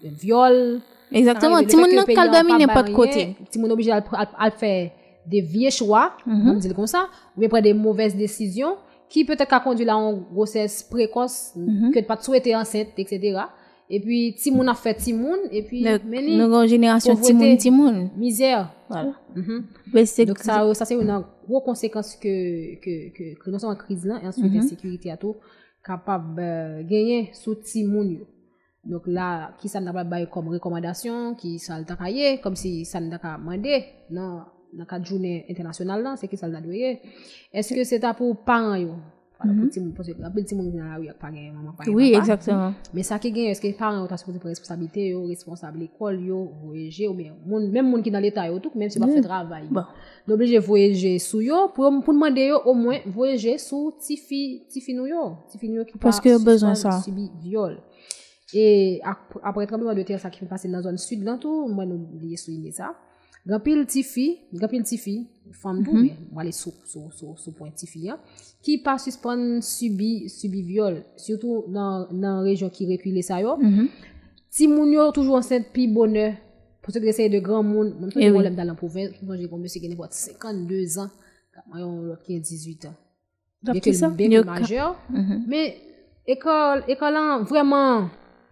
Speaker 5: viol
Speaker 7: exactement ti moun nan kal dominer n'importe côté
Speaker 5: ti moun obligé à faire des vieux choix on dit comme ça ou bien prendre des mauvaises décisions qui peut-être a conduit à une grossesse précoce que pas souhaiter enceinte etc. Et puis Timoun a fait Timoun et puis
Speaker 7: meni notre génération Timoun Timoun
Speaker 5: misère
Speaker 7: voilà
Speaker 5: mm-hmm. Mais donc ça ça c'est une grosse conséquence que que que que nous sommes en crise là et ensuite mm-hmm. insécurité à tout capable euh, gagner sous Timoun donc là qui ça n'a pas bail comme recommandation qui ça le tacailler comme si ça n'a pas mandé non dans cadre journée internationale là c'est qui ça le doyer est-ce que c'est pour parents yo Pour petit monde parce que un petit monde dans la rue pas gagne maman pas.
Speaker 7: Oui, exactement.
Speaker 5: Mais ça qui gagne est-ce que les parents ont supposé prendre responsabilité, yo responsable l'école yo, voyager ou bien monde même monde qui dans l'état yo tout même si pas fait travail. Bon. Obligé voyager sous yo pour pour demander yo au moins voyager sous ti fille ti fille nou yo, ti fille yo qui
Speaker 7: parce que besoin ça.
Speaker 5: Subi viol. Et après tremblement de terre ça qui fait passer dans zone sud là tout, moi nous lié souligner ça. Grand pile ti fille, grand pile ti fille, femme tout mais on va aller sous sous sous sous point ti fille qui pas suspend subi subi viol surtout dans dans région qui reculé ça yo. Ti moun yo toujours enceinte pi bonheur parce que c'est de grand monde, même si problème dans la province, moi j'ai comme monsieur qui a cinquante-deux ans, moi l'autre qui a dix-huit ans. Bien que bien majeur, mais école école vraiment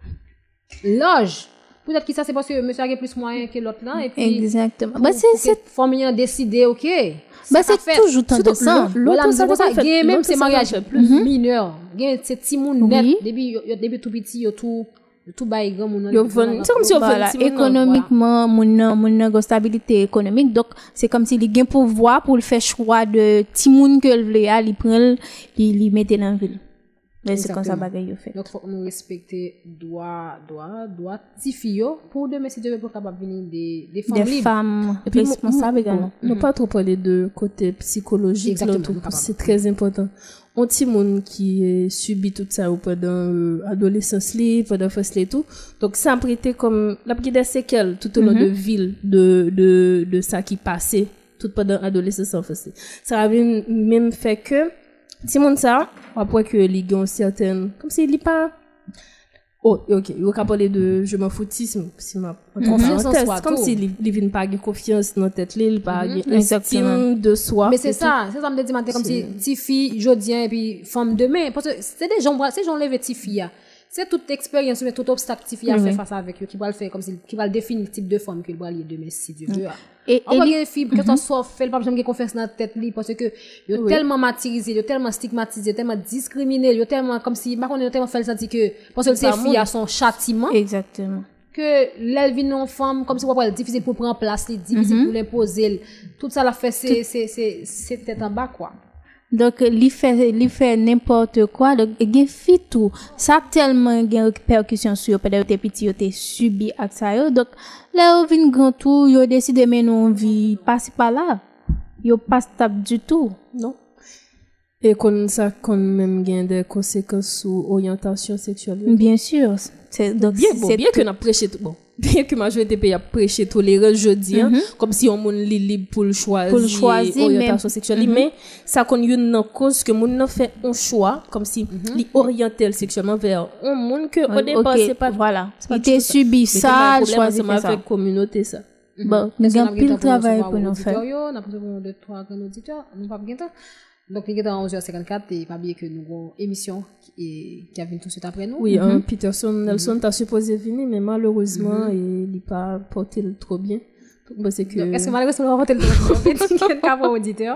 Speaker 5: loge. Peut-être que ça c'est parce que monsieur a plus moyen que l'autre là et puis
Speaker 7: exactement. Bah c'est cette
Speaker 5: famille a décidé OK.
Speaker 7: Bah c'est toujours intéressant.
Speaker 5: Voilà, c'est pour ça même ces mariages mineurs, gain c'est petit monde net depuis depuis tout petit yo tout tout bail grand monde
Speaker 7: c'est comme si voilà, économiquement mon mon une stabilité économique donc c'est comme si il gain pouvoir pour le faire choix de petit monde que il veut aller prendre il il mettre dans ville mais c'est comme ça bagaille yo fait
Speaker 5: donc faut nous respecter droit droit droit ti fille pour demain si Dieu veut pour capable venir des des femmes
Speaker 7: des femmes responsables également
Speaker 6: ne pas trop parler de côté psychologique là tout c'est très important. Un petit monde qui subit tout ça pendant euh, adolescence li pendant first et tout donc ça a prêté comme la petite des séquelles tout au long mm-hmm. de ville de de de ça qui passait tout pendant adolescence en fait ça a même fait que petit monde ça après que les gars certaines comme si il pas oh OK il va parler de je m'en foutisme si ma confiance en soi comme si il vient pas de confiance dans tête il pas estime de soi
Speaker 5: mais c'est ça c'est ça me dit matin comme si petite fille jodien et puis femme demain parce que c'est des gens c'est gens lever petite fille c'est toute expérience mais tout obstacle petite fille à faire face avec eux qui va le faire comme si qui va le définir type de femme qu'il va lier demain si Dieu veut
Speaker 7: et
Speaker 5: on va les filles que ça soit fait pas jamais confiance dans tête li parce que yo tellement martyrisé yo tellement stigmatisé tellement discriminé yo tellement comme si par contre yo tellement fait le sentir que parce que ces filles à son châtiment
Speaker 7: exactement
Speaker 5: que l'elle une femme comme si on va difficile pour prendre place difficile mm-hmm. pour l'imposer tout ça la fait c'est c'est c'est c'est tête en bas quoi.
Speaker 7: Donc li fait li fait n'importe quoi donc gen fit tout ça tellement gen répercussion sur peut-être tes petits yo te subi ak ça yo donc là au vinn grand tout yo décide men on vie passer par là yo pas stable du tout
Speaker 6: non et comme ça quand même gen des conséquences sur orientation sexuelle
Speaker 7: bien sûr c'est donc
Speaker 6: bien bon, bien que n'a prêché tout bon bien que majorité pays a prêché tolérance jeudi mm -hmm. comme si on monde libre pour le choisir
Speaker 7: pour le choisir
Speaker 6: orientation sexuelle mm -hmm. mais ça qu'on une non cause que monde n'a fait un choix comme si mm -hmm. li orienté sexuellement vers un monde que au départ
Speaker 7: okay.
Speaker 6: c'est pas
Speaker 7: voilà il était subi ça choisir ça
Speaker 6: avec communauté ça
Speaker 7: mm -hmm. bon nous avons pile travail pour nous faire
Speaker 5: on a besoin de trois grands auditeurs nous pas bien donc il est à onze heures cinquante-quatre et pas bien que nous avons émission qui qui a venu tout de suite après nous
Speaker 6: oui mm-hmm. uh, Peterson Nelson mm-hmm. t'a supposé venir mais malheureusement mm-hmm. il pas porté trop bien donc c'est que
Speaker 5: donc, est-ce que malheureusement on va porter le trop bien qu'à vos auditeurs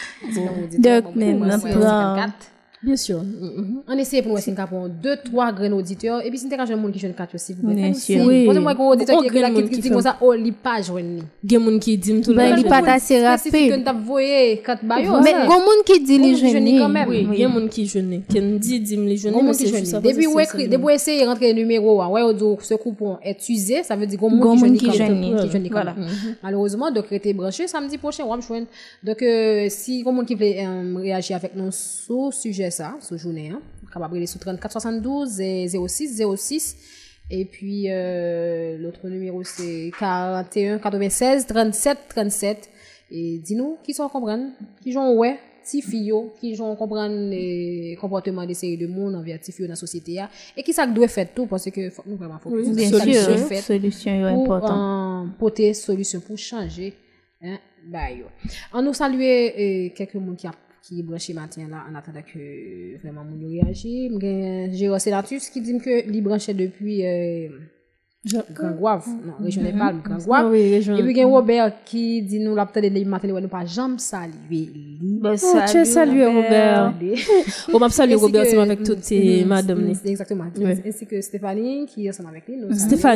Speaker 7: donc maintenant
Speaker 6: bien sûr
Speaker 5: on essaie pour nous essayer pour deux trois grands auditeurs et puis si t'es un monde qui jeune quatre aussi vous
Speaker 7: bien sûr
Speaker 5: oui moi un auditeur qui est là qui dit comme ça oh li pas joindre
Speaker 6: gen monde qui dit tout
Speaker 7: le il pas assez rapide
Speaker 5: que t'a voyé quatre bayo
Speaker 7: mais gon monde qui dit les jeunes
Speaker 5: quand même
Speaker 6: oui gen monde qui jeune qui dit dit les jeunes mais c'est ça
Speaker 5: depuis ou écrit depuis essayer rentrer numéro ouais ce coupon est usé ça veut dire gon monde qui jeune qui jeune voilà malheureusement donc rester branché samedi prochain on va me joindre donc si gon monde qui veut réagir avec nous sur sujet ça ce journée hein capable aller sur trente-quatre soixante-douze zéro six zéro six et puis euh, l'autre numéro c'est quarante et un quatre-vingt-seize trente-sept trente-sept et dis-nous qui sont comprendre qui sont ouais ti fille qui sont comprendre les comportements des séries de monde envers ti fille dans société là et qui ça doit faire tout parce que faut nous vraiment faut
Speaker 7: bien sûr solution est important
Speaker 5: porter solution pour changer hein bah yo on nous saluer quelques monde qui a qui est branché matin là en attendant que vraiment mon réagit m'gain Jérôme Sénatus qui dit que li branché depuis euh, Grand Goave non région des Palmes Grand Goave et puis gain Robert qui dit nous l'attendre les matin nous pas jamais saluer
Speaker 6: bah salut salut Robert on m'a salué Robert avec toutes ces madame
Speaker 5: exactement ainsi que Stéphanie qui est ensemble avec lui
Speaker 6: Stéphanie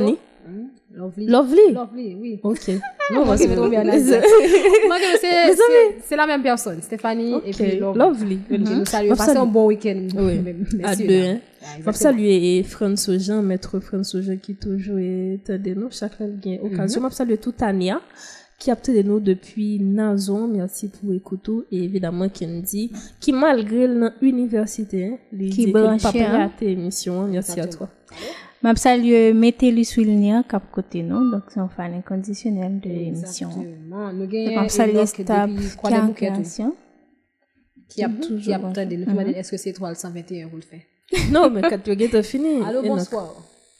Speaker 5: Lovely.
Speaker 6: Lovely.
Speaker 5: Lovely, oui.
Speaker 6: OK.
Speaker 5: Non, moi, c'est trop bien. Moi, c'est, c'est, c'est la même personne, Stéphanie
Speaker 6: okay.
Speaker 5: et puis Lovely.
Speaker 6: Lovely.
Speaker 5: Mm-hmm. Nous saluons. Passez un bon week-end.
Speaker 6: Oui. À deux, hein. Je salue François Jean, maître François Jean qui toujours est de nous. Chaque fois qu'il y a occasion. Je salue toute Tania qui a de nous depuis Nazon. Merci pour écouter. Et évidemment, Kendi, qui malgré l'université,
Speaker 7: qui branche
Speaker 6: à tes émissions. Merci à toi.
Speaker 7: Je salue Métellus Wilnia, qui a côté nous. Donc, c'est un fan inconditionnel de l'émission.
Speaker 5: Exactement. Nous
Speaker 7: avons salue Stab qui a création.
Speaker 5: Qui a toujours. Qui a entendu. Nous demandons est-ce que c'est trois cent vingt et un vous le faites?
Speaker 6: Non, mais quand tu as fini.
Speaker 5: Allô, bonsoir.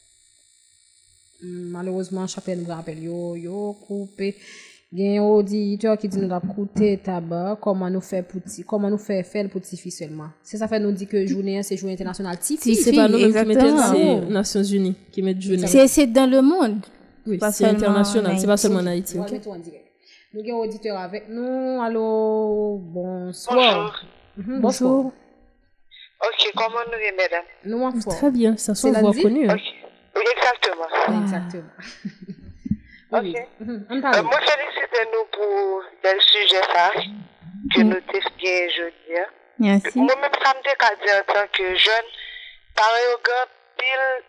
Speaker 5: Malheureusement, chacun nous rappelle, yo, yo, coupé. Il y a un auditeur qui dit nous avons coûté tabac, comment nous faire petit, comment nous faire faire le petit fille seulement. C'est ça fait nous dit que journée, c'est journée internationale.
Speaker 6: Si, c'est pas nous qui mettons, c'est Nations Unies qui mettent journée.
Speaker 7: C'est, c'est dans le monde.
Speaker 6: Oui, c'est international, c'est pas seulement en Haïti.
Speaker 5: Okay? Nous avons un auditeur avec nous. Allô, bonsoir.
Speaker 15: Bonjour.
Speaker 5: Bonsoir.
Speaker 15: Ok, comment nous est, mesdames?
Speaker 5: Nous, en foi.
Speaker 6: Très bien, ça sont voix connues.
Speaker 15: Ok, oui, exactement.
Speaker 5: Ah. Exactement.
Speaker 15: Ok.
Speaker 5: Oui.
Speaker 15: Mm-hmm. Euh, moi, félicitez-nous pour le sujet ça, que mm. nous testons bien aujourd'hui.
Speaker 7: Merci.
Speaker 15: Moi-même, ça me dit en tant que jeune, par exemple, pile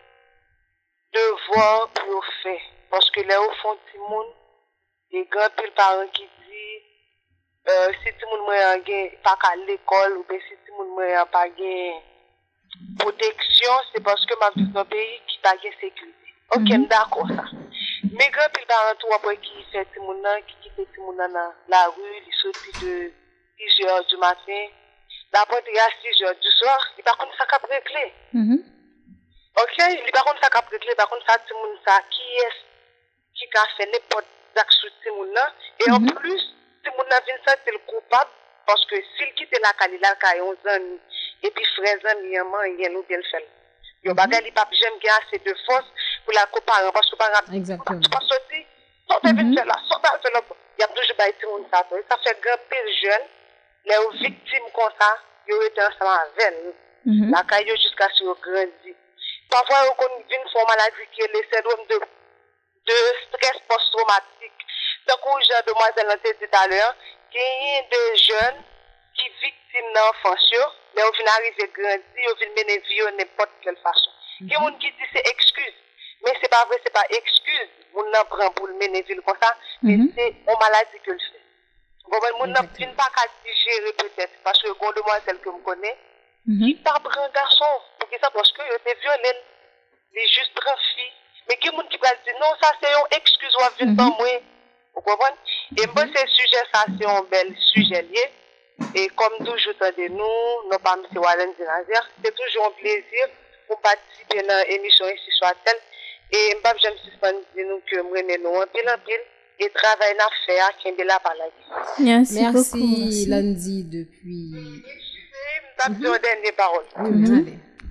Speaker 15: devoir pour faire. Parce que là, au fond, tout le monde, il y a pile parents qui disent, euh, si tout le monde n'a pas qu'à l'école, ou bien si tout le monde n'a pas de protection, c'est parce que ma vie dans un pays qui n'a pas de sécurité. Ok, mm-hmm. D'accord, ça. Mais grand pile parents tout après qui fait tout le monde, qui quitte tout le monde dans la rue, ils sortent de six heures du matin, d'après à six heures du soir, il par contre ça cap réglé.
Speaker 7: Mm-hmm.
Speaker 15: Ok, il par contre ça cap réglé, par contre ça tout le monde ça qui est qui a fait n'importe d'action tout le monde et en plus tout le monde a vient ça c'est le coupable parce que s'il quitte la Kalila ka onze ans et puis frère ami maman il nous bien le faire. Yo bagali pas j'aime bien assez de force pour la comparer parce que par
Speaker 5: exactement
Speaker 15: pas sorti sortez vite là sortez là il y a toujours baï tout le monde ça ça fait grand pile jeune les victimes comme ça yo étaient ensemble avec nous la caillou jusqu'à ce qu'ils grandissent parfois on connaît une forme maladie qui est le syndrome de de stress post-traumatique donc où j'ai demoiselle l'a dit tout à l'heure qu'il y a des jeunes qui victimes d'enfance mais au final arriver grandir au final mener vie de n'importe quelle façon il y a des gens qui disent c'est excuse mais c'est pas vrai c'est pas excuse on n'en prend pour le mener vie comme ça mais c'est une maladie que le fait bon ben on n'a pas qu'à digérer peut-être parce que une demoiselle que je connais qui pas prend garçon pour que ça parce que il était violent il est juste prend fille mais qui monde qui va dire non ça c'est une excuse ou venir dans moi vous comprenez et moi ce sujet ça c'est un bel sujet lié et comme toujours de nous nos pas monsieur Wallen Dinazer c'est toujours un plaisir pour participer dans l'émission ici soit-elle et m'pas j'aime suspendre nous que moi nous en pile en pile et travail à faire qui est là par la vie.
Speaker 7: Merci,
Speaker 5: merci
Speaker 7: beaucoup. Merci
Speaker 5: lundi depuis
Speaker 15: m'pas mm-hmm. dernière parole.
Speaker 5: Mm-hmm.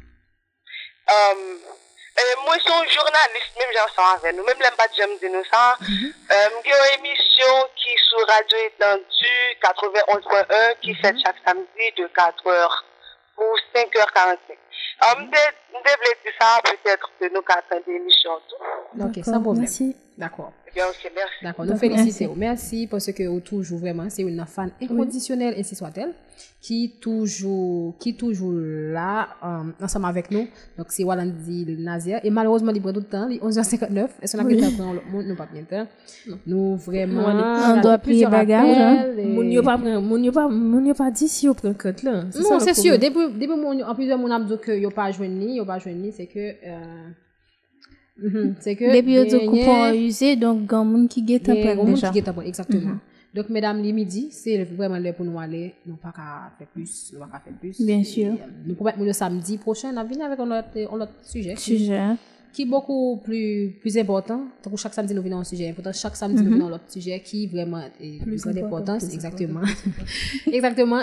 Speaker 15: Euh Euh, moi, je suis un journaliste, même j'en sens avec nous, même l'aime pas j'aime dire nous ça. Mm-hmm. Euh, j'ai une émission qui est sur Radio Étendue quatre-vingt-onze point un qui mm-hmm. fait chaque samedi de quatre heures pour cinq heures quarante-cinq. Euh, je devrais dire ça peut-être de nos quatre ans d'émission.
Speaker 5: Ok, sans problème.
Speaker 7: Merci.
Speaker 5: D'accord.
Speaker 15: Bien, ok, merci.
Speaker 5: D'accord, nous félicitons. Merci parce que vous toujours vraiment, c'est une fan inconditionnelle, oui. Ainsi soit-elle, qui toujours, qui toujours là, euh, ensemble avec nous. Donc, c'est Walandi Nazir. Et malheureusement, il prend tout le temps, il est onze heures cinquante-neuf. Est-ce qu'on a pu prendre le monde? Nous pas bien temps. Nous, vraiment,
Speaker 7: on doit plier bagage.
Speaker 6: Moun yo pas prend, moun yo pas, moun yo pas dit si yo prend compte là.
Speaker 5: Non, c'est sûr. Depuis, depuis, en plusieurs moun a dit que yo pas joindre ni, yo pas joindre ni, c'est que, euh, Mm-hmm. C'est que
Speaker 7: depuis au coupon usé donc grand monde qui guette après
Speaker 5: déjà exactement mm-hmm. Donc mesdames les midi c'est vraiment l'heure pour nous aller non pas qu'à faire plus nous pas qu'à faire plus
Speaker 7: bien sûr
Speaker 5: et, nous promettons le samedi prochain on va venir avec un autre, un autre sujet
Speaker 7: sujet
Speaker 5: qui, qui est beaucoup plus plus important donc chaque samedi nous venons un sujet important chaque samedi mm-hmm. nous venons un autre sujet qui vraiment est plus d'importance exactement exactement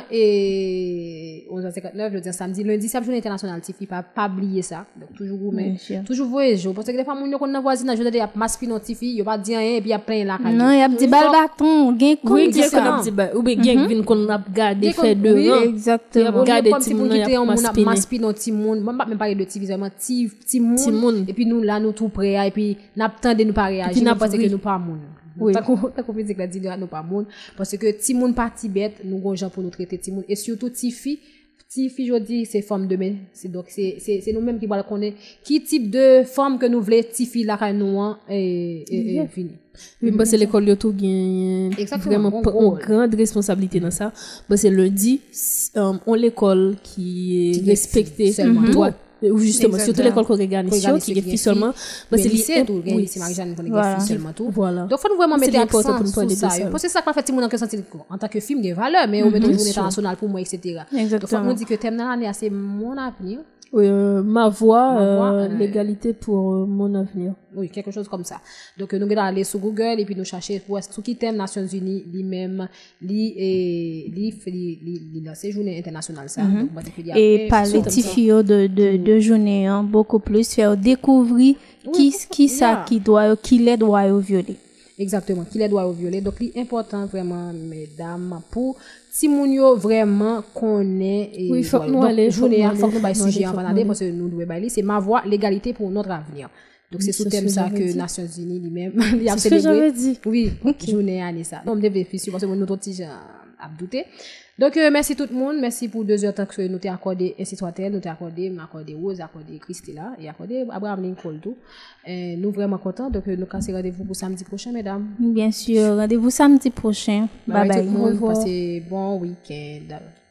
Speaker 5: et onze heures cinquante-neuf le dire samedi lundi c'est la journée internationale Tifi pas pas oublier ça donc toujours mais toujours voyez parce que des fois mon qu'on dans voisinage je dis a maspi non Tifi yo pas dire rien et puis il y a plein là
Speaker 7: non il y a petit bal bâton gain
Speaker 6: comme ça ou bien gain vinn qu'on a regarder fait deux
Speaker 7: exactement
Speaker 5: regarder petit monde qui était on maspi non ti monde même pas parler de Tifi vraiment ti ti monde et puis puis nous là nous tout prêt et puis n'attend de nous pas réagir
Speaker 6: n'a
Speaker 5: parce
Speaker 6: oui.
Speaker 5: que nous pas moun.
Speaker 6: Oui.
Speaker 5: Tant qu'on tant qu'on dit que la dit nous pas moun parce que ti moun pas tibet nous gon gens pour nous traiter ti moun et surtout ti fi ti fi jodi c'est femme demain c'est donc c'est c'est c'est nous mêmes qui va connaître qui type de femme que nous voulons ti fi là ka nous et et, et fini.
Speaker 6: Oui, parce que l'école de tout gagne vraiment une grande responsabilité dans ça. Parce que lundi, um, on l'école qui est respectée doit ou justement surtout l'école qu'on regarde ici qui est seulement parce que
Speaker 5: lycée tout oui c'est Marie-Jeanne qu'on est seulement tout voilà donc faut nous vraiment mettre accent sur ça parce que ça pas fait tout monde en senti en tant que film de valeur mais au mettre une international pour moi etc. Donc faut nous dire que thème dans l'année c'est mon avenir.
Speaker 6: Oui, euh, ma voix, ma voix euh, euh, l'égalité pour euh, mon avenir.
Speaker 5: Oui, quelque chose comme ça. Donc, euh, nous allons aller sur Google et puis nous chercher pour ce qui thème Nations Unies, lui-même, lui et lui, lui, la journée internationale, ça.
Speaker 7: Mm-hmm.
Speaker 5: Donc,
Speaker 7: et parler de, de, de, de journée, hein, beaucoup plus, faire découvrir oui, qui, qui ça yeah. qui doit, qui les doit violer.
Speaker 5: Exactement, qui les doit violer. Donc, l'important vraiment, mesdames, pour si moun yo vraiment connaît et
Speaker 6: oui, faut nous aller
Speaker 5: journée faut nous bailler sujet en parler parce que nous devons bailler c'est ma voix l'égalité pour notre avenir. Donc c'est sous thème ça que Nations Unies lui-même il a célébré. Oui, journée année ça. Donc devait faire parce que nous autres petits a douté. Donc euh, merci tout le monde, merci pour deux heures que nous t'ai accordé ainsi soit-elle, nous t'ai accordé, m'accordé Rose, accordé Christella et accordé Abraham Lincoln tout. Et nous vraiment contents donc nous cassez rendez-vous pour samedi prochain mesdames.
Speaker 7: Bien sûr, rendez-vous samedi prochain. Bye bye.
Speaker 5: Tout le monde, passez bon week-end.